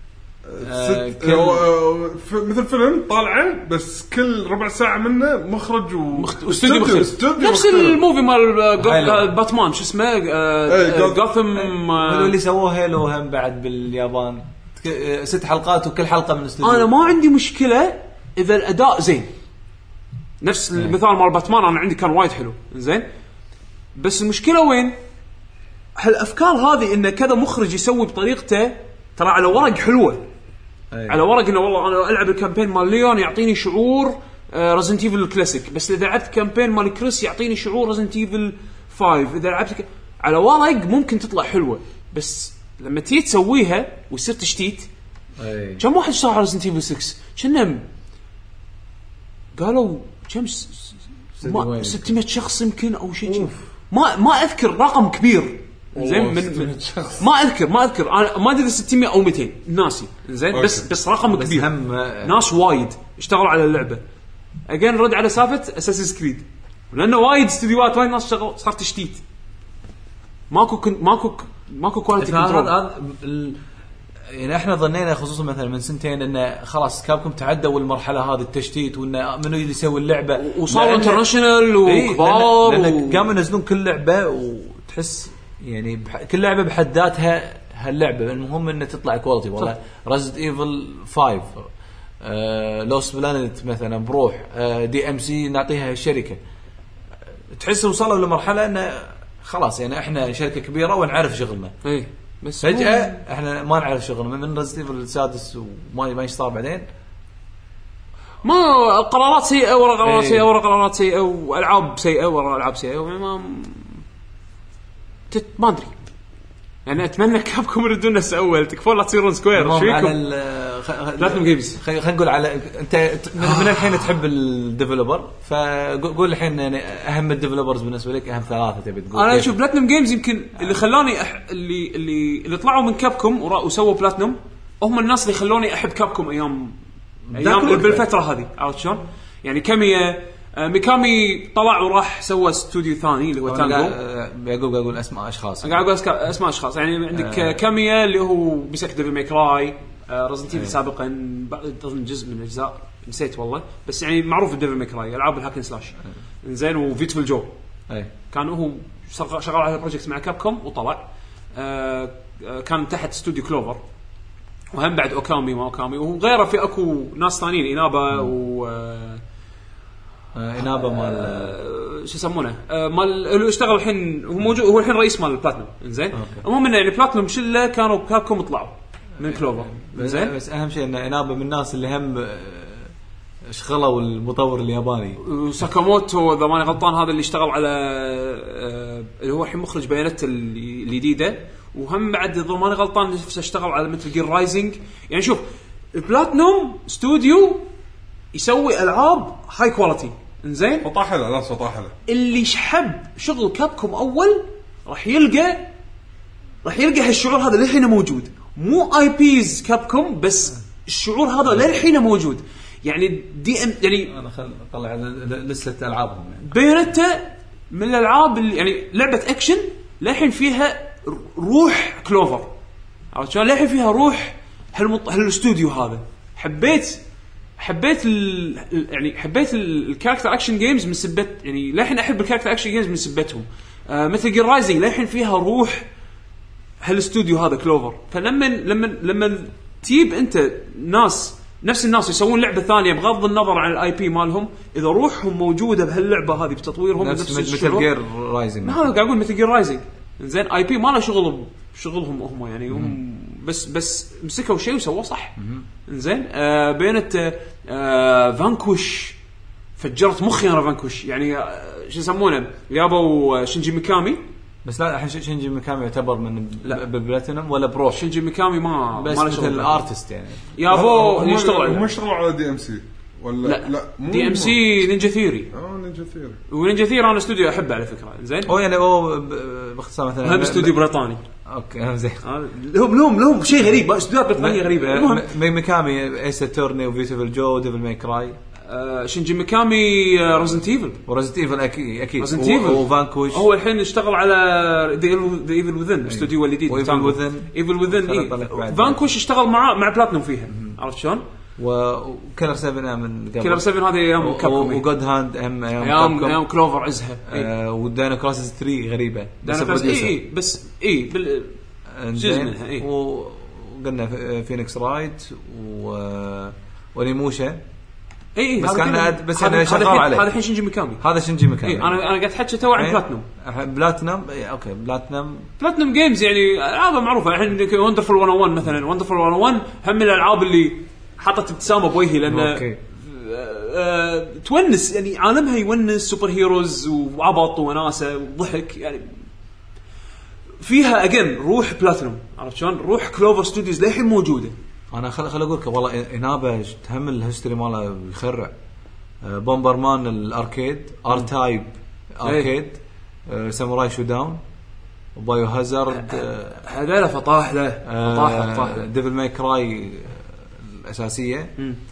مثل فيلم طالعه بس كل ربع ساعه منه مخرج واستوديو مختلف نفس الموفي مال باتمان شو اسمه جوثم اللي سووه هيلو هم بعد باليابان ست حلقات وكل حلقه من استوديو. انا ما عندي مشكله اذا الاداء زين نفس المثال مال باتمان انا عندي كان وايد حلو زين بس المشكله وين هالافكار هذه ان كذا مخرج يسوي بطريقته ترى على ورق حلوه أيه. على ورق انه والله انا العب الكامبين مال ليون يعطيني شعور ريزنت ايفل الكلاسيك بس اذا لعبت كامبين مال كريس يعطيني شعور ريزنت ايفل خمسة اذا لعبت ك... على ورق ممكن تطلع حلوه بس لما تيجي تسويها ويصير تشتيت أيه. كم واحد اشتغل على ريزنت ايفل ستة كنا قالوا كم ستمية شخص يمكن او شيء ما ما اذكر رقم كبير زين من, من ما اذكر ما اذكر انا ما ادري ستمية او مئتين ناسي زين بس بس رقم بس كبير ناس وايد اشتغلوا على اللعبه اجين رد على سالفه اساسن كريد لانه وايد استديوهات وايد ناس اشتغلوا صار تشتيت ماكو كن ماكو ماكو كواليتي كنترول يعني احنا ظنينا خصوصا مثلا من سنتين انه خلاص كابكم تعدوا المرحله هذه التشتيت وانه منو اللي يسوي اللعبه وصار انترناشونال وكبار لان قاموا ينزلون كل لعبه وتحس يعني بح... كل لعبه بحد ذاتها هاللعبه المهم انها تطلع كواليتي والله ريزيدنت ايفل خمسة آه... لوس بلانت مثلا بروح آه... دي ام سي نعطيها الشركه تحس وصلوا لمرحله انه خلاص يعني احنا شركه كبيره ونعرف شغلنا اي بس فجاه مو... احنا ما نعرف شغلنا من ريزيدنت ايفل السادس وما ما يصير بعدين ما قرارات سيئه ورا قرارات سيئه ورا قرارات سيئه والعاب سيئه ورا العاب سيئه ما ما ادري يعني اتمنى كابكم يردون نفس اول تكفون لا تصيرون سكوير ايش فيكم بلاتنم جيمز خلينا نقول على انت من الحين تحب الديفلوبر فقول الحين يعني اهم الديفلوبرز بالنسبه لك اهم ثلاثه تبي تقول انا اشوف بلاتنم جيمز يمكن اللي خلاني أح... اللي اللي اللي طلعوا من كابكم وسووا بلاتنم هم الناس اللي خلوني احب كابكم ايام ايام بالفتره هذه عرفت شلون يعني كاميا ميكامي طلع وراح سوى استوديو ثاني اللي هو تانجو بيقول اقول اسماء اشخاص قاعد اقول اسماء اشخاص يعني عندك آه. كاميا اللي هو بيسك ديفل ماي كراي ريزنت ايفل سابقا ضمن جزء من الاجزاء نسيت والله بس يعني معروف ديفل ماي كراي العاب الهاكن سلاش زين وفيتفل جو اي كان هو شغال على بروجكت مع كابكوم وطلع آه كان تحت استوديو كلوفر وهم بعد اوكامي ما اوكامي وغيره في اكو ناس ثانيين انابا و انابا مال شو يسمونه آه مال اللي اشتغل الحين هو موجود هو الحين رئيس مال بلاتنم انزين المهم انه يعني بلاتنم شله كانوا كابكوم طلعوا من كلوفر زين بس اهم شيء ان انابه من الناس اللي هم شغلوا المطور الياباني ساكاموتو اذا ماني غلطان هذا اللي اشتغل على آه اللي هو الحين مخرج بيانات الجديده وهم بعد اذا ماني غلطان نفسه اشتغل على مثل جير رايزنج يعني شوف بلاتنم استوديو يسوي العاب هاي كواليتي انزين وطاحله لا وطاحله اللي يحب شغل كابكوم اول راح يلقى راح يلقى هالشعور هذا للحين موجود مو اي بيز كابكوم بس الشعور هذا للحين موجود يعني دي ام يعني انا خل اطلع لسته العابهم يعني بيانتا من الالعاب اللي يعني لعبه اكشن للحين فيها روح كلوفر عرفت شلون للحين فيها روح هالمط... هالاستوديو هذا حبيت حبيت ال... يعني حبيت الكاركتر اكشن جيمز من سبت يعني للحين احب الكاركتر اكشن جيمز من سبتهم آه مثل جير رايزنج للحين فيها روح هالاستوديو هذا كلوفر فلما لما لما تجيب انت ناس نفس الناس يسوون لعبه ثانيه بغض النظر عن الاي بي مالهم اذا روحهم موجوده بهاللعبه هذه بتطويرهم نفس مثل جير رايزنج هذا قاعد اقول مثل جير رايزنج زين اي بي ما له شغل شغلهم هم يعني هم بس بس مسكوا شيء وسووه صح زين آه بينت آه فانكوش فجرت مخي انا فانكوش يعني آه شو يسمونه يابو شينجي ميكامي بس لا الحين شينجي ميكامي يعتبر من بلاتينم ولا برو شينجي ميكامي ما ما له شغل الارتست يعني يابو يشتغل هم يشتغلوا على دي ام سي ولا لا, لا دي ام سي نينجا ثيوري اه نينجا ثيوري ونينجا ثيوري انا استوديو احبه على فكره زين هو يعني هو باختصار مثلا هم استوديو بريطاني اوكي زين لهم لهم لهم شيء غريب استوديوهات بريطانيه غريبه المهم ميكامي ايس اتورني وفيتوفل جو ديفل ماي كراي آه شينجي ميكامي ريزنت ايفل وريزنت ايفل اكيد اكيد ريزنت ايفل وفانكوش هو الحين اشتغل على ذا ايفل وذن استوديو الجديد ايفل وذن ايفل وذن اي فانكوش اشتغل مع مع بلاتنم فيها عرفت شلون وكيلر سبعة من قبل كيلر سبعة هذه ايام كابكوم وجود هاند ام ايام ايام كلوفر عزها آه ودانا كراسز ثلاثة غريبه بس اي اي بس اي بال جزء منها اي وقلنا فينيكس رايت و ونيموشا اي بس كان بس انا شغال عليه هذا الحين شينجي ميكامي هذا شينجي ميكامي إيه انا انا قاعد احكي تو عن بلاتنم بلاتنم إيه اوكي بلاتنم بلاتنم جيمز يعني العاب معروفه الحين وندرفul مية وواحد مثلا وندرفul مية وواحد هم من الالعاب اللي حطت ابتسامه بوجهي لان اوكي أه تونس يعني عالمها يونس سوبر هيروز وعبط وناسه وضحك يعني فيها اجين روح بلاتنم عرفت شلون روح كلوفر ستوديوز للحين موجوده انا خل خل اقول لك والله انابه تهم الهيستوري ماله يخرع بومبرمان الاركيد ار تايب اركيد ساموراي شو داون وبايو هازارد هذا فطاح له فطاح فطاح ديفل ماي كراي الاساسيه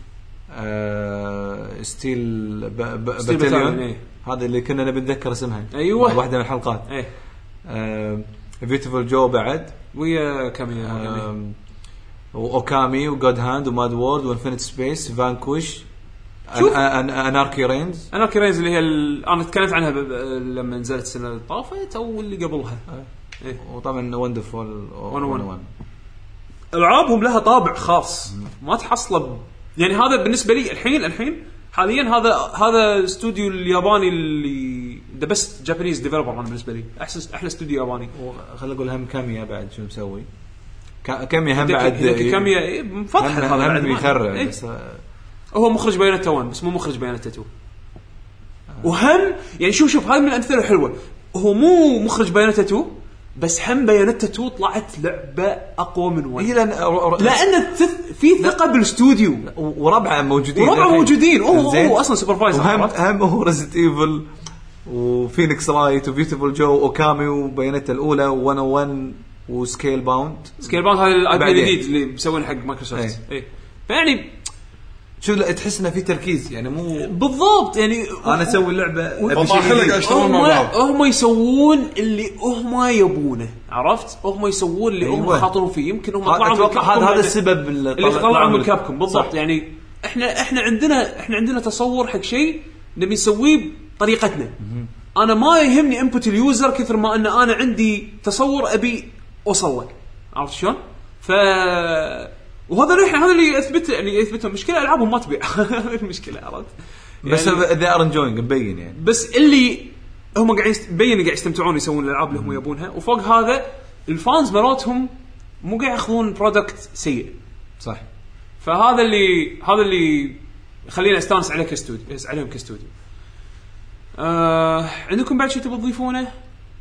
ستيل باتليون هذا اللي كنا نبي نتذكر اسمها ايوه واحده من الحلقات ايه فيتفول جو بعد ويا كامي واوكامي وجود هاند وماد وورد وانفينيت سبيس فانكوش اناركي رينز اناركي رينز اللي هي انا تكلمت عنها لما نزلت السنه اللي طافت او اللي قبلها أه. إيه. وطبعا وندرفول مية وواحد العابهم لها طابع خاص ما تحصله يعني هذا بالنسبه لي الحين الحين حاليا هذا هذا استوديو الياباني اللي ذا بيست جابانيز ديفلوبر انا بالنسبه لي احسن احلى استوديو ياباني خلينا نقول هم كاميا بعد شو مسوي كاميا هم بعد كاميا مفضح هذا بعد يخرع إيه؟ بس هو مخرج بياناتا واحد بس مو مخرج بياناتا اثنين آه. وهم يعني شوف شوف هاي من الامثله الحلوه هو مو مخرج بياناتا اثنين بس هم بياناتا اثنين طلعت لعبه اقوى من واحد لان لان في ثقه بالاستوديو وربعه موجودين وربعه موجودين هو هو اصلا سوبرفايزر هم هم هو ريزنت ايفل وفينيكس رايت وبيوتيفول جو واوكامي وبياناتا الاولى مية وواحد وسكيل باوند سكيل باوند هذا الاي بي الجديد اللي بيسوونه حق مايكروسوفت اي فيعني شو تحس انه في تركيز يعني مو بالضبط يعني انا اسوي اللعبه ابي شيء اشتغل مع بعض هم يسوون اللي هم يبونه عرفت هم يسوون اللي هم خاطروا فيه يمكن هم طلعوا هذا هذا السبب اللي طلعوا من كابكوم بالضبط يعني احنا احنا عندنا احنا عندنا تصور حق شيء نبي نسويه بطريقتنا انا ما يهمني انبوت اليوزر كثر ما ان انا عندي تصور ابي اوصل لك عرفت شلون ف وهذا اللي هذا اللي يثبت يعني يثبت مشكله العابهم ما تبيع هذه المشكله عرفت يعني بس they are enjoying مبين يعني بس اللي هم قاعد يبين قاعد يستمتعون يسوون الالعاب اللي هم يبونها، وفوق هذا الفانز مالتهم مو قاعد ياخذون برودكت سيء. صح. فهذا اللي هذا اللي خلينا استانس عليه كاستوديو عليهم كاستوديو. آه عندكم بعد شيء تبغوا تضيفونه؟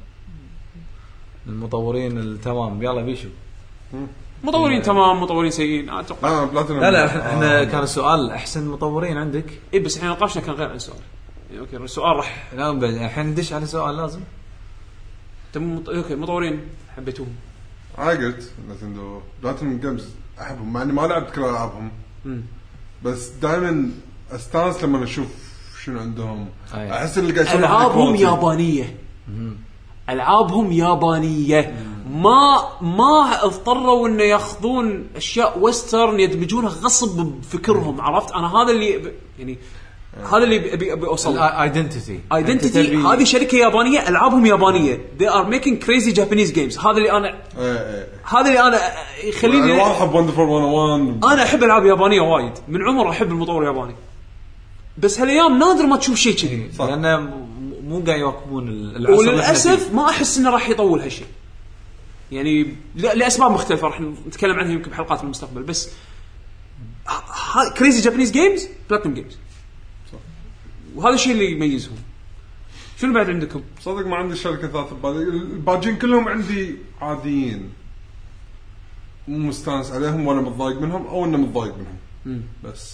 المطورين التمام يلا بيشو مطورين تمام مطورين سيئين اتوقع. آه لا لا احنا كان السؤال احسن مطورين عندك. اي بس احنا نقاشنا كان غير عن السؤال. اوكي السؤال راح لا الحين ندش على سؤال لازم. تم اوكي مطورين حبيتوهم؟ عاقلت نتندو بلاتينوم جيمز احبهم مع اني ما لعبت كل العابهم بس دائما استانس لما اشوف شنو عندهم. أيه. احس اللي قاعد يسوون العابهم يابانيه العابهم يابانيه ما ما اضطروا انه ياخذون اشياء ويسترن يدمجونها غصب بفكرهم. عرفت انا هذا اللي يعني هذا اللي ابي ابي اوصل ايدنتيتي ايدنتيتي هذه شركه يابانيه العابهم يابانيه they are making crazy Japanese games. هذا اللي انا ايه هذا اللي انا يخليني انا احب وندرفول مية وواحد. انا احب العاب يابانيه وايد من عمر احب المطور الياباني بس هالايام نادر ما تشوف شيء كذي لان مو قاعد يواكبون العصر وللاسف ما احس انه راح يطول هالشيء يعني لاسباب مختلفه راح نتكلم عنها يمكن بحلقات المستقبل. بس كريزي جابانيز جيمز بلاتينوم جيمز وهذا الشيء اللي يميزهم. شنو بعد عندكم؟ صدق ما عندي شركه ثالثه ببالي. الباجين كلهم عندي عاديين مو مستانس عليهم ولا متضايق منهم او انه متضايق منهم م. بس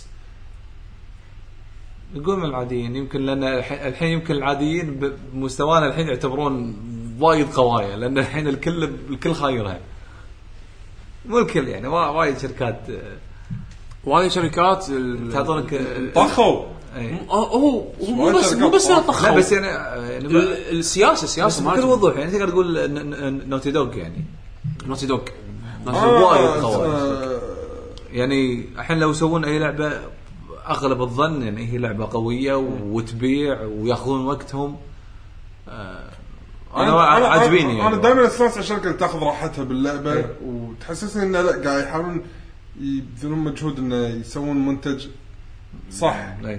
نقول من العاديين يمكن لان الحين يمكن العاديين بمستوانا الحين يعتبرون وايد قوايا لان الحين الكل الكل خايرها مو الكل يعني وايد شركات وايد شركات تعطونك طخوا هو مو بس مو بس طخوا لا بس يعني السياسه سياسه ما بكل وضوح يعني تقدر تقول نوتي دوغ يعني نوتي دوغ وايد قوايا يعني الحين لو يسوون اي لعبه اغلب الظن يعني هي لعبه قويه وتبيع وياخذون وقتهم. آه انا عاجبيني يعني. انا دائما استانس على الشركه اللي تاخذ راحتها باللعبه ايه. وتحسسني انه لا قاعد يحاولون يبذلون مجهود انه يسوون منتج صح يعني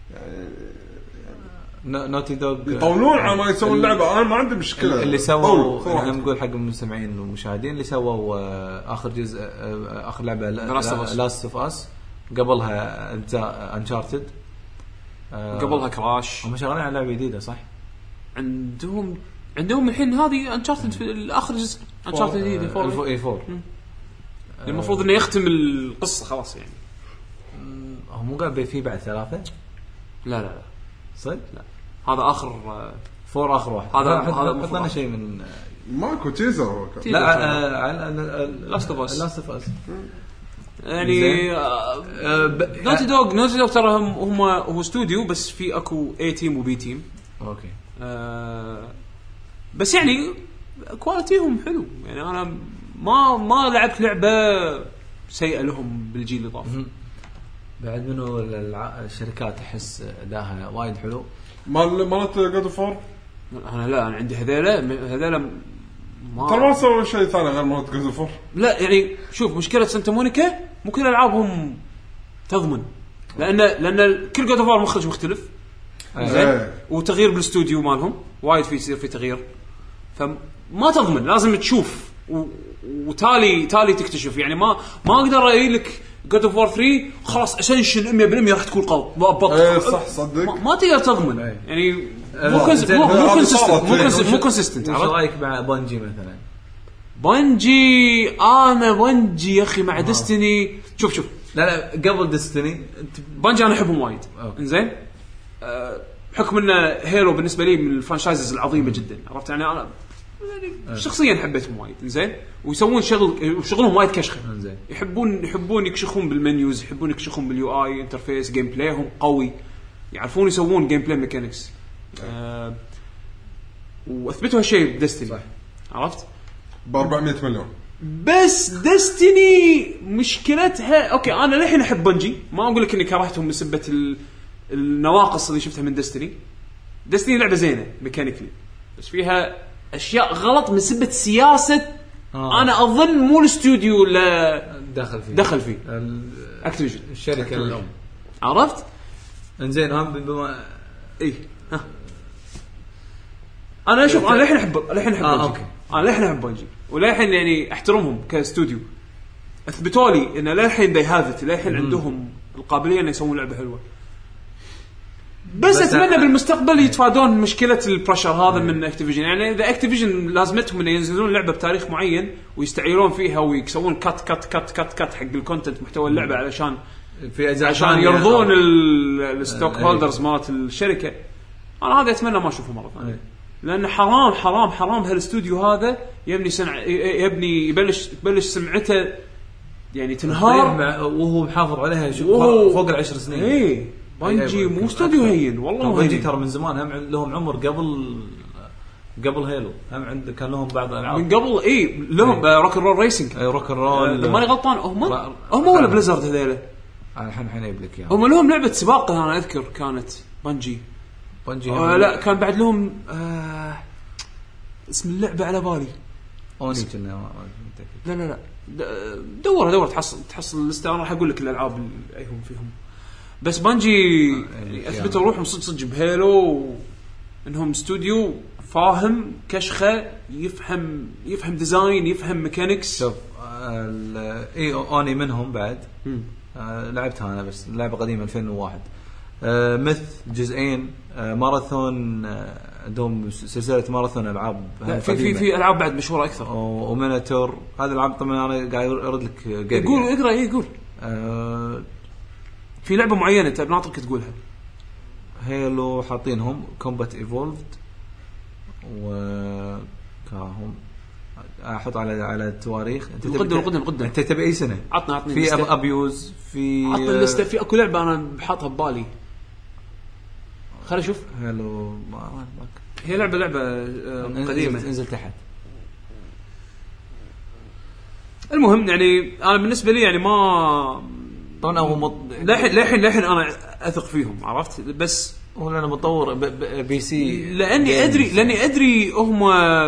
نوتي دوغ يطولون على ما يسوون اللعبه. انا ما عندي مشكله اللي سووا احنا نقول حق المستمعين والمشاهدين اللي سووا اخر جزء اخر لعبه لاست اوف اس قبلها انت انشارتد قبلها كراش هم شغالين على لعبه جديده صح عندهم عندهم الحين هذه انشارتد في الاخر جزء انشارتد جديده فور اي فور المفروض انه يختم القصه خلاص يعني. هو مو قال في بعد ثلاثه لا لا لا صدق لا هذا اخر فور اخر واحد هذا هذا حطنا شيء من ماكو تيزر لا على لاست اوف اس لاست اوف اس يعني نوتي دوغ نوتي دوغ ترى هم هم هو استوديو بس في اكو اي تيم وبي تيم اوكي آه بس يعني كواليتيهم حلو يعني انا ما ما لعبت لعبه سيئه لهم بالجيل اللي طاف. بعد منه الشركات احس اداها وايد حلو مال مالت جود اوف فور. انا لا انا عندي هذيلا هذيلا ما ترى ما سووا شيء ثاني غير مالت جود اوف فور. لا يعني شوف مشكله سانتا مونيكا مو كل العابهم تضمن لان لان كل جود اوف فور مخرج مختلف زين وتغيير بالاستوديو مالهم وايد في يصير في تغيير فما تضمن لازم تشوف و... وتالي تالي تكتشف يعني ما ما اقدر اقول لك جود اوف وور ثري خلاص اسنشن مية بالمية راح تكون قوي ايه صح صدق ما, ما تقدر تضمن ايه. يعني مو كونس مو كونسيستنت مو كونسيستنت. ايش رايك مع بانجي مثلا؟ بانجي انا بانجي يا اخي مع ديستني شوف شوف لا لا قبل ديستني بانجي انا احبهم وايد انزين أه بحكم ان هيرو بالنسبه لي من الفرانشايزز العظيمه جدا عرفت يعني انا يعني شخصيا حبيتهم وايد زين ويسوون شغل شغلهم وايد كشخه زين يحبون يحبون يكشخون بالمنيوز يحبون يكشخون باليو اي انترفيس جيم بلايهم قوي يعرفون يسوون جيم بلاي ميكانكس أه واثبتوا هالشيء بدستني عرفت ب أربعمية مليون بس دستني مشكلتها اوكي انا للحين احب بنجي ما اقول لك اني كرهتهم بسبه النواقص اللي شفتها من دستني. دستني لعبه زينه ميكانيكلي بس فيها اشياء غلط من سبه سياسه آه. انا اظن مو الاستوديو لا دخل فيه دخل فيه اكتيفيجن الشركه الام عرفت انزين هم بما اي ها انا اشوف انا الحين احب الحين احب آه، بنجي. أوكي. انا الحين احب بنجي والحين يعني احترمهم كاستوديو اثبتوا لي ان الحين they have it الحين عندهم القابليه ان يسوون لعبه حلوه بس, بس اتمنى أ... بالمستقبل يتفادون مشكله البريشر هذا من اكتيفيجن. يعني اذا اكتيفيجن لازمتهم ان ينزلون لعبه بتاريخ معين ويستعيرون فيها ويسوون كات كات كات كات كات حق الكونتنت محتوى اللعبه علشان في أجزاء عشان يرضون الستوك هولدرز مالت الشركه. انا هذا اتمنى ما اشوفه مره ثانيه لان حرام حرام حرام هالاستوديو هذا يبني سنع يبني يبلش يبلش سمعته يعني تنهار وهو محافظ عليها وهو فوق العشر سنين. اي بنجي مو استوديو هين والله بنجي ترى من زمان هم لهم عمر قبل قبل هيلو هم عند كان لهم بعض الالعاب من قبل اي لهم روك ان رول ريسنج اي روك ان رول ماني غلطان هم هم ولا بليزرد هذول الحين الحين يجيب لك اياها هم لهم لعبه سباق انا اذكر كانت بنجي بنجي آه لا كان بعد لهم آه اسم اللعبه على بالي اوني كنا لا لا لا دور دور تحصل تحصل اللسته. انا راح اقول لك الالعاب اللي هم فيهم بس بنجي يعني اثبتوا روحهم صدق صدق بهيلو انهم استوديو فاهم كشخه يفهم يفهم ديزاين يفهم ميكانيكس. شوف اي اوني منهم بعد آه لعبتها انا بس لعبه قديمه ألفين وواحد آه مث جزئين آه ماراثون آه عندهم سلسله ماراثون العاب في في في العاب بعد مشهوره اكثر وميناتور. هذا العاب طبعا انا قاعد ارد لك يقول اقرا اي يقول آه في لعبه معينه انت بناطرك تقولها. هيلو حاطينهم كومبات ايفولفد وكاهم احط على على التواريخ. انت قدم قدم قدم انت تبي اي سنه عطنا عطني في أب ابيوز في عطنا اللسته في اكو لعبه انا بحاطها ببالي خلينا نشوف. هيلو ما هي لعبه لعبه قديمه انزل تحت. المهم يعني انا بالنسبه لي يعني ما طبعا هو مط... لحين لحين لحين انا اثق فيهم عرفت بس هو انا مطور ب... ب... بي سي لاني جيمز. ادري لاني ادري هم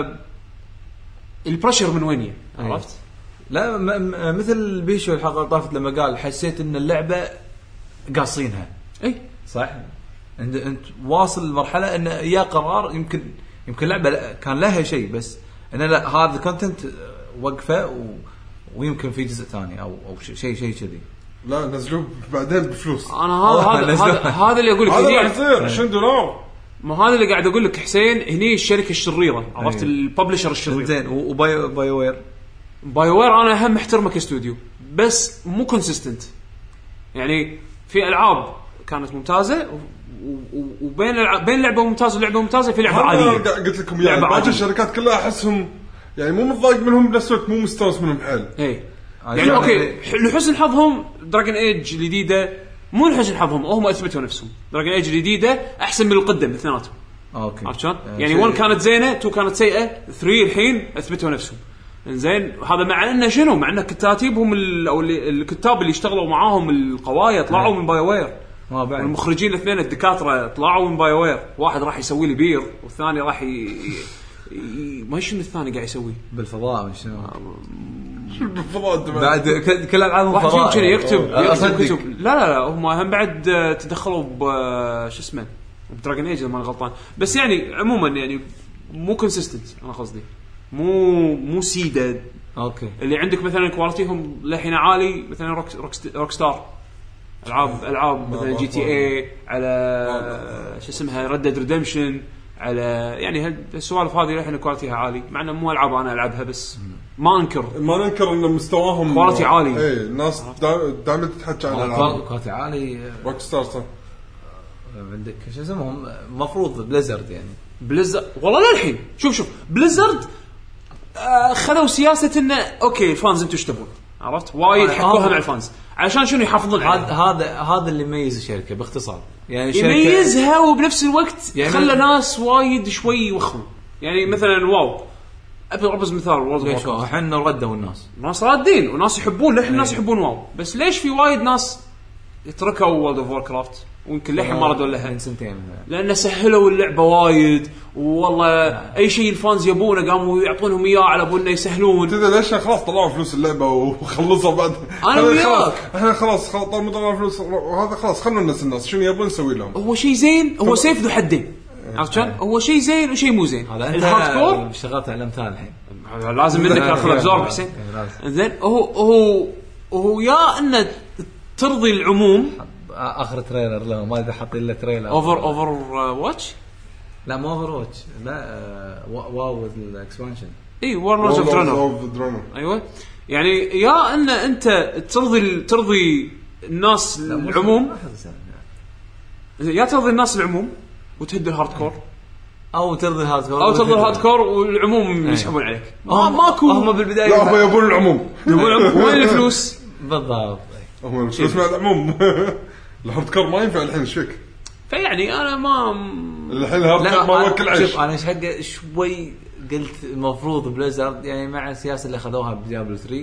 البريشر من وين عرفت. لا م... م... مثل بيشو الحلقه طافت لما قال حسيت ان اللعبه قاصينها. اي صح انت انت واصل لمرحله ان يا قرار يمكن يمكن لعبه كان لها شيء بس انا لا هذا كونتنت وقفه و... ويمكن في جزء ثاني او او شيء شيء كذي. لا نزلوه بعدين بفلوس. انا هذا هذا هذا اللي اقول لك هذا يصير عشرين دولار. ما هذا اللي قاعد اقول لك حسين هني الشركه الشريره عرفت الببلشر الشرير زين. وباي باي وير باي وير انا هم محترمك استوديو بس مو كونسيستنت. يعني في العاب كانت ممتازه وبين الع... بين لعبه ممتازه ولعبه ممتازه في لعبه عاديه. قلت لكم يعني بعض الشركات كلها احسهم يعني مو متضايق منهم بنفس الوقت مو مستانس منهم حيل. اي يعني اوكي لحسن حظهم دراجون ايج الجديده مو لحسن حظهم هم اثبتوا نفسهم. دراجون ايج الجديده احسن من القدم اثنيناتهم. اوكي عرفت شلون يعني واحد كانت زينه تو كانت سيئه ثلاثة الحين اثبتوا نفسهم. زين هذا مع انه شنو مع انه كتاتيبهم او الكتاب اللي اشتغلوا معاهم القوايا طلعوا من باي وير والمخرجين الاثنين الدكاتره طلعوا من باي وير. واحد راح يسوي لي بير والثاني راح ي... ي... ما شنو الثاني قاعد يسوي بالفضاء شنو بالفضاء بعد كل العابهم فضاء واحد يكتب يكتب كتب. لا لا لا هم هم بعد تدخلوا ب شو اسمه بدراجون ايج ما غلطان. بس يعني عموما يعني مو كونسيستنت. انا قصدي مو مو سيدد. اوكي اللي عندك مثلا كواليتيهم لحين عالي مثلا روك روك ستار العاب العاب مثلا جي تي اي على شو اسمها ريد ديد ريدمشن على يعني هالسوالف هذه لحين كواليتيها عالي مع انه مو العاب انا العبها بس ما انكر ما ننكر ان مستواهم كواليتي عالي. اي الناس دائما تتحكى عن العاب كواليتي عالي. روك ستار صح عندك شو اسمهم مفروض بليزرد يعني بليزرد والله للحين شوف شوف بليزرد آه خذوا سياسه انه اوكي الفانز انتم تشتبون عرفت وايد حكوها مع الفانز علشان شنو يحافظون هذا هذا هذا اللي يميز الشركه باختصار يعني الشركه يميزها وبنفس الوقت يعني خلى ناس وايد شوي يوخون. يعني مثلا واو ابي ابرز مثال وورلد اوف احنا ردوا الناس ناس رادين وناس يحبون لحين الناس يحبون واو بس ليش في وايد ناس يتركوا وورلد اوف ووركرافت ويمكن لحين ما ردوا لها سنتين لأن سهلوا اللعبة وايد والله أي شيء الفانز يبونه قاموا يعطونهم إياه على بنا يسهلون. تدري ليش خلاص طلعوا فلوس اللعبة وخلصوا بعد. أنا وياك. إحنا خلاص خلاص طلعوا فلوس وهذا خلاص خلنا الناس الناس شنو يبون نسوي لهم. هو شيء زين هو سيف ذو حدين. عرفت شلون؟ هو شيء زين وشيء مو زين. الهارد كور اشتغلت على الامثال الحين لازم منك اخذ ابزورب حسين. زين هو هو هو يا انه ترضي العموم. اخر تريلر لا ما ادري حاط الا تريلر اوفر اوفر واتش. لا مو اوفر واتش لا واو الاكسبانشن اي وورلدز اوف درونر. ايوه يعني يا ان انت ترضي ترضي الناس العموم يا ترضي الناس العموم وتهد الهارد كور او ترضي الهارد كور او ترضي الهارد كور والعموم يسحبون عليك. ما ماكو هم بالبدايه لا هم يبون العموم يبون العموم وين الفلوس بالضبط هم الفلوس مع العموم. الهارد كور ما ينفع الحين شيك. فيعني انا ما الحين الهارد كور ما وكل عيش. انا ايش حق شوي قلت المفروض بليزرد يعني مع السياسه اللي اخذوها بديابلو ثري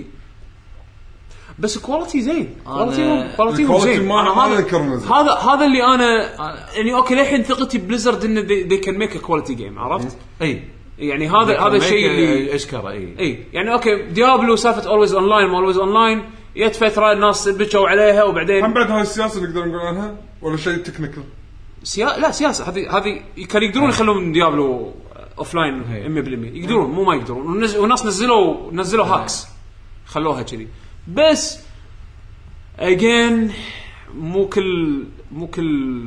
بس كواليتي زين. كواليتي كواليتي زين. هذا هذا هذا اللي انا يعني اوكي للحين ثقتي بليزرد ان دي كان ميك ا كواليتي جيم. عرفت اي يعني هذا هذا الشيء اللي اشكره. اي اي يعني اوكي ديابلو سالفه اولويز اونلاين ما اولويز اونلاين جت فتره الناس بكوا عليها وبعدين هم بعد هاي السياسه نقدر نقول عنها ولا شيء تكنيكال سيا... لا سياسه هذه هذه كان يقدرون يخلون ديابلو اوفلاين مية بالمية يقدرون مو ما يقدرون والناس نزلوا نزلوا هاكس خلوها كذي بس again مو كل مو كل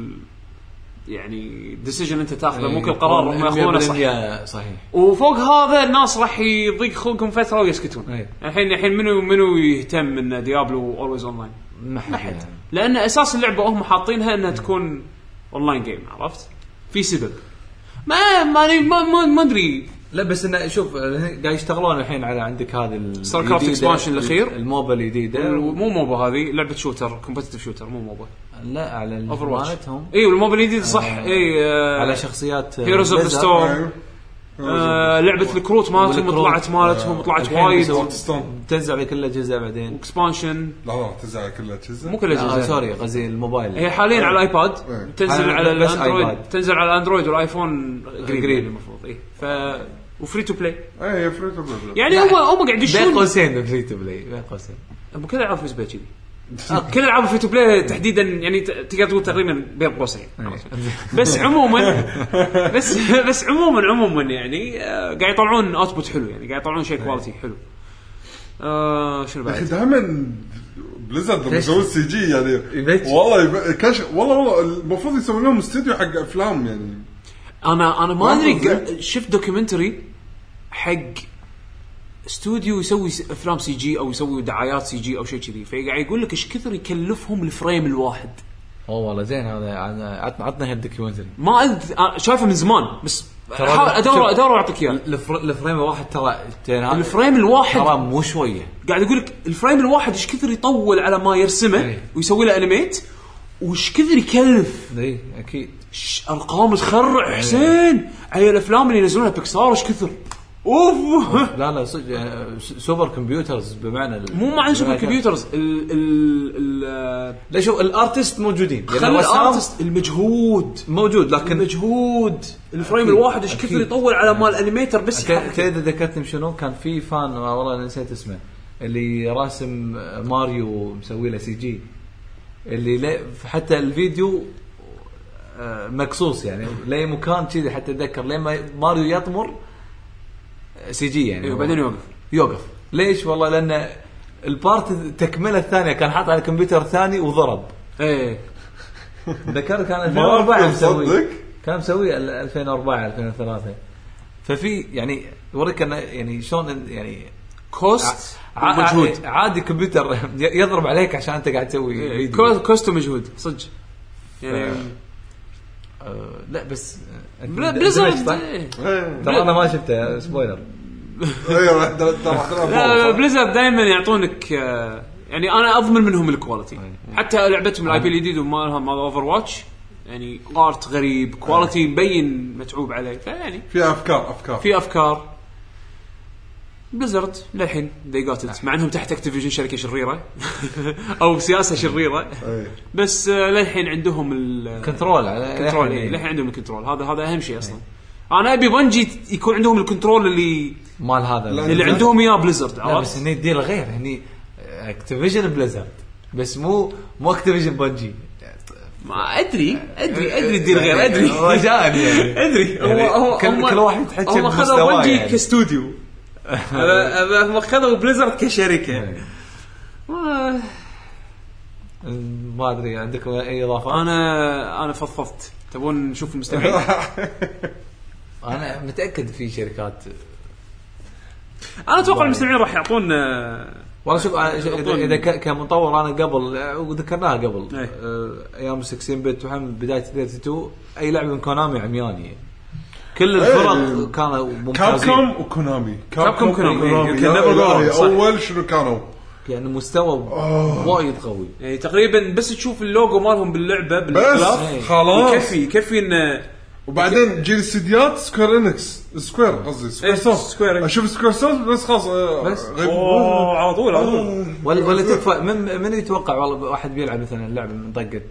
يعني ديسيجن انت تاخذه مو كل قرار هم ياخذونه صح صحيح. وفوق هذا الناس راح يضيق خلقهم فتره ويسكتون. الحين الحين منو منو يهتم ان ديابلو اولويز اونلاين ما حد لان اساس اللعبه هم حاطينها انها تكون اونلاين جيم. عرفت في سبب ما ما ما ما ادري. لا بس انه شوف قاعد يشتغلون الحين على عندك هذه ستار كرافت اكسبانشن الاخير الموبا الجديده مو موبا هذه لعبه شوتر كومبتيتيف شوتر مو موبا لا على مالتهم اي والموبا الجديد صح. آه اي آه على شخصيات هيروز اوف ذا ستورم لعبه الكروت مالتهم طلعت مالتهم طلعت وايد تنزل على كل الاجهزه بعدين اكسبانشن لا لا تنزل على كل الاجهزه مو كل الاجهزه سوري قصدي الموبايل هي حاليا على الايباد تنزل على الاندرويد تنزل على الاندرويد والايفون قريب المفروض اي ف وفري تو بلاي. اي فري تو بلاي يعني هم هم قاعد يشون بين قوسين فري تو بلاي بين قوسين ابو كل العاب فيسبوك كذي كل العاب فري تو بلاي تحديدا يعني تقدر تقول تقريبا بين قوسين. بس عموما بس بس عموما عموما يعني قاعد يطلعون اوتبوت حلو يعني قاعد يطلعون شيء كواليتي حلو. آه شنو بعد دائما بليزرد مسوي سي جي يعني والله كاش والله والله المفروض يسوون لهم استوديو حق افلام يعني. انا انا ما ادري شفت دوكيومنتري حق استوديو يسوي افلام سي جي او يسوي دعايات سي جي او شيء كذي فقاعد يقول لك ايش كثر يكلفهم الفريم الواحد. اوه والله زين هذا عطنا هالدوكيومنتري ما ادري شايفه من زمان بس احاول ادور ادور اعطيك اياه. الفريم الواحد ترى الفريم الواحد ترى مو شويه قاعد يقول لك الفريم الواحد ايش كثر يطول على ما يرسمه أيه. ويسوي له انيميت وش كثر يكلف. اي اكيد ارقام تخرع حسين على الافلام اللي ينزلونها بيكسار وش كثر اوف. لا لا صدق سوبر كمبيوترز بمعنى مو معنى سوبر كمبيوترز ال ال لا شوف الارتست موجودين يعني الارتست المجهود موجود لكن المجهود الفريم الواحد ايش كثر يطول على مال الانيميتر بس كذا ذكرتني شنو كان في فان والله نسيت اسمه اللي راسم ماريو مسوي له سي جي اللي حتى الفيديو مقصوص يعني لي مكان كذا حتى اتذكر لما ماريو يطمر سي جي يعني وبعدين يوقف يوقف ليش والله لان البارت التكمله الثانيه كان حاط على الكمبيوتر الثاني وضرب. ايه ذكرت كان ألفين وأربعة مسوي كان مسوي ألفين وأربعة ألفين وثلاثة ففي يعني يوريك انه يعني شلون يعني كوست ع... ومجهود عادي كمبيوتر يضرب عليك عشان انت قاعد تسوي إيه. فيديو كوست ومجهود صدق يعني ف... أه لا بس بليزرد ترى انا ما شفته سبويلر. لا بليزرد دائما يعطونك يعني انا اضمن منهم الكواليتي حتى لعبتهم الاي بي الجديد ومالها مال اوفر واتش يعني ارت غريب كواليتي مبين متعوب عليه فيعني في افكار افكار في افكار. بليزرد للحين ديجاتت مع انهم تحت اكتيفيجن شركه شريره او سياسه شريره بس للحين عندهم الكنترول على الكنترول للحين عندهم الكنترول هذا هذا اهم شيء اصلا. انا ابي بنجي يكون عندهم الكنترول اللي مال هذا اللي عندهم اياه بليزرد. لا بس هني الديل غير هني اكتيفيجن بليزرد بس مو مو اكتيفيجن بنجي ما ادري ادري ادري دير غير ادري رجاء يعني ادري هو هو كل, كل واحد يتحكى بمستواه بمستواه يعني كاستوديو هم خذوا بليزرد كشركه ما ما ادري عندك اي اضافه. انا انا فضفضت تبون نشوف المستمعين. انا متاكد في شركات انا اتوقع المستمعين راح يعطون والله شوف اذا كمطور انا قبل وذكرناها قبل ايه. ايام ستاشر بت وهم بدايه اثنين وثلاثين اي لعبه من كونامي عمياني كل الفرق ايه. كانوا ممتازين. كابكوم وكونامي كابكوم وكونامي كان اول شنو كانوا يعني مستوى وايد قوي يعني تقريبا بس تشوف اللوجو مالهم باللعبه بالغلاف خلاص يكفي يكفي انه وبعدين جيل استديوهات سكوير انكس سكوير قصدي سكوير سوفت اشوف سكوير سوفت بس خلاص بس اوه على طول على طول ولا ولا تكفى من من يتوقع والله واحد بيلعب مثلا اللعبه من طقه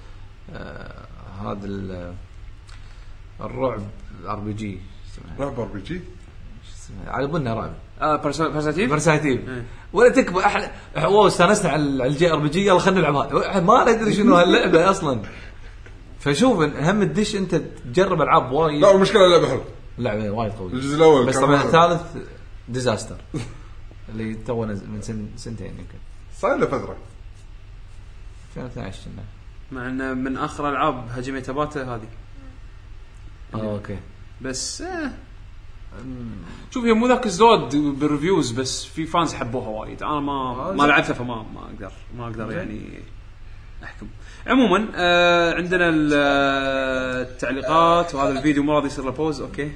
هذا الرعب ار بي جي رعب ار بي جي على بالنا رعب اه برساتيف برساتيف ولا تكفى احلى واو استانسنا على الجي ار بي جي يلا خلينا نلعبها ما ندري شنو هاللعبه اصلا. فشوف هم الدش انت تجرب العاب وايد لا المشكله اللعبه حلوه اللعبه وايد قويه الجزء الاول بس طبعا الثالث ديزاستر اللي تو من سن سنتين يمكن صار له فتره ألفين واثني عشر كنا مع ان من اخر العاب هجمه تباته هذه آه اوكي بس آه. شوف هي مو ذاك الزود بالريفيوز بس في فانز حبوها وايد انا ما ما لعبتها فما ما اقدر ما اقدر يعني احكم. عموما آه عندنا التعليقات وهذا الفيديو مو راضي يصير له بوز اوكي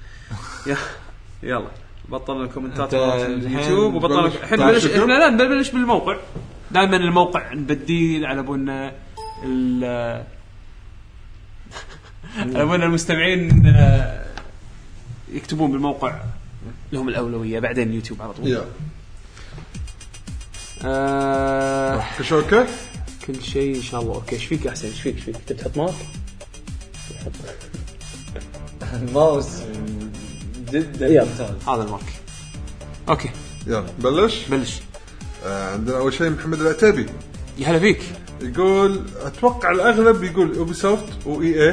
يلا بطلنا الكومنتات مالت اليوتيوب وبطلنا الحين بلش احنا لا نبلش بالموقع دائما الموقع نبديه على بنا ال على بنا المستمعين يكتبون بالموقع لهم الأولوية بعدين اليوتيوب على طول. آه كل شيء أوكي؟ كل شيء إن شاء الله أوكي. إيش فيك أحسن؟ إيش فيك؟ إيش فيك؟ تبي تحط مارك؟ الماوس جدا ممتاز. هذا المارك. أوكي. يلا بلش. بلش. آه عندنا أول شيء محمد العتيبي. يا هلا فيك. يقول أتوقع الأغلب يقول أوبيسوفت وإي إيه.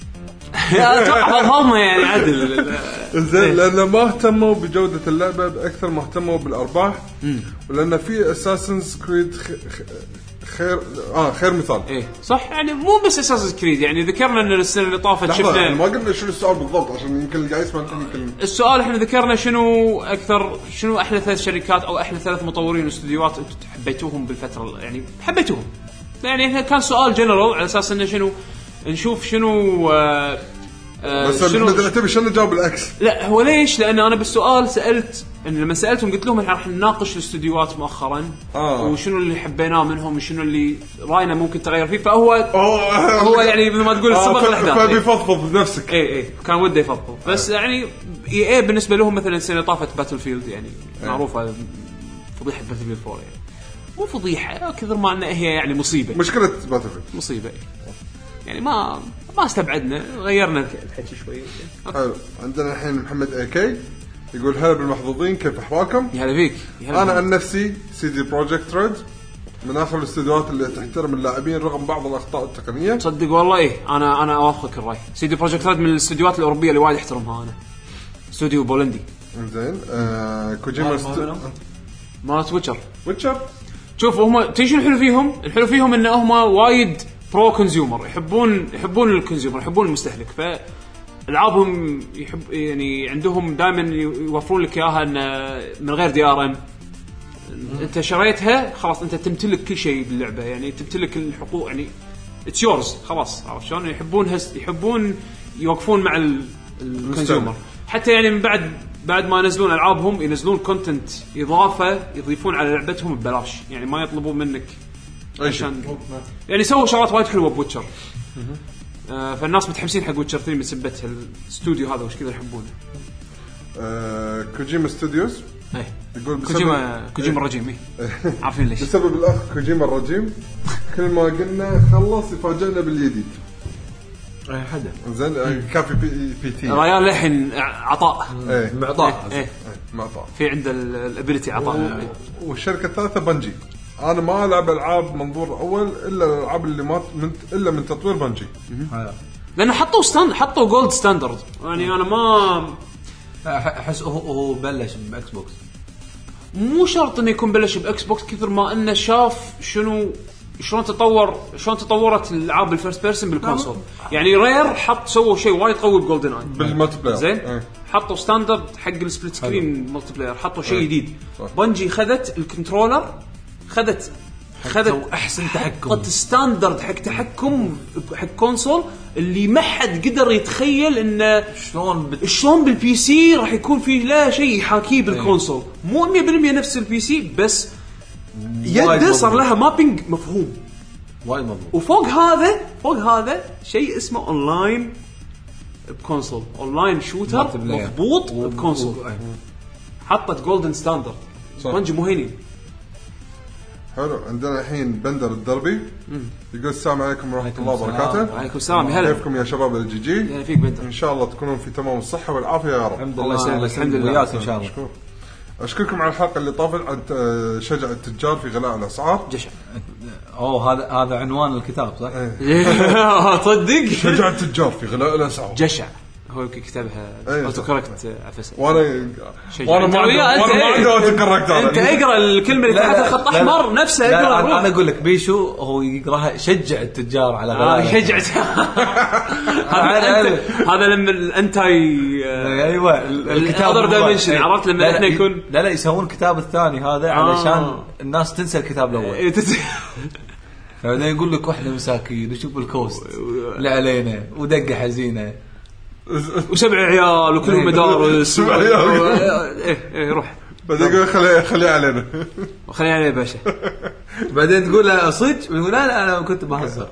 اتوقع هم يعني عدل زين لأن ما اهتموا بجودة اللعبة بأكثر ما اهتموا بالأرباح ولأن في أساسنز كريد خير اه خير مثال ايه صح يعني مو بس اساسنز كريد يعني ذكرنا ان السنه اللي طافت شفنا ما قلنا شنو السؤال بالضبط عشان يمكن اللي قاعد يسمع يمكن السؤال احنا ذكرنا شنو اكثر شنو احلى ثلاث شركات او احلى ثلاث مطورين واستديوهات انتم حبيتوهم بالفتره يعني حبيتوهم يعني كان سؤال جنرال على اساس انه شنو نشوف شنو آه آه بس شنو تبي شنو نجاوب العكس لا هو ليش لان انا بالسؤال سالت ان لما سالتهم قلت لهم راح نناقش الاستديوهات مؤخرا آه. وشنو اللي حبيناه منهم وشنو اللي راينا ممكن تغير فيه فهو هو يعني مثل ما تقول السبق آه الاحداث فبيفضفض بنفسك اي اي كان وده يفضفض بس آه. يعني اي اي بالنسبه لهم مثلا السنه طافت باتل فيلد يعني آه. معروفه فضيحه باتل فيلد فور يعني مو فضيحه كثر ما انها هي يعني مصيبه مشكله باتل فيلد مصيبه يعني ما ما استبعدنا غيرنا الحكي شوي. حلو عندنا الحين محمد اي كي يقول هلا بالمحظوظين كيف احوالكم؟ يا هلا فيك. انا عن نفسي سي دي بروجكت ريد من اخر الاستديوهات اللي تحترم اللاعبين رغم بعض الاخطاء التقنيه. صدق والله ايه انا انا اوافقك الراي. سي دي بروجكت ريد من الاستديوهات الاوروبيه اللي وايد احترمها انا. استوديو بولندي. زين آه كوجيما است... مالت ويتشر. ويتشر شوفوا هم تيجي الحلو فيهم الحلو فيهم ان هم وايد برو كونسيومر يحبون يحبون الكونسيومر يحبون المستهلك فالعابهم يحب يعني عندهم دائما يوفرون لك اياها ان من غير دي ار ام انت شريتها خلاص انت تمتلك كل شيء باللعبه يعني تمتلك الحقوق يعني اتس يورز خلاص عرفت شلون يحبون يحبون يوقفون مع الكونسيومر حتى يعني من بعد بعد ما ينزلون العابهم ينزلون كونتنت اضافه يضيفون على لعبتهم ببلاش يعني ما يطلبون منك عشان يعني سووا شغلات وايد حلوه بويتشر آه فالناس متحمسين حق ويتشر ثلاثة بسبه الاستوديو هذا وش كذا يحبونه. آه كوجيما ستوديوز اي يقول كوجيما كوجيما الرجيم اي عارفين ليش بسبب الاخ كوجيما الرجيم كل ما قلنا خلص يفاجئنا بالجديد اي حدا زين كافي بي, بي تي ريال للحين عطاء ايه معطاء ايه معطاء في عنده الابيليتي عطاء. والشركه الثالثه بنجي انا ما العب العاب منظور اول الا الالعاب اللي ما من الا من تطوير بنجي لانه حطوا ستاند حطوا جولد ستاندرد يعني انا ما احس هو هو بلش باكس بوكس مو شرط انه يكون بلش باكس بوكس كثر ما انه شاف شنو شلون تطور شلون تطورت الالعاب الفيرست بيرسون بالكونسول يعني رير حط سووا شيء وايد قوي بجولدن اي بالمالتي بلاير زين ايه. حطوا ستاندرد حق السبليت سكرين مالتي بلاير حطوا شيء ايه. جديد بنجي خذت الكنترولر خذت خذت احسن تحكم حطت ستاندرد حق تحكم حق كونسول اللي ما حد قدر يتخيل انه شلون بت... شلون بالبي سي راح يكون فيه لا شيء يحاكيه بالكونسول مو مية بالمية نفس البي سي بس يد صار لها مابينج مفهوم وايد مضبوط وفوق هذا فوق هذا شيء اسمه اونلاين بكونسول اونلاين شوتر مضبوط بكونسول حطت جولدن ستاندرد بنجي مهينين حلو. عندنا الحين بندر الدربي يقول السلام عليكم ورحمه الله وبركاته. وعليكم السلام هلا كيفكم يا شباب الجي جي؟ يعني فيك بندر ان شاء الله تكونون في تمام الصحه والعافيه يا رب. الحمد لله الحمد لله وياك ان شاء الله. أشكر. اشكركم على الحلقه اللي طافت عن شجع التجار في غلاء الاسعار. جشع اوه هذا هذا عنوان الكتاب صح؟ تصدق شجع التجار في غلاء الاسعار. جشع هو كتبها اوتو كوركت عفسه وانا وانا ما عندي اوتو كوركت انت اقرا الكلمه اللي تحتها خط احمر نفسه اقرا. انا اقول لك بيشو هو يقراها شجع التجار على غلاء شجع هذا هذا لما الانتاي ايوه الكتاب دايمنشن عرفت لما احنا يكون لا لا يسوون الكتاب الثاني هذا علشان الناس تنسى الكتاب الاول فبعدين يقول لك واحنا مساكين وشوف الكوست اللي علينا ودقه حزينه وسبع عيال وكلهم مدارس سبع عيال ايه ايه روح بدي خليه خليه علينا خليه علينا باشا بعدين تقول له صدق ويقول لا لا انا كنت بهزر.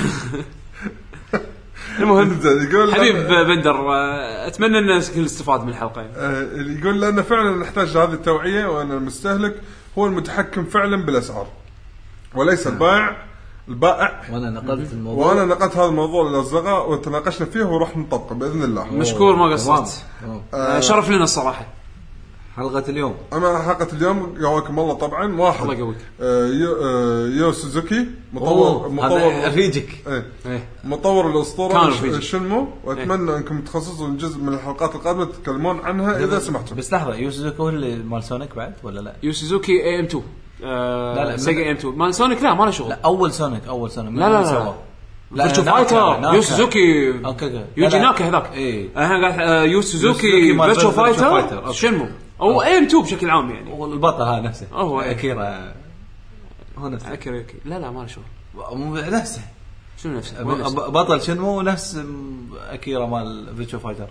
المهم حبيب بندر اتمنى الناس كل استفاد من الحلقه اللي يقول لنا فعلا نحتاج هذه التوعيه وان المستهلك هو المتحكم فعلا بالاسعار وليس البائع البائع. وانا نقلت الموضوع وانا نقلت هذا الموضوع للاصدقاء وتناقشنا فيه وراح نطبقه باذن الله. مشكور ما قصرت آه شرف لنا الصراحه. حلقه اليوم اما حلقه اليوم قواكم الله طبعا واحد الله يقويك آه يو, آه يو سوزوكي مطور مطور رفيجك ايه. ايه. مطور الاسطوره شنمو واتمنى ايه. انكم تخصصون جزء من الحلقات القادمه تتكلمون عنها اذا سمحتوا. بس لحظه يو سوزوكي هو اللي مال سونيك بعد ولا لا؟ يو سوزوكي اي ام تو آه لا لا سيجا ام تو مال سونيك لا ما له شغل. لا اول سونيك اول سونيك لا لا لا لا فيرتشو فايتر يو سوزوكي اوكي يوجي ناكا هذاك ايه انا قاعد يو سوزوكي فيرتشو فايتر شنمو او ام تو بشكل عام يعني والبطل ها نفسه هو اكيرا هو نفسه اكيرا لا لا ما له شغل مو نفسه شنو نفسه بطل شنمو نفس اكيرا مال فيرتشو فايتر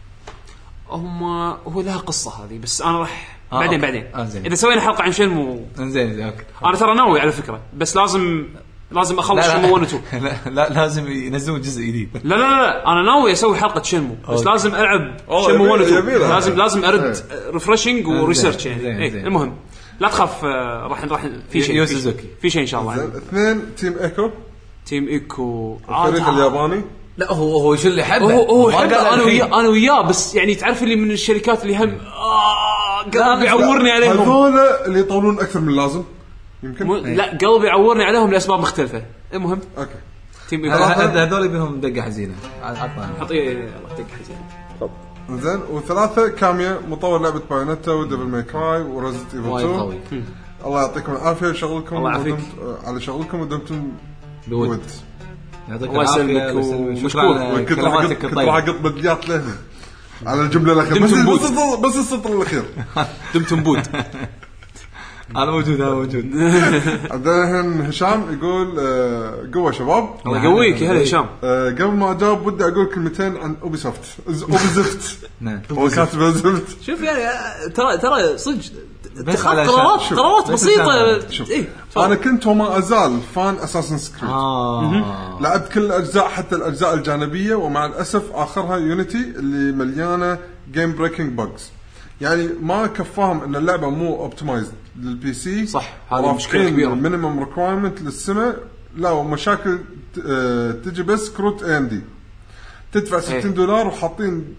هم هو لها قصه هذه بس انا راح آه بعدين بعدين آه اذا سوينا حلقه عن شنمو زين اوكي انا ترى ناوي على فكره بس لازم لازم اخلص شنمو واحد و لا, لا لازم ينزلون جزء جديد. لا لا لا انا ناوي اسوي حلقه شنمو بس أوكي. لازم العب شنمو واحد و لازم لازم ارد ريفرشنج وريسيرش يعني ايه المهم لا تخاف راح راح في شيء في شيء ان شاء الله. اثنين تيم ايكو تيم ايكو الفريق الياباني لا هو هو شو اللي حبه هو هو حبه انا وياه انا وياه بس يعني تعرف اللي من الشركات اللي هم آه قلبي يعورني عليهم هذول اللي يطولون اكثر من اللازم يمكن م... لا قلبي يعورني عليهم لاسباب مختلفه. المهم اوكي تيم هذول بهم دقه حزينه عطنا حطيه الله دقه حزينه طب زين. وثلاثه كاميا مطور لعبه بايونيتا وديفل ماي كراي وريزنت ايفل تو. الله يعطيكم العافيه وشغلكم ودمت على شغلكم ودمتم بود. يعطيك العافيه مشكور كلامك راح اقط بدليات له على الجمله الاخيره بس بس, بس السطر الاخير دمتم بود. انا موجود انا موجود. عندنا هشام يقول قوه شباب الله يقويك يا هلا هشام. قبل ما اجاوب بدي اقول كلمتين عن اوبي سوفت. اوبي زفت هو كاتب زفت. شوف يعني ترى ترى صدق اتخذ قرارات قرارات بسيطه. إيه؟ انا كنت وما ازال فان اساسن سكريد آه. لعبت كل الاجزاء حتى الاجزاء الجانبيه ومع الاسف اخرها يونيتي اللي مليانه جيم بريكنج باجز يعني ما كفاهم ان اللعبه مو اوبتمايزد للبي سي صح. هذه مشكله كبيره مينيمم ريكوايرمنت للسنه لا ومشاكل تجي بس كروت اي ام دي تدفع ستين دولار وحاطين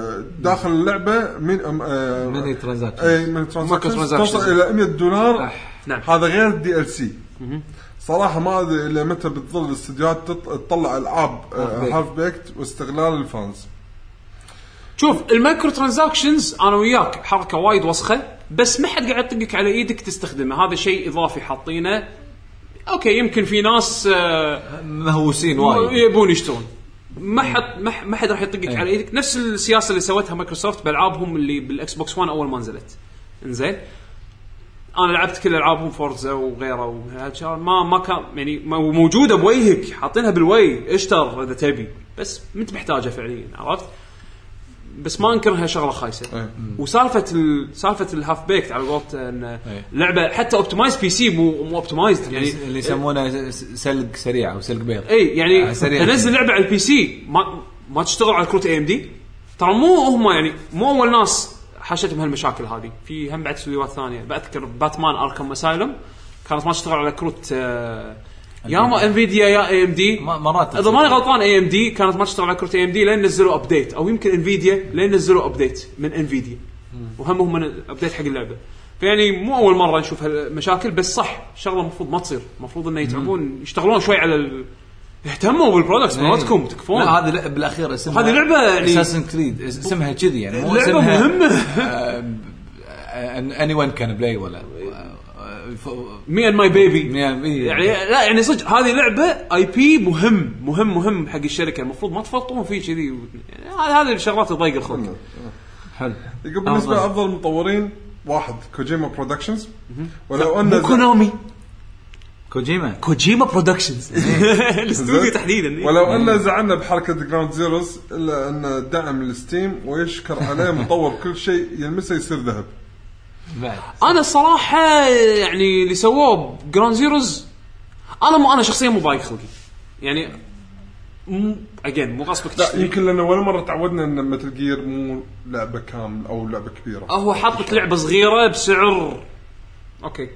داخل اللعبه من ميني ترانزاكشن اي من ترانزاكشن توصل الى مية دولار نعم. هذا غير الدي ال سي. صراحه ما ادري الا متى بتظل الاستديوهات تطلع العاب هاف بيكت واستغلال الفانز. شوف المايكرو ترانزاكشنز انا وياك حركه وايد وسخه بس ما حد قاعد يطقك على ايدك تستخدمه. هذا شيء اضافي حاطينه. اوكي يمكن في ناس مهووسين وايد يبون يشترون. ما حد ما حد راح يطقك على ايدك. نفس السياسه اللي سوتها مايكروسوفت بالعابهم اللي بالاكس بوكس وان اول ما نزلت. انزين انا لعبت كل العابهم فورزا وغيره ما ما كان يعني موجوده بوجهك حاطينها بالوي اشتر اذا تبي بس ما انت محتاجه فعليا عرفت. بس ما انكرها شغله خايسه. وسالفه سالفه الهاف بيكت على قولت ان لعبه حتى اوبتمايز بي سي مو مو اوبتمايزد يعني اللي يسمونه سلق سريع او سلق بيض. اي يعني تنزل لعبه على البي سي ما ما تشتغل على كروت اي ام دي. ترى مو هم يعني مو اول ناس حاشتهم هالمشاكل هذه. في هم بعد استديوهات ثانيه بذكر باتمان اركم اسايلم كانت ما تشتغل على كروت يا ما انفيديا يا اي ام دي. مرات اذا ماني غلطان اي ام دي كانت ما تشتغل على كروت اي ام دي لين نزلوا ابديت او يمكن انفيديا لين نزلوا ابديت من انفيديا وهمهم من ابديت حق اللعبه. فيعني مو اول مره نشوف هالمشاكل بس صح شغله المفروض ما تصير. المفروض انه يتعبون يشتغلون شوي على ال... يهتموا بالبرودكتس مالتكم تكفون. لا هذه بالاخير اسمها هذه لعبه يعني اساسن كريد اسمها كذي يعني مو لعبه مهمه اني وان كان بلاي ولا مي اند ماي بيبي يعني لا يعني صدق هذه لعبه اي بي مهم مهم مهم حق الشركه. المفروض ما تفرطون فيه كذي يعني هذه الشغلات تضيق الخلق. حلو. يقول بالنسبه لافضل المطورين واحد كوجيما برودكشنز ولو ان كونامي كوجيما كوجيما برودكشنز الاستوديو تحديدا. ولو ان زعلنا بحركه جراوند زيروز الا ان دعم الستيم ويشكر عليه مطور كل شيء يلمسه يصير ذهب. انا الصراحه يعني اللي سووه جراوند زيروز انا مو انا شخصيا مو بايق خلقي يعني اجين مو قصدك تشتري. يمكن لأنه ولا مرة تعودنا إن متل جير مو لعبة كامل أو لعبة كبيرة. هو حاطك لعبة صغيرة بسعر أوكي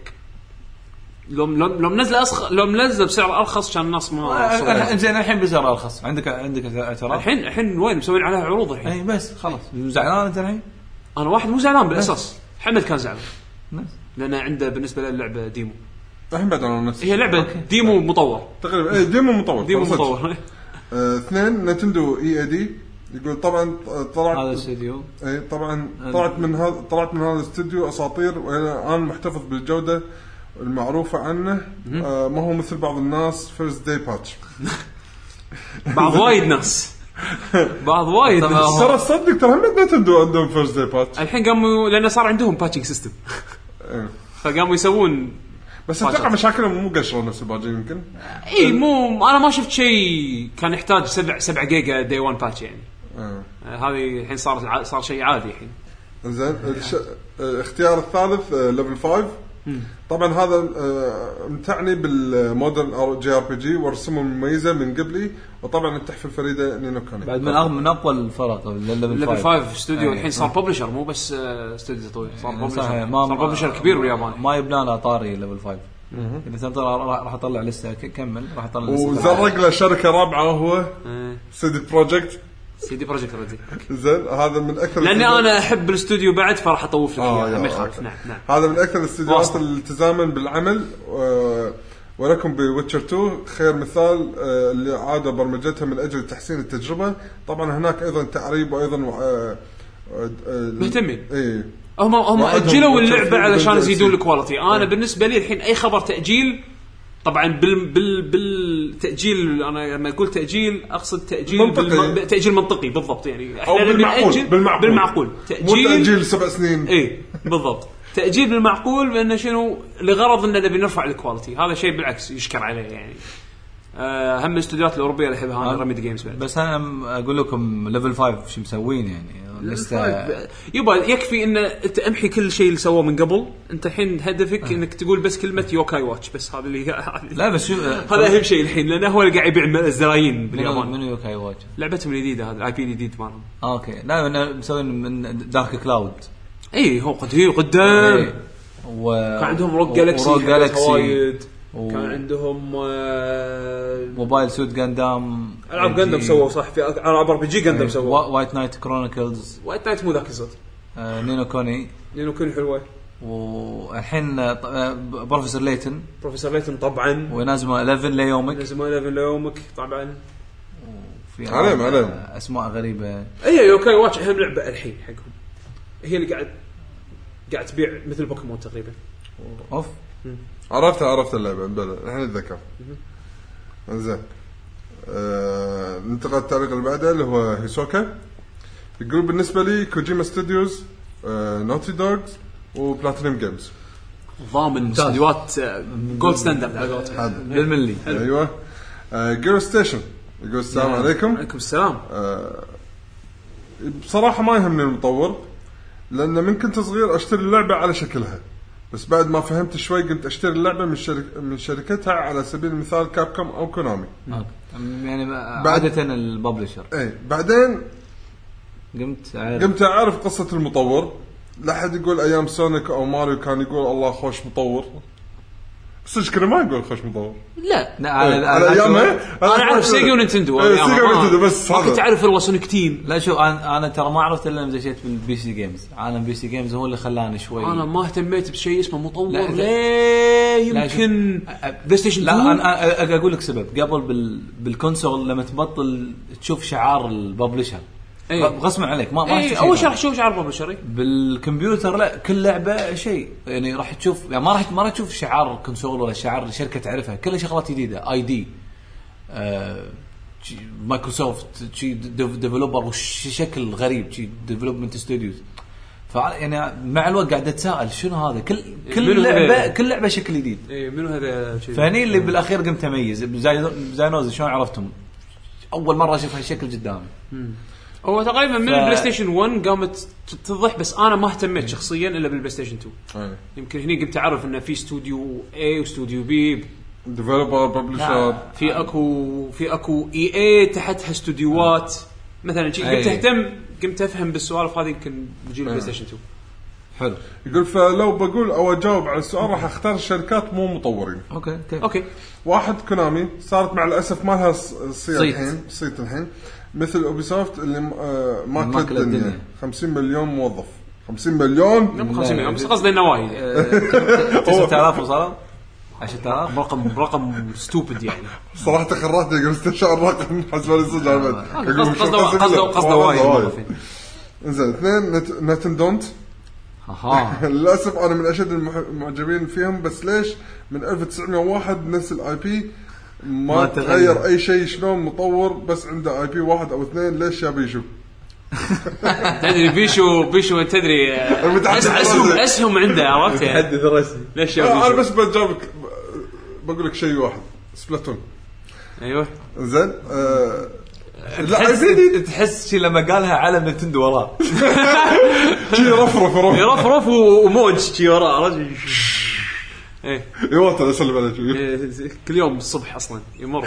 لو لو لو منزل أسخ لو منزل بسعر أرخص كان الناس ما. زين الحين بسعر أرخص عندك عندك اعتراض؟ الحين الحين وين مسوين عليها عروض الحين؟ أي بس خلاص زعلان أنت الحين؟ أنا واحد مو زعلان بالأساس. حمد كان زعلان لأن عنده بالنسبة للعبة ديمو. الحين بعد أنا نفس. هي لعبة أوكي. ديمو مطور. تقريبا إيه ديمو مطور. ديمو مطور. اثنين نينتندو اي اي دي يقول طبعا طلعت هذا الاستوديو اي طبعا طلعت من هذا طلعت من هذا الاستوديو اساطير وانا محتفظ بالجوده المعروفه عنه. آه ما هو مثل بعض الناس فيرست داي باتش. بعض وايد ناس بعض وايد ترى صدق ترى هم نينتندو عندهم فيرست داي باتش الحين قاموا لانه صار عندهم باتشنج سيستم فقاموا يسوون بس اتوقع مشاكلهم مو قشره نفس الباجي يمكن. اي مو انا ما شفت شيء كان يحتاج سبعة سبعة جيجا دي وان باتش يعني. آه. هذه الحين صار صار شيء عادي الحين. زين الش... الاختيار الثالث ليفل خمسة. طبعا هذا متعني بالمودرن جي ار بي جي ورسمه مميزه من قبلي وطبعا التحفه الفريده نينو كوني بعد من اغلب من اقوى الفرق ليفل خمسة استوديو الحين صار ببلشر مو بس استوديو تطوير صار ببلشر صار ببلشر كبير باليابان ما يبنى له طاري ليفل خمسة. اذا ترى راح اطلع لسه كمل راح اطلع وزرق له شركه رابعه وهو سيدي بروجكت سيدي بروجكت ريد. زين هذا من اكثر لاني انا احب الاستوديو بعد فراح اطوف لك اياه ما يخالف. نعم نعم هذا من اكثر الاستديوهات الالتزاما بالعمل و... ولكم بويتشر تو خير مثال اللي عاده برمجتها من اجل تحسين التجربه. طبعا هناك ايضا تعريب وايضا مهتمين اي هم هم اجلوا اللعبه علشان يزيدون الكواليتي. انا بالنسبه لي الحين اي خبر تاجيل طبعا بال بال بالتاجيل انا لما اقول تاجيل اقصد تاجيل منطقي. تاجيل منطقي بالضبط يعني احنا بالمعقول بالمعقول, بالمعقول. تاجيل تاجيل سبع سنين اي بالضبط تاجيل بالمعقول لانه شنو لغرض ان نبي نرفع الكواليتي. هذا شيء بالعكس يشكر عليه يعني. أه هم الاستوديوهات الاوروبيه اللي احبها انا ريميدي جيمز بعد. بس انا اقول لكم ليفل خمسة شو مسوين يعني لسه يبا يكفي ان انت امحي كل شيء اللي سووه من قبل. انت الحين هدفك آه. انك تقول بس كلمه يوكاي واتش بس هذا اللي لا بس شو هذا اهم شيء الحين لانه هو اللي قاعد يبيع الزرايين باليابان. من يوكاي واتش لعبتهم الجديده هذا الاي بي الجديد مالهم. اوكي لا انا مسوين من دارك كلاود. اي هو قديم قدام إيه. و... كان عندهم روك جالكسي وايد و... كان عندهم آه... موبايل سوت غاندام العاب غاندام سووا صح في العاب ار بي جي غاندام سووا وايت نايت كرونيكلز. وايت نايت مو ذاك الزود. آه... نينو كوني نينو كوني حلوه والحين بروفيسور ليتن بروفيسور ليتن طبعا ونازمه إحدى عشر ليومك نازمه إحدى عشر ليومك طبعا في علم علم اسماء غريبه. اي اوكي واتش اهم لعبه الحين حقهم هي اللي قاعد قاعد تبيع مثل بوكيمون تقريبا. اوف عرفت عرفت اللعبه بلا الحين اتذكر. زين أه... ننتقل التعليق اللي بعده اللي هو هيسوكا يقول بالنسبه لي كوجيما ستوديوز أه... نوتي دوغز وبلاتينيوم جيمز ضامن استديوهات جولد ستاندرد على قولتهم بالملي. ايوه جيرو ستيشن يقول السلام نعم. عليكم. عليكم السلام. أه... بصراحه ما يهمني المطور لان من كنت صغير اشتري اللعبه على شكلها بس بعد ما فهمت شوي قمت اشتري اللعبه من شرك... من شركتها على سبيل المثال كابكوم او كونامي يعني عاده الببلشر. اي بعدين قمت أعرف. قمت اعرف قصه المطور. لا حد يقول ايام سونيك او ماريو كان يقول الله خوش مطور بس كنا ما نقول خوش مطور. لا لا على ايامها انا اعرف سيجا ونينتندو سيجا ونينتندو بس ما كنت اعرف الا سونيك تيم. لا شو انا انا ترى ما عرفت الا لما دشيت بالبي سي جيمز. عالم بي سي جيمز هو اللي خلاني شوي انا ما اهتميت بشيء اسمه مطور. لا ليه يمكن بلاي ستيشن لا انا اقول لك سبب قبل بال بالكونسول لما تبطل تشوف شعار الببلشر أيه. غصب عليك ما ما أيه. اول شيء راح تشوف شعار ببلشر بالكمبيوتر. لا كل لعبه شيء يعني راح تشوف يعني ما راح ما راح تشوف شعار كونسول ولا شعار شركه تعرفها. كلها شغلات جديده اي دي آه مايكروسوفت شيء ديفلوبر وشكل غريب شيء ديفلوبمنت ستوديوز. ف يعني مع الوقت قاعد اتساءل شنو هذا كل كل لعبه كل لعبه شكل جديد. اي منو هذا شيء فاني اللي بالاخير قمت اميز زي زي نوز شلون عرفتهم اول مره اشوف هالشكل قدامي. هو تقريبا من ف... البلاي ستيشن واحد قامت تتضح بس انا ما اهتميت شخصيا الا بالبلاي ستيشن اثنين. أيه. يمكن هني قمت اعرف انه في استوديو A واستوديو B ديفلوبر ببلشر في اكو في اكو اي اي تحتها استوديوهات مثلا شيء قمت اهتم قمت افهم بالسوالف هذه يمكن بجيل البلاي ستيشن اثنين. حلو. يقول فلو بقول او اجاوب على السؤال راح اختار شركات مو مطورين. اوكي اوكي, أوكي. واحد كونامي صارت مع الاسف ما لها صيت الحين صيت الحين مثل اوبيسوفت اللي ماكلت الدنيا خمسين مليون موظف خمسين مليون خمسين مليون بس قصدي النواهي تسعة آلاف وصار عشرة آلاف رقم رقم ستوبد يعني صراحه خرجت قلت استشعر الرقم حسب لي صدق قصده قصده قصده وايد. انزين اثنين نتندونت اها للاسف انا من اشد المعجبين فيهم بس ليش من ألف وتسعمية وواحد نفس الاي بي ما, ما تغير, تغير اي شيء شلون مطور بس عنده اي بي واحد او اثنين ليش يا بيشو تدري بيشو بيشو تدري اسهم اسهم عنده عرفت يعني المتحدث الرسمي ليش يا بيشو. انا بس بجاوبك بقول لك شيء واحد سبلاتون. ايوه زين أه تحس تحس شي لما قالها علم نتندو وراه شي رفرف رفرف رفرف وموج شي وراه رجل ايه يوتر اسلم عليك كل يوم الصبح اصلا يمر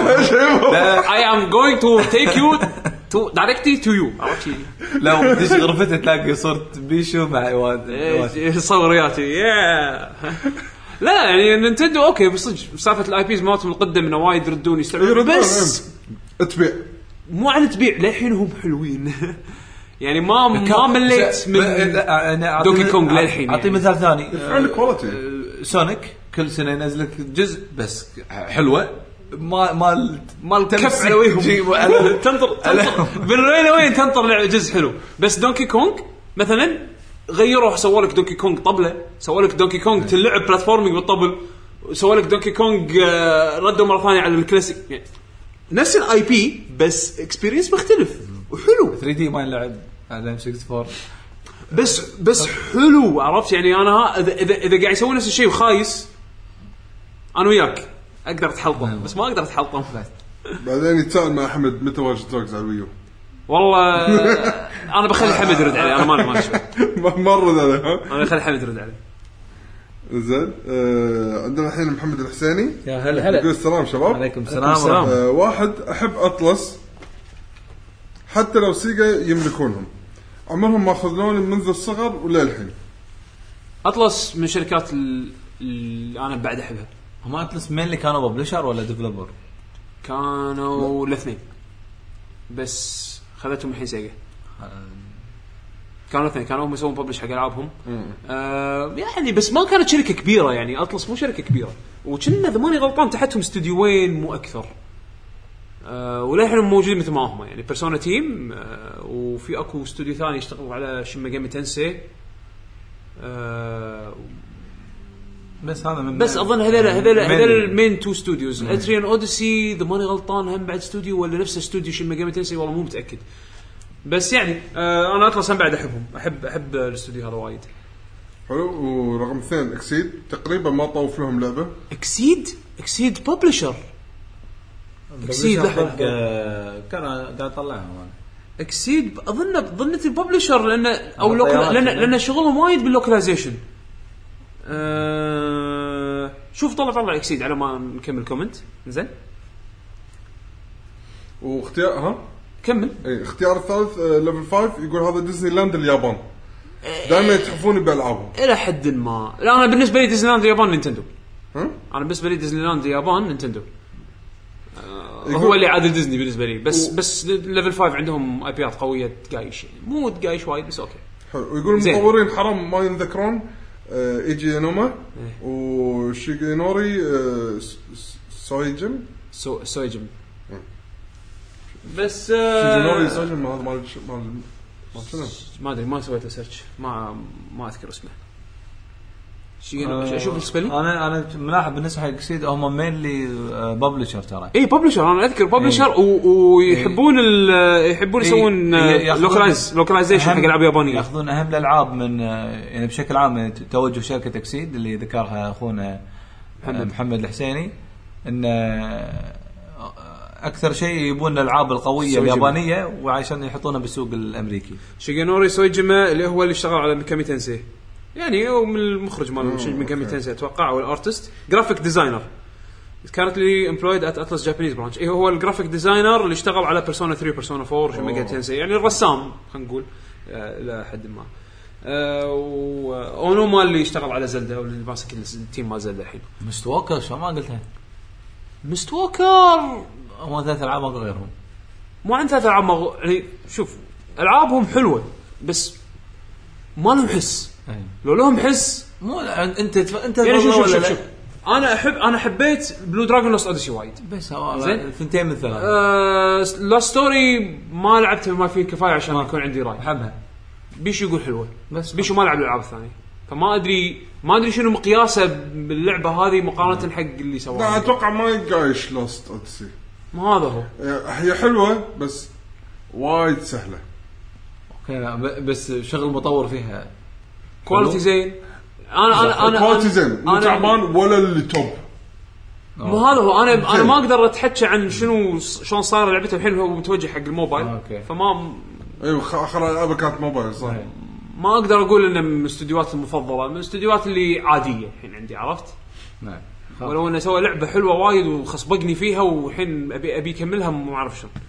I am going to take you to directly to you عرفتي لو تجي غرفته تلاقي صورة بيشو مع واد صور وياتي يا لا يعني نينتندو اوكي بس سالفه الاي بيز مالتهم القدم انه وايد يردون يستعملون بس تبيع مو على تبيع للحين هم حلوين يعني ما ما مليت من دوكي كونغ للحين. اعطي مثال ثاني الكواليتي سونيك كل سنه ينزلك جزء بس حلوه ما ما ما كف على وجههم تنطر تنطر من وين وين تنطر جزء حلو. بس دونكي كونغ مثلا غيروا سووا لك دونكي كونغ طبله سووا لك دونكي كونغ تلعب بلاتفورمينج بالطبل سووا لك دونكي كونغ ردوا مره ثانيه على الكلاسيك يعني نفس الاي بي بس اكسبيرينس مختلف وحلو ثري دي ما يلعب على ستة وأربعين بس بس حلو عرفت يعني انا اذا اذا, إذا قاعد يسوي نفس الشيء وخايس انا وياك اقدر اتحلطم بس ما اقدر اتحلطم بعدين يتساءل مع احمد متى واجد توكس على الويو والله انا بخلي حمد يرد علي انا ما ما شو ما رد عليه انا بخلي حمد يرد علي. زين آه عندنا الحين محمد الحسيني يا هلا هلا يقول السلام شباب. عليكم السلام. آه واحد احب اطلس حتى لو سيجا يملكونهم عمرهم ما خذلوني منذ الصغر ولا الحين. اطلس من شركات اللي انا بعد احبها. هم اطلس مين اللي كانوا ببلشر ولا ديفلوبر؟ كانوا الاثنين بس خذتهم الحين سيجا. كانوا اثنين كانوا هم يسوون ببلش حق العابهم. آه يعني بس ما كانت شركه كبيره يعني اطلس مو شركه كبيره وكنا اذا ماني غلطان تحتهم استوديوين مو اكثر. آه وللحين موجودين مثل ما هم يعني بيرسونا تيم آه وفي اكو استوديو ثاني يشتغلوا على شين ميجامي تنسي. آه بس هذا من بس اظن هذول هذول هذول المين تو ستوديوز. اتريان اوديسي اذا ماني غلطان هم بعد استوديو ولا نفس استوديو شين ميجامي تنسي والله مو متاكد. بس يعني آه انا اطلس هم بعد احبهم احب احب الاستوديو هذا وايد حلو. ورقم اثنين اكسيد تقريبا ما طوف لهم لعبه. اكسيد اكسيد ببلشر اكسيد كان قاعد اطلعهم اكسيد اظن ظنت الببلشر لان او لوكال لان لان شغلهم وايد باللوكاليزيشن. أه شوف طلع طلع اكسيد على ما نكمل كومنت زين. واختيار ها كمل. اي اختيار الثالث ليفل خمسة يقول هذا ديزني لاند اليابان. دائما يتحفون بالعابهم الى حد ما. لا انا بالنسبه لي ديزني لاند اليابان نينتندو. ها انا بالنسبه لي ديزني لاند اليابان نينتندو هو اللي عادل ديزني بالنسبه لي. بس و... بس ليفل خمسة عندهم اي بيات قويه تقايش يعني مو تقايش وايد بس اوكي حلو. ويقول المطورين حرام ما ينذكرون آه ايجي نوما إيه. وشيغينوري آه سويجم سو سويجم بس آه شيغينوري سويجم هذا مال مال ما شنو ما ادري ما سويت له سيرش ما ما اذكر اسمه. شيغينوري شوف السبيلنج. انا انا ملاحظ بالنسبه حق اكسيد هم مينلي ببلشر ترى. اي ببلشر انا اذكر ببلشر إيه. ويحبون إيه. يحبون يسوون إيه. لوكلايز لوكلايزيشن حق العاب يابانيه. ياخذون اهم الالعاب من يعني بشكل عام توجه شركه اكسيد اللي ذكرها اخونا محمد, محمد الحسيني ان اكثر شيء يبون الالعاب القويه اليابانيه وعشان يحطونها بالسوق الامريكي. شيغينوري سويجيما اللي هو اللي اشتغل على ميكامي تنسي يعني هو من المخرج مال شين ميكامي تنسي اتوقع او الارتست جرافيك ديزاينر كانت لي امبلويد ات اتلس جابانيز برانش. ايه هو الجرافيك ديزاينر اللي اشتغل على بيرسونا ثلاثة بيرسونا أربعة شين ميكامي تنسي يعني الرسام خلينا نقول الى حد ما. أه واونوما اللي اشتغل على زلدا او اللي ماسك التيم مال زلدا الحين. مستوكر شو ما قلتها مستوكر هم ثلاث العاب غيرهم مو عن ثلاث العاب مغ... يعني شوف العابهم حلوه بس ما لهم حس. أيه. لو لهم حس مو انت انت يعني شوف شوف, شوف, شوف انا احب انا حبيت بلو دراجون لوست اوديسي وايد بس والله ثنتين من ثلاثه. آه لا ستوري ما لعبتها ما فيه كفايه عشان ما. يكون عندي راي. احبها بيشو يقول حلوه بس بيشو ما لعب الالعاب الثانيه فما ادري ما ادري شنو مقياسه باللعبه هذه مقارنه حق اللي سواه. لا اتوقع ما يقايش لوست اوديسي. ما هذا هو هي حلوه بس وايد سهله. اوكي بس شغل مطور فيها كواليتي زين. انا انا انا كواليتي زين مو تعبان ولا اللي توب. مو هذا هو انا انا ما اقدر اتحكي عن شنو شلون صار لعبته الحين هو متوجه حق الموبايل. أوكي. فما ايوه اخر العاب كانت موبايل صح. ما اقدر اقول انه من الاستديوهات المفضله من الاستديوهات اللي عاديه الحين عندي عرفت. نعم ولو انه سوى لعبه حلوه وايد وخصبقني فيها والحين ابي ابي اكملها ما اعرف شلون.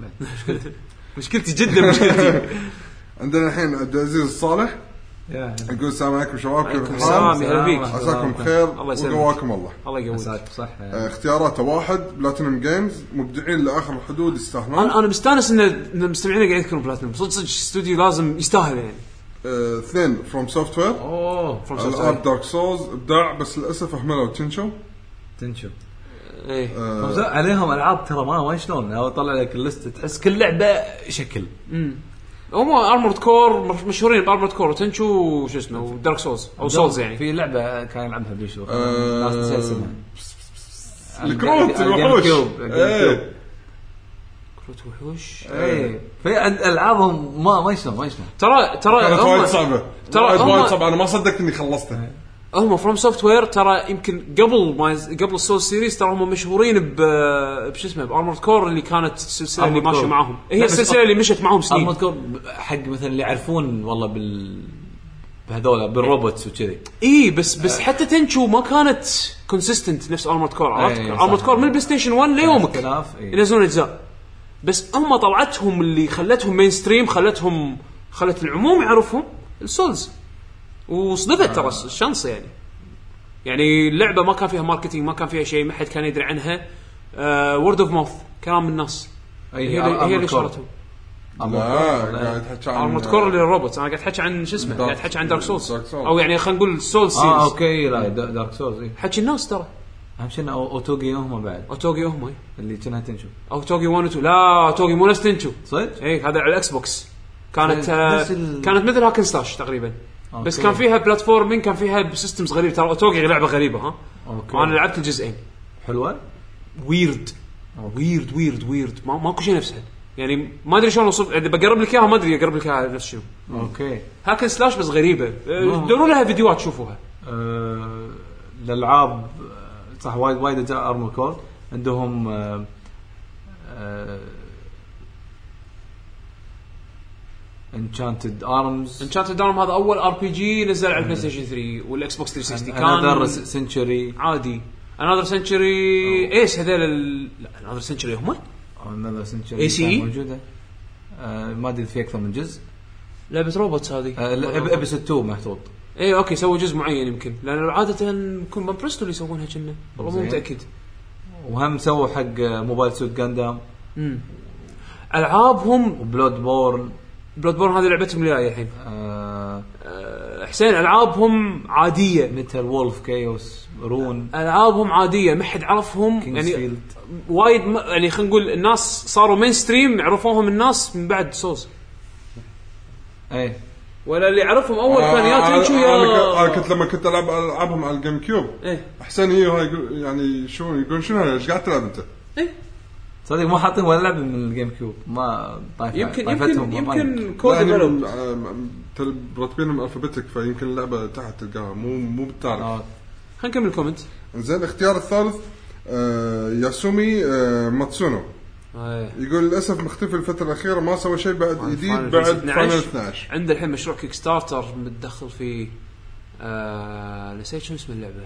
مشكلتي جدا مشكلتي. عندنا الحين عبد العزيز الصالح يقول السلام عليكم شباب كيف السلام يا بيك عساكم بخير وقواكم الله الله يقويك صح. اختياراته واحد بلاتينوم جيمز مبدعين لاخر الحدود يستاهلون. انا انا مستانس ان المستمعين قاعد يذكرون بلاتينوم صدق صدق استوديو لازم يستاهل يعني. اثنين فروم سوفت وير اوه فروم سوفت وير دارك سولز ابداع بس للاسف اهملوا تنشو تنشو ايه آه عليهم العاب ترى ما ما شلون او طلع لك الليست تحس كل لعبه شكل. امم هم ارمورد كور مشهورين بارمورد كور وتنشو شو اسمه ودارك سولز او سولز يعني. في لعبه كان يلعبها بيشو ناس تنسى اسمها الكروت الوحوش. ايه كروت وحوش ايه في العابهم ما ما شلون ما شلون ترى ترى كانت وايد صعبه ترى وايد صعبه انا ما صدقت اني خلصتها. هم فروم سوفت وير ترى يمكن قبل ما قبل السول سيريز ترى هم مشهورين ب بش اسمه بارمورد كور اللي كانت السلسله اللي ماشيه معاهم هي السلسله اللي مشت معاهم سنين. ارمورد كور حق مثلا اللي يعرفون والله بال بهذول بالروبوتس وكذي. اي بس بس حتى تنشو ما كانت كونسيستنت نفس ارمورد كور عرفت. ارمورد كور من البلاي ستيشن واحد ليومك ينزلون اجزاء بس هم طلعتهم اللي خلتهم مين ستريم خلتهم خلت العموم يعرفهم السولز وصدفت ترى الشانس يعني. يعني اللعبه ما كان فيها ماركتينج ما كان فيها شيء ما حد كان يدري عنها. وورد اوف ماوث كلام من الناس هي هي اللي شرتهم. قاعد تحكي عن ارمورد كور للروبوت. انا قاعد احكي عن شو اسمه قاعد احكي عن دارك سولز Dark Souls. او يعني خلينا نقول سول سيريز. اه اوكي لا دارك سولز إيه. حكي الناس ترى اهم شيء اوتوغي هم بعد اوتوغي هم اللي كنا تنشو اوتوغي واحد و اثنين. لا اوتوغي مو نستنشو صدق اي هذا على الاكس بوكس كانت نفس آه ال- كانت مثل هاكن سلاش تقريبا أوكي. بس كان فيها بلاتفورمين كان فيها سيستمز غريبه. ترى اوتوغي لعبه غريبه ها أوكي. انا لعبت الجزئين حلوه ويرد ويرد ويرد ويرد ما ماكو شيء نفسها يعني ما ادري شلون اوصف اذا بقرب لك اياها ما ادري اقرب لك اياها نفس شنو. اوكي هاكن سلاش بس غريبه دوروا لها فيديوهات شوفوها. أه الالعاب صح وايد وايد اجزاء ارمور كور عندهم أه أه انشانتد ارمز انشانتد دارم هذا اول ار بي جي نزل على البلاي ستيشن ثري والاكس بوكس ثلاثمية وستين كان انذر سنتشري عادي. انذر سنتشري ايش هذول ال... لا انذر سنتشري هم انذر سنتشري إيه سي؟ موجوده أه ما ادري في اكثر من جزء لعبه روبوتس هذه أه ابيسود تو محطوط اي اوكي سووا جزء معين يمكن لان عاده يكون بامبرستو اللي يسوونها كنا والله مو متاكد. وهم سووا حق موبايل سوت جاندام امم العابهم وبلود بورن بلود بورن هذه لعبتهم اللي جايه الحين. أه أه حسين العابهم عاديه ميتال وولف كايوس رون العابهم عاديه ما حد عرفهم يعني فيلد. وايد م... يعني خلينا نقول الناس صاروا مين ستريم عرفوهم الناس من بعد سوز اي ولا اللي يعرفهم اول آه كان يا ترينشو أنا- يا انا كنت لما كنت العب العابهم على الجيم كيوب ايه احسن هي هاي يقول- يعني شو يقول شنو هاي؟ ايش قاعد تلعب انت؟ ايه صدق ما حاطين ولا لعبه من الجيم كيوب ما طايف يمكن طايفتهم يمكن ما- يمكن كود يعني ديفلوب آه، تل- مرتبينهم الفابيتك فيمكن اللعبه تحت تلقاها مو مو بالتاريخ. آه. خلينا نكمل الكومنت. زين الاختيار الثالث آه ياسومي آه ماتسونو ايه يقول للاسف مختفي الفتره الاخيره ما سوى شيء بعد جديد Final بعد Fantasy اثنا عشر. فاينل اثناشر. عنده الحين مشروع كيك ستارتر متدخل في آه... نسيت شو اسم اللعبه.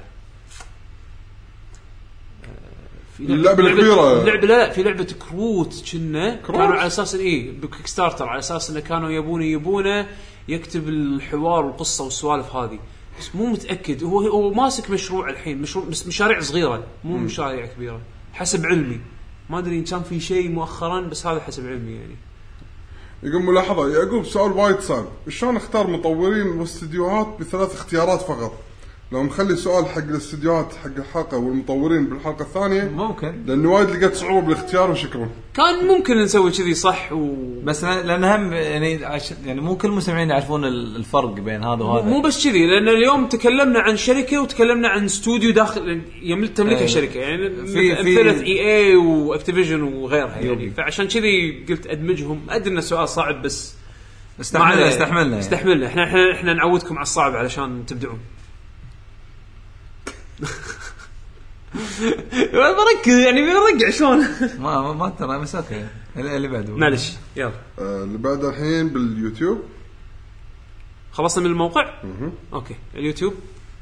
آه... في اللعبة الكبيرة. لعبه لا لا في لعبه كروت كنا كروت؟ كانوا على اساس ايه بكيك ستارتر على اساس انه كانوا يبون يبونه يكتب الحوار والقصه والسوالف هذه بس مو متاكد. هو هو ماسك مشروع الحين مشروع بس مشاريع صغيره مو مشاريع كبيره حسب علمي. ما ادري ان كان في شيء مؤخرا بس هذا حسب علمي يعني. يقول ملاحظه يعقوب سؤال وايد صعب شلون اختار مطورين واستديوهات بثلاث اختيارات فقط لو مخلي سؤال حق الاستديوهات حق الحلقه والمطورين بالحلقه الثانيه ممكن لانه وايد لقيت صعوبه بالاختيار وشكرا. كان ممكن نسوي كذي صح و... بس لان هم يعني عش... يعني مو كل المستمعين يعرفون الفرق بين هذا وهذا. مو بس كذي لان اليوم تكلمنا عن شركه وتكلمنا عن استوديو داخل يملك تملكها أيه. الشركه يعني في- امثله في- اي اي واكتيفيجن وغيرها يعني يوبي. فعشان كذي قلت ادمجهم. ادري ان السؤال صعب بس استحملنا استحملنا يعني. استحملنا احنا احنا احنا نعودكم على الصعب علشان تبدعون. بركز يعني برجع شلون ما ما, ما ترى بس اوكي اللي اللي بعده معلش يلا آه اللي بعد الحين باليوتيوب خلصنا من الموقع. اوكي اليوتيوب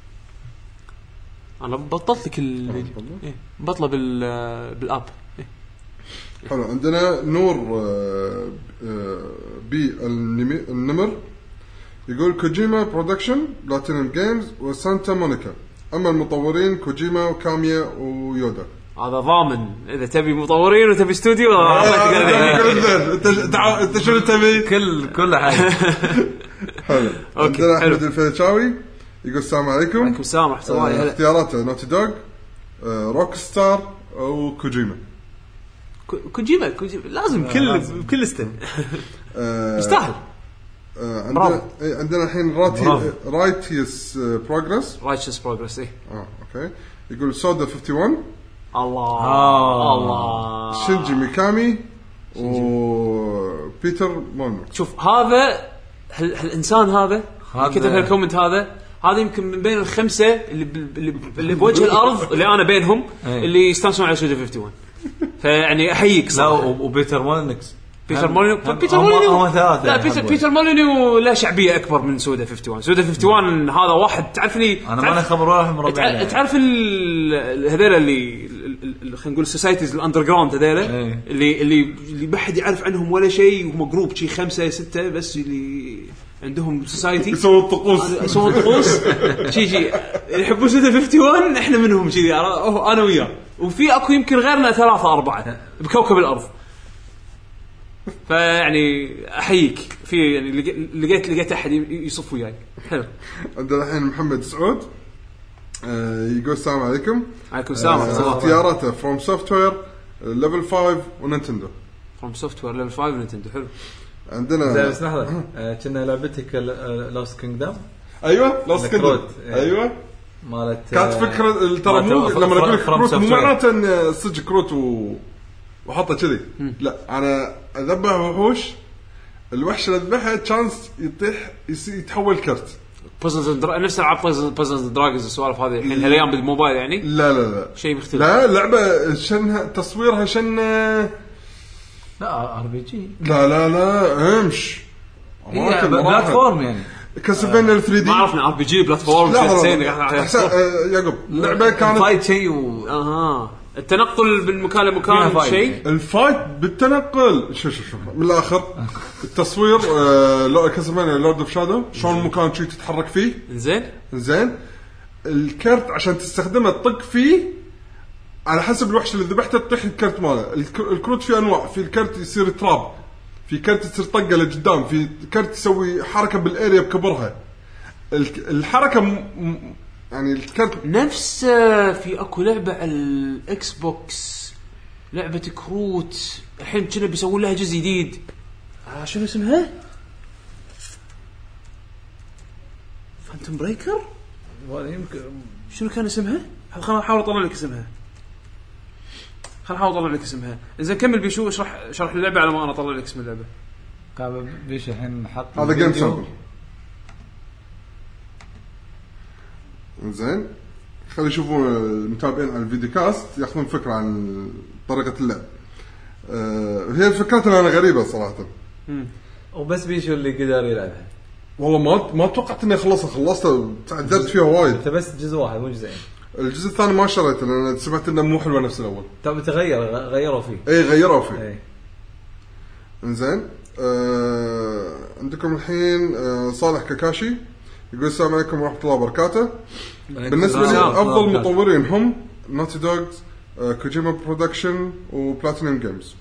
انا بطلت لك الفيديو إيه. بطله بال بالاب إيه. حلو. عندنا نور آه آه بي النمي- النمر يقول كوجيما برودكشن بلاتينوم جيمز وسانتا مونيكا اما المطورين كوجيما وكاميا ويودا. هذا ضامن اذا تبي مطورين وتبي استوديو انت انت شو تبي؟ كل كل حاجه. حلو. أوكي، عندنا حلو. احمد الفيشاوي يقول السلام عليكم. عليكم السلام ورحمه الله. آه، هلا اختياراته نوتي دوغ آه روك ستار او كوجيما. كوجيما كوجيما لازم كل بكل استن آه يستاهل. آه عندنا برافو. إيه عندنا الحين راتي برافو. رايتيس بروجرس. رايتشس بروجرس ايه اه اوكي يقول سودا واحد وخمسين الله آه. الله. شينجي ميكامي وبيتر مونو. شوف هذا هال- هالانسان هذا هذا- اللي كتب هالكومنت هذا هذا يمكن من بين الخمسه اللي ب- اللي, ب- اللي بوجه الارض اللي انا بينهم أي. اللي يستانسون على سودا واحد وخمسين. فيعني احييك لا صراحه. و- وبيتر مولينكس بيتر مولينيو هم- بيتر هم- مولينيو هم ثلاثة لا يعني بيتر, حبوا. بيتر مولينيو له شعبيه اكبر من سودا واحد وخمسين. سودا واحد وخمسين هذا واحد تعرفني انا ما خبر ولا من ربعنا. تع- تعرف ال- هذول اللي ال- ال- خلينا نقول السوسايتيز الاندر جراوند هذول إيه. اللي اللي اللي ما حد يعرف عنهم ولا شيء وهم جروب شيء خمسة ستة بس اللي عندهم سوسايتي يسوون الطقوس. يسوون طقوس شيء شيء يحبون سودا واحد وخمسين. احنا منهم كذي انا وياه وفي اكو يمكن غيرنا ثلاثة أربعة بكوكب الأرض. فيعني احييك في يعني لقيت لقيت احد يصف وياي حلو. عندنا الحين محمد سعود آه يقول السلام عليكم. عليكم السلام. آه اختياراته فروم سوفت وير ليفل خمسة ونينتندو. فروم سوفت وير ليفل خمسة ونينتندو حلو. عندنا زين بس لحظه كنا لعبتك لوست كينجدم. ايوه لوست كينجدم ايوه مالت كانت فكره ترى مو لما اقول لك كروت مو معناته ان صدق كروت و... وحطه كذي لا انا اذبح وحوش الوحش اللي اذبحه تشانس يطيح يتحول كرت بازلز درا... نفس العاب بازلز دراجونز السوالف هذه الحين هالايام بالموبايل يعني لا لا لا شيء مختلف. لا لعبه شنها تصويرها شن لا ار بي جي لا لا لا امش هي بلاتفورم يعني كاسلفينيا ثري دي ما عرفنا ار بي جي بلاتفورم زين يعقوب اللعبه كانت فايت شيء و... اها التنقل بالمكان لمكان شيء الفايت بالتنقل شو شو شو من الاخر التصوير آه لو كاسلفينيا لورد اوف شادو شلون المكان شيء تتحرك فيه زين زين الكرت عشان تستخدمه تطق فيه على حسب الوحش اللي ذبحته تطيح الكرت ماله. الكروت فيه انواع في الكرت يصير تراب في كرت تصير طقه لقدام في كرت يسوي حركه بالاريا بكبرها الحركه م... يعني الكرت نفس في اكو لعبه على الاكس بوكس لعبه كروت الحين كنا بيسوون لها جزء جديد آه شنو اسمها فانتوم بريكر يمكن شنو كان اسمها خليني احاول اطلع لك اسمها خليني احاول اطلع لك اسمها اذا كمل بيشو اشرح شرح اللعبه على ما انا اطلع لك اسم اللعبه قام بيش الحين حط هذا جيم سامبل زين خلي يشوفون المتابعين على الفيديو كاست ياخذون فكره عن طريقه اللعب أه هي فكرتها انا غريبه صراحه امم وبس بيشو اللي قدر يلعبها والله ما ما توقعت اني خلصها خلصتها تعذبت فيها وايد انت بس جزء واحد مو جزئين الجزء الثاني ما شريته لان سمعت انه مو حلوه نفس الاول طب تغير غيروا فيه اي غيروا فيه اي انزين آه عندكم الحين آه صالح كاكاشي يقول السلام عليكم ورحمه الله وبركاته. بالنسبه لي افضل مطورين هم نوتي دوغز آه كوجيما برودكشن وبلاتينيوم جيمز.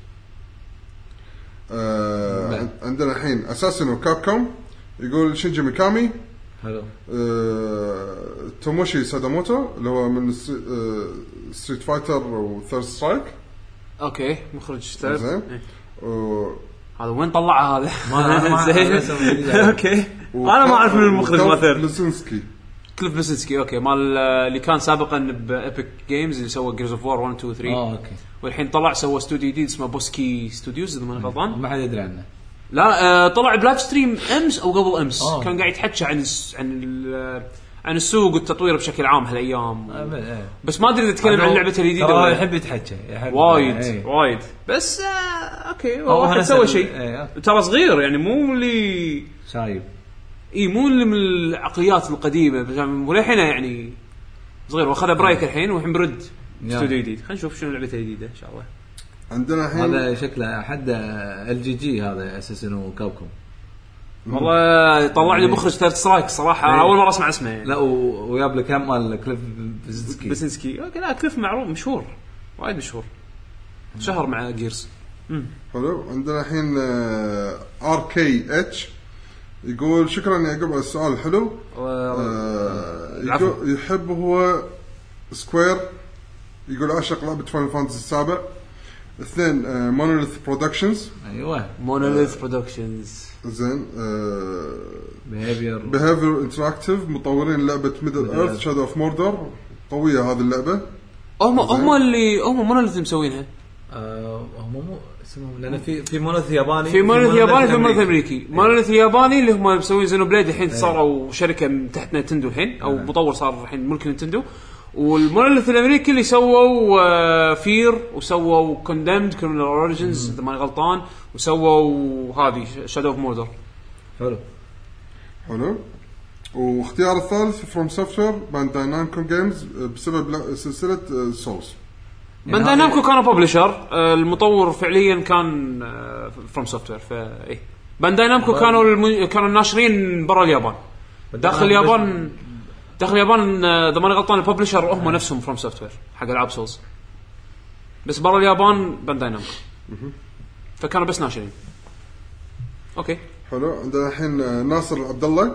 آه عندنا الحين اساسن وكابكوم يقول شينجي ميكامي حلو آه، توموشي ساداموتو اللي هو من آه، ستريت فايتر وثيرد سترايك اوكي مخرج تاب زين و... هذا وين طلع هذا ما زين اوكي انا ما اعرف من المخرج ما ثيرد لوسنسكي كليف لوسنسكي اوكي مال اللي كان سابقا بإبك جيمز اللي سوى جيرز اوف وور واحد اثنين ثلاثة اه اوكي والحين طلع سوى استوديو جديد اسمه بوسكي ستوديوز اذا ما غلطان ما حد يدري عنه لا آه طلع بلايف ستريم امس او قبل امس أوه. كان قاعد يتحكى عن عن عن السوق والتطوير بشكل عام هالايام أه بس ما ادري اذا اتكلم عن لعبه الجديده ولا يحب يتحكى وايد ايه. وايد بس آه اوكي هو واحد سوى شيء ايه. ترى صغير يعني مو اللي شايب اي مو اللي من العقليات القديمه بس ولحين يعني صغير واخذ برايك الحين والحين برد استوديو جديد خلينا نشوف شنو لعبته الجديده ان شاء الله. عندنا الحين هذا شكله حد ال جي جي هذا اساسا وكابكوم والله طلع لي مخرج ثيرد سترايك صراحه ايه. اول مره اسمع اسمه يعني. لا وياب لك هم مال كليف بزنسكي بزنسكي اوكي لا كليف معروف مشهور وايد مشهور شهر مع جيرز امم حلو. عندنا الحين ار كي اتش يقول شكرا يا يعقوب على السؤال الحلو آه يقول يحب هو سكوير يقول عاشق لعبه فاينل فانتسي السابع اثنين مونوليث برودكشنز ايوه مونوليث برودكشنز زين بيهافير بيهافير انتراكتيف مطورين لعبه ميدل ايرث شادو اوف موردر قويه هذه اللعبه هم هم اللي هم مونوليث مسوينها آه هم مو اسمهم لان في في مونوليث ياباني في مونوليث ياباني في مونوليث امريكي مونوليث ياباني اللي هم مسوين زينو بليد الحين صاروا شركه تحت نينتندو الحين او مطور صار الحين ملك نينتندو والمونوليث الامريكي اللي سووا فير وسووا كوندمد كريمنال اوريجينز اذا ماني غلطان وسووا هذه شادو اوف موردر. حلو حلو. واختيار الثالث فروم سوفت وير بانداي نامكو جيمز بسبب سلسله سولز. بانداي نامكو كانوا ببلشر المطور فعليا كان فروم سوفت وير فايه بانداي نامكو كانوا الم... كانوا الناشرين برا اليابان داخل اليابان داخل اليابان اذا ماني غلطان الببلشر هم نفسهم فروم سوفت وير حق العاب سولز بس برا اليابان بانداي نامكو فكانوا بس ناشرين. اوكي حلو. عندنا الحين ناصر عبد الله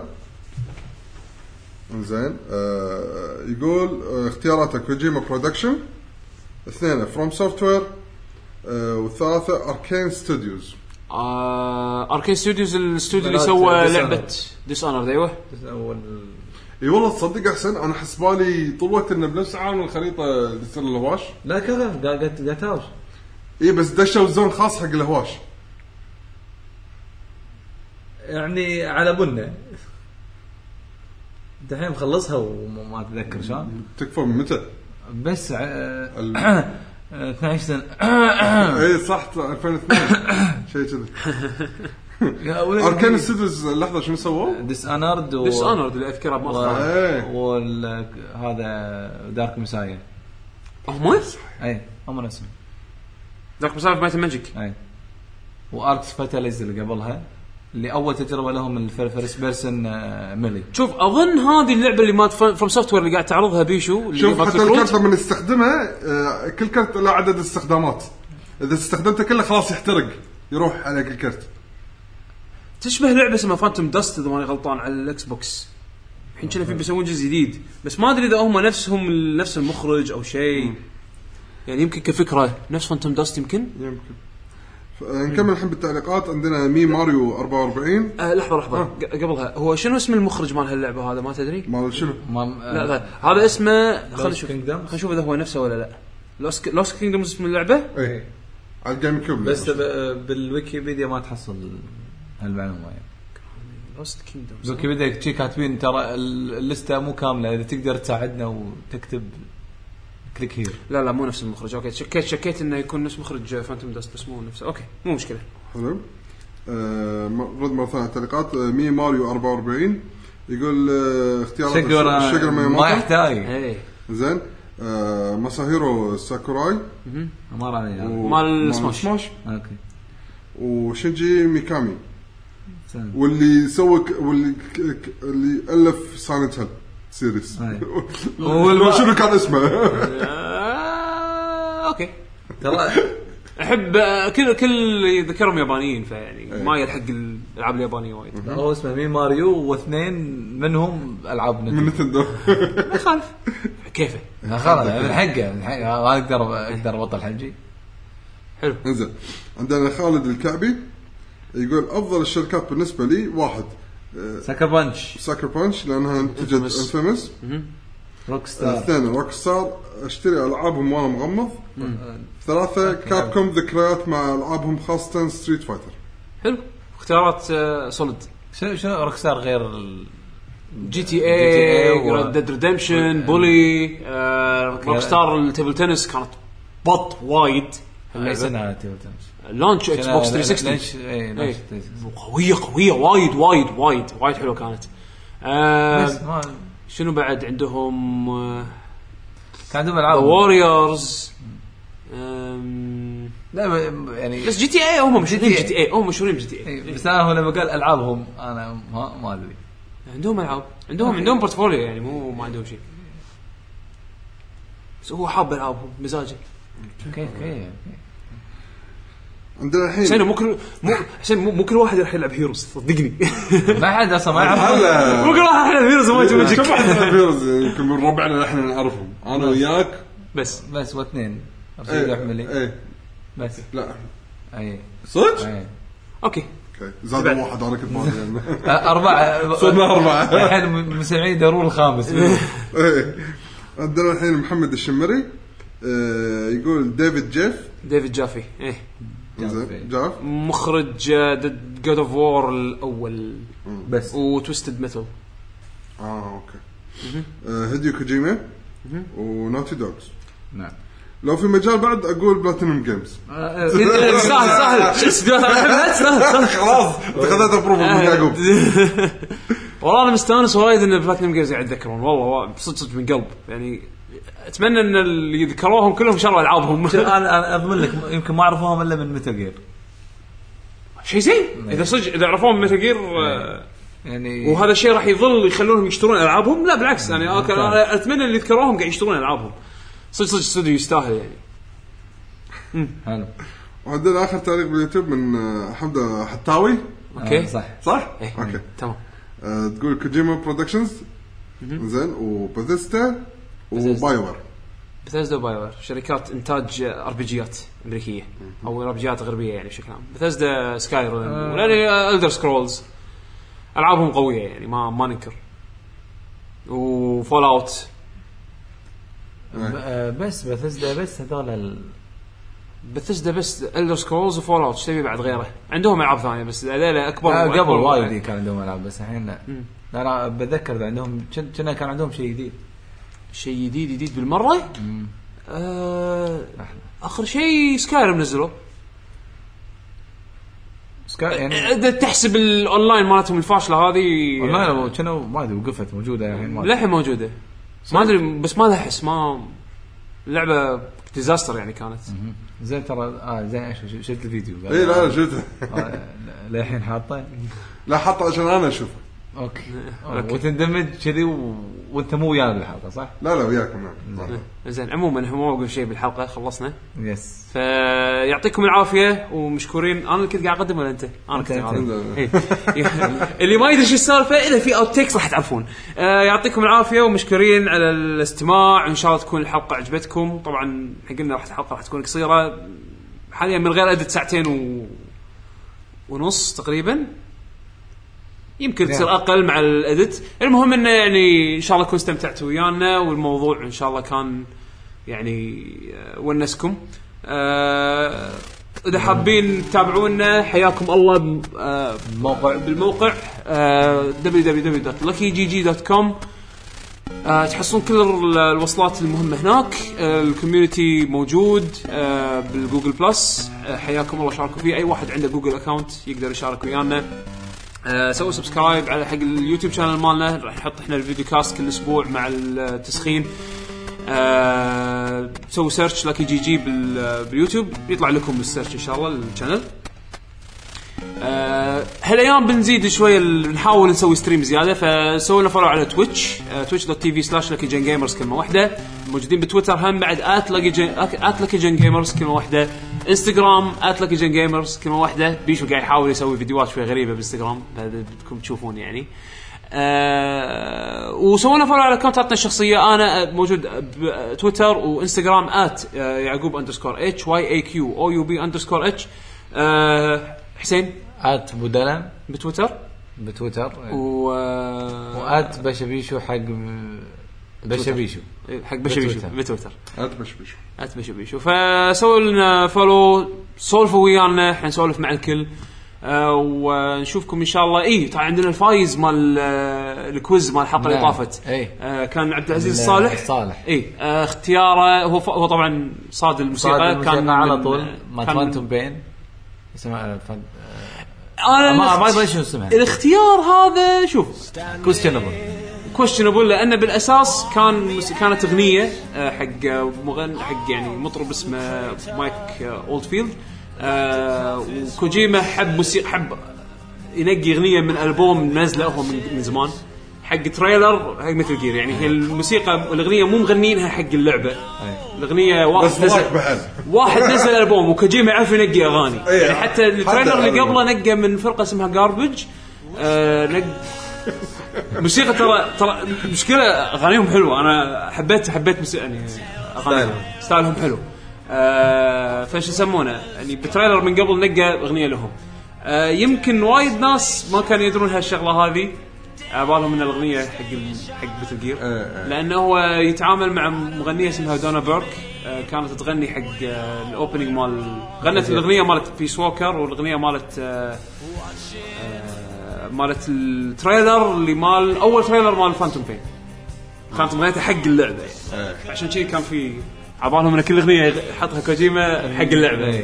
زين آه يقول آه اختياراته كوجيما برودكشن، اثنين فروم سوفت وير، آه والثلاثه اركين ستوديوز. آه اركين ستوديوز الاستوديو اللي سوى لعبه ديس اونر. ايوه اول اي والله تصدق احسن انا حسبالي طول الوقت انه بنفس عالم الخريطه اللي تصير الهواش. لا كذا قاعد قاعد اي بس دشوا زون خاص حق الهواش يعني على بنه دحين مخلصها وما اتذكر شلون. تكفى من متى بس ال... اثنا عشر سنه. اي صح ألفين واثنين شيء كذا. اركان ستوديوز لحظه شنو سووا؟ ديس انارد و... ديس انارد اللي اذكره ما ايه وال هذا دارك مسايا. هم اي هم نفسهم دارك مسايا مايت ماجيك. اي واركس فاتاليز اللي قبلها اللي اول تجربه لهم الفيرست بيرسون ميلي. شوف اظن هذه اللعبه اللي ما فروم سوفت وير اللي قاعد تعرضها بيشو اللي شوف حتى الكارت لما نستخدمها كل كارت له عدد استخدامات، اذا استخدمته كله خلاص يحترق يروح على كل كارت. تشبه لعبه اسمها فانتوم داست اذا ماني غلطان على الاكس بوكس. الحين كنا في بيسوون جزء جديد بس ما ادري اذا هم نفسهم نفس المخرج او شيء يعني يمكن كفكره نفس فانتوم داست يمكن يمكن. نكمل الحين بالتعليقات. عندنا مي ماريو أربعة وأربعين. آه لحظه لحظه آه. قبلها هو شنو اسم المخرج مال هاللعبه هذا ما تدري؟ مال شنو؟ مال لا لا هذا اسمه خلينا نشوف خلينا نشوف اذا هو نفسه ولا لا. لوست لوست كينجدومز اسم اللعبه؟ اي على الجيم كيوب بس بالويكيبيديا ما تحصل هالمعلومه يعني. لوست كينجدومز بالويكيبيديا شي كاتبين ترى اللسته مو كامله اذا تقدر تساعدنا وتكتب كليك هير. لا لا مو نفس المخرج. اوكي شكيت شكيت انه يكون نفس مخرج فانتوم داست بس مو نفسه. اوكي مو مشكله. حلو. آه رد مرة ثانية التعليقات. آه مي ماريو أربعة وأربعين يقول آه اختيارات الشجرة ما يحتاج. ايه زين. آه مساهيرو ساكوراي امر عليه مال سماش. سماش اوكي. وشينجي ميكامي واللي سوى واللي اللي الف سايلنت هيل سيريس. هو شنو كان اسمه؟ اوكي ترى احب كل كل يذكرهم يابانيين فيعني ما يلحق الالعاب اليابانيه وايد. هو اسمه مي ماريو واثنين منهم العاب من نتندو. ما يخالف كيفه خلاص من حقه من حقه ما اقدر اقدر ابطل حجي. حلو. انزين عندنا خالد الكعبي يقول افضل الشركات بالنسبه لي واحد ساكر بانش ساكر بانش لانها انتجت انفيمس. روك ستار. اثنين روك ستار اشتري العابهم وانا مغمض. ثلاثة كابكوم ذكريات مع العابهم خاصة ستريت فايتر. حلو اختيارات سوليد. شنو شنو روك ستار غير جي تي اي ريد ديد ريدمشن بولي روك ستار التيبل تنس كانت بط وايد. اي سنه تيبل تنس لانش اكس بوكس ثلاثمية وستين. اي قويه قويه وايد وايد وايد وايد حلوه كانت. بس ما شنو بعد عندهم كان عندهم العاب ووريرز. لا يعني بس جي تي اي هم مشهورين جي تي اي هم مشهورين جي تي اي. بس انا هو لما قال العابهم انا ما ما ادري عندهم العاب عندهم عندهم بورتفوليو يعني مو ما عندهم شيء بس هو حاب العابهم مزاجه. كيف كيف عندنا الحين حسين مو كل مو حسين مو كل واحد راح يلعب هيروز صدقني. ما حد اصلا ما يعرف. مو كل واحد يلعب هيروز ما يجي كم واحد يلعب هيروز يمكن من ربعنا احنا نعرفهم انا وياك بس بس واثنين رشيد احملي. ايه بس لا اي صدق. اوكي اوكي زاد واحد على كل مره يعني اربعه صرنا اربعه الحين مسمعين دارون الخامس. ايه عندنا الحين محمد الشمري يقول ديفيد جيف ديفيد جافي. ايه جاف مخرج جود اوف وور الاول بس وتويستد ميتال. اه اوكي. هيديو كوجيما ونوتي دوغز. نعم لو في مجال بعد اقول بلاتينوم جيمز. سهل سهل شو استديوهات احبها سهل خلاص اتخذت ابروف من يعقوب. والله انا مستانس وايد ان بلاتينوم جيمز قاعد يتذكرون والله بصدق من قلب يعني اتمنى ان اللي يذكروهم كلهم شروا العابهم. انا اضمن لك يمكن ما عرفوهم الا من ميتال جير شيء زين اذا صدق اذا عرفوهم ميتال جير يعني وهذا الشيء راح يظل يخلونهم يشترون العابهم. لا بالعكس يعني انا اتمنى اللي يذكروهم قاعد يشترون العابهم صدق صدق استوديو يستاهل يعني. حلو. وعندنا اخر تعليق باليوتيوب من حمد حتاوي اوكي صح صح إيه. اوكي تمام. آه تقول كوجيما برودكشنز زين وبثيستا وبايور. بثيسدا وبايور شركات انتاج ار بي جيات امريكيه او ار بي جيات غربيه يعني بشكل عام. بثيسدا سكايريم آه. ولا الدر سكرولز العابهم قويه يعني ما ما ننكر. وفول اوت بس بثيسدا بس هذول ال... بثيسدا بس الدر سكرولز وفول اوت تبي بعد غيره. عندهم العاب ثانيه بس هذول اكبر. آه قبل وايد كان عندهم العاب بس الحين لا. لا انا بتذكر عندهم كنا كان عندهم شيء جديد شيء جديد جديد بالمره. آه اخر شيء سكايريم نزلوا سكاي يعني اذا تحسب الاونلاين مالتهم الفاشله هذه والله كانوا ما ادري وقفت موجوده الحين للحين موجوده ما ادري بس ما احس ما اللعبه ديزاستر يعني كانت. زين ترى اه زين ايش شفت الفيديو اي لا شفته آه للحين حاطه لا حاطه عشان انا اشوفه. اوكي, أوكي. وتندمج كذي و... وانت مو ويانا بالحلقه صح؟ لا لا وياكم نعم. زين عموما هم موقف شيء بالحلقه خلصنا. يس فيعطيكم العافيه ومشكورين. انا اللي كنت قاعد اقدم ولا انت؟ انا كنت اللي ما يدري شو السالفه اذا في اوت تكس راح تعرفون. آه يعطيكم العافيه ومشكورين على الاستماع. ان شاء الله تكون الحلقه عجبتكم. طبعا احنا قلنا راح الحلقه راح تكون قصيره حاليا من غير ادت ساعتين و... ونص تقريبا يمكن تصير اقل مع الاديت. المهم انه يعني ان شاء الله كنتوا استمتعتوا ويانا والموضوع ان شاء الله كان يعني ونسكم. أه اذا حابين تتابعونا حياكم الله بالموقع بالموقع أه دبليو دبليو دبليو دوت لاكي جي جي دوت كوم. أه تحصلون كل الوصلات المهمه هناك. أه الكوميونتي موجود أه بالجوجل بلس. أه حياكم الله شاركوا فيه. اي واحد عنده جوجل اكاونت يقدر يشارك ويانا. أه سووا سبسكرايب على حق اليوتيوب شانل مالنا. راح نحط احنا الفيديو كاست كل اسبوع مع التسخين. أه سووا سيرش لاكي جي جي باليوتيوب يطلع لكم السيرش ان شاء الله الشانل. أه هالايام بنزيد شويه نحاول نسوي ستريم زياده فسووا لنا فولو على تويتش تويتش دوت تي في سلاش لاكي جن جيمرز كلمه واحده. موجودين بتويتر هم بعد ات لاكي جن ات لاكي جن جيمرز كلمه واحده. انستغرام ات لاكي جن جيمرز كلمه واحده. بيشو قاعد يحاول يسوي فيديوهات شوي غريبه بالانستغرام بدكم تشوفون يعني. أه وسوينا فولو على اكونتاتنا الشخصيه. انا موجود بتويتر وانستغرام ات يعقوب اندرسكور اتش واي اي كيو او يو بي اندرسكور اتش. أه حسين ات بودلم بتويتر بتويتر و وات بشبيشو حق بشبيشو حق بشبيشو بتويتر ات بشبيشو ات بشبيشو. فسووا لنا فولو سولفوا ويانا حنسولف مع الكل. أه ونشوفكم ان شاء الله. اي طبعا عندنا الفايز مال الكويز مال الحلقه اللي طافت. أه كان عبد العزيز الصالح صالح اي أه اختياره هو ف... هو طبعا صاد الموسيقى كان على طول ما فانتوم بين اسمها الفن. انا ما ما ادري شو اسمها الاختيار هذا. شوف كويستشنبل كويستشنبل لانه بالاساس كان كانت اغنيه حق مغني حق يعني مطرب اسمه مايك اولدفيلد. أه وكوجيما حب موسيقى حب ينقي اغنيه من البوم نزله هو من زمان حق تريلر حق مثل جير يعني. هي الموسيقى الاغنيه مو مغنينها حق اللعبه. الاغنيه واحد نزل واحد نزل البوم وكوجيما يعرف ينقي اغاني يعني. حتى التريلر اللي قبله نقى من فرقه اسمها جاربج. أه نق موسيقى ترى ترى مشكله اغانيهم حلوه. انا حبيت حبيت موسيقى يعني اغانيهم ستايلهم حلو. آه فايش يسمونه يعني بتريلر من قبل نقى اغنيه لهم. آه يمكن وايد ناس ما كانوا يدرون هالشغله هذه عبالهم من الاغنيه حق حق باتل جير لانه هو يتعامل مع مغنيه اسمها دونا بيرك. آه كانت تغني حق آه الاوبننج مال غنت الاغنيه مالت بيس ووكر والاغنيه مالت آه آه مالت التريلر اللي مال اول تريلر مال فانتوم بين كانت اغنيتها حق اللعبه يعني. عشان شيء كان في عبالهم من كل اغنيه حطها كوجيما حق اللعبه.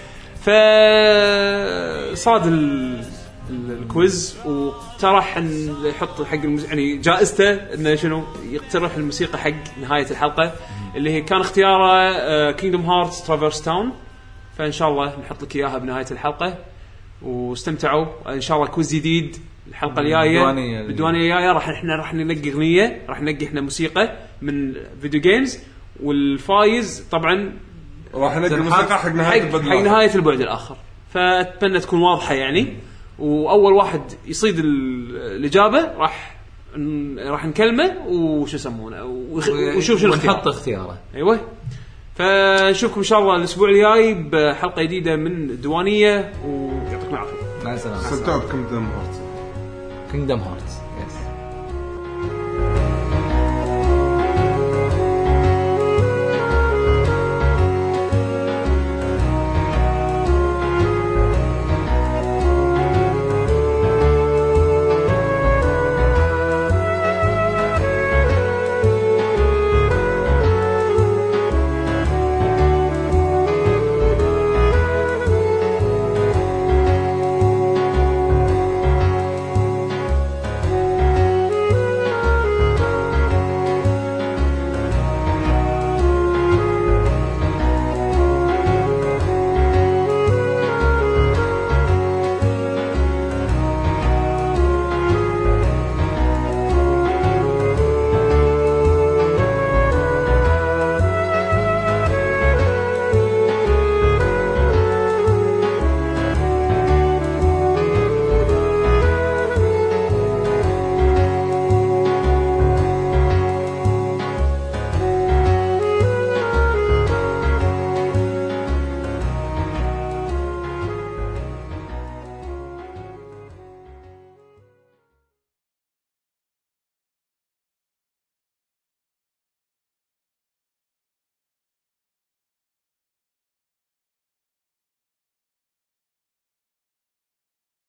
فصاد الكويز وترى يحط حق المز... يعني جائزته انه شنو يقترح الموسيقى حق نهايه الحلقه اللي هي كان اختياره كينغدوم هارتس ترافيرس تاون. فان شاء الله نحط لك اياها بنهايه الحلقه واستمتعوا ان شاء الله. كويز جديد الحلقه الجايه بالديوانيه الجايه راح احنا راح ننقي اغنيه راح ننقي احنا موسيقى من فيديو جيمز والفايز طبعا راح ننقي موسيقى حق نهايه حق نهايه البعد الاخر. فاتمنى تكون واضحه يعني واول واحد يصيد ال- الاجابه راح ن- راح نكلمه وش يسمونه ويخ- وشوف شنو ونحط اختياره. اختياره. ايوه فنشوفكم ان شاء الله الاسبوع الجاي بحلقه جديده من الديوانيه ويعطيكم العافيه. مع السلامه. استمتعوا بكم دم هارت. كينجدم هارتس.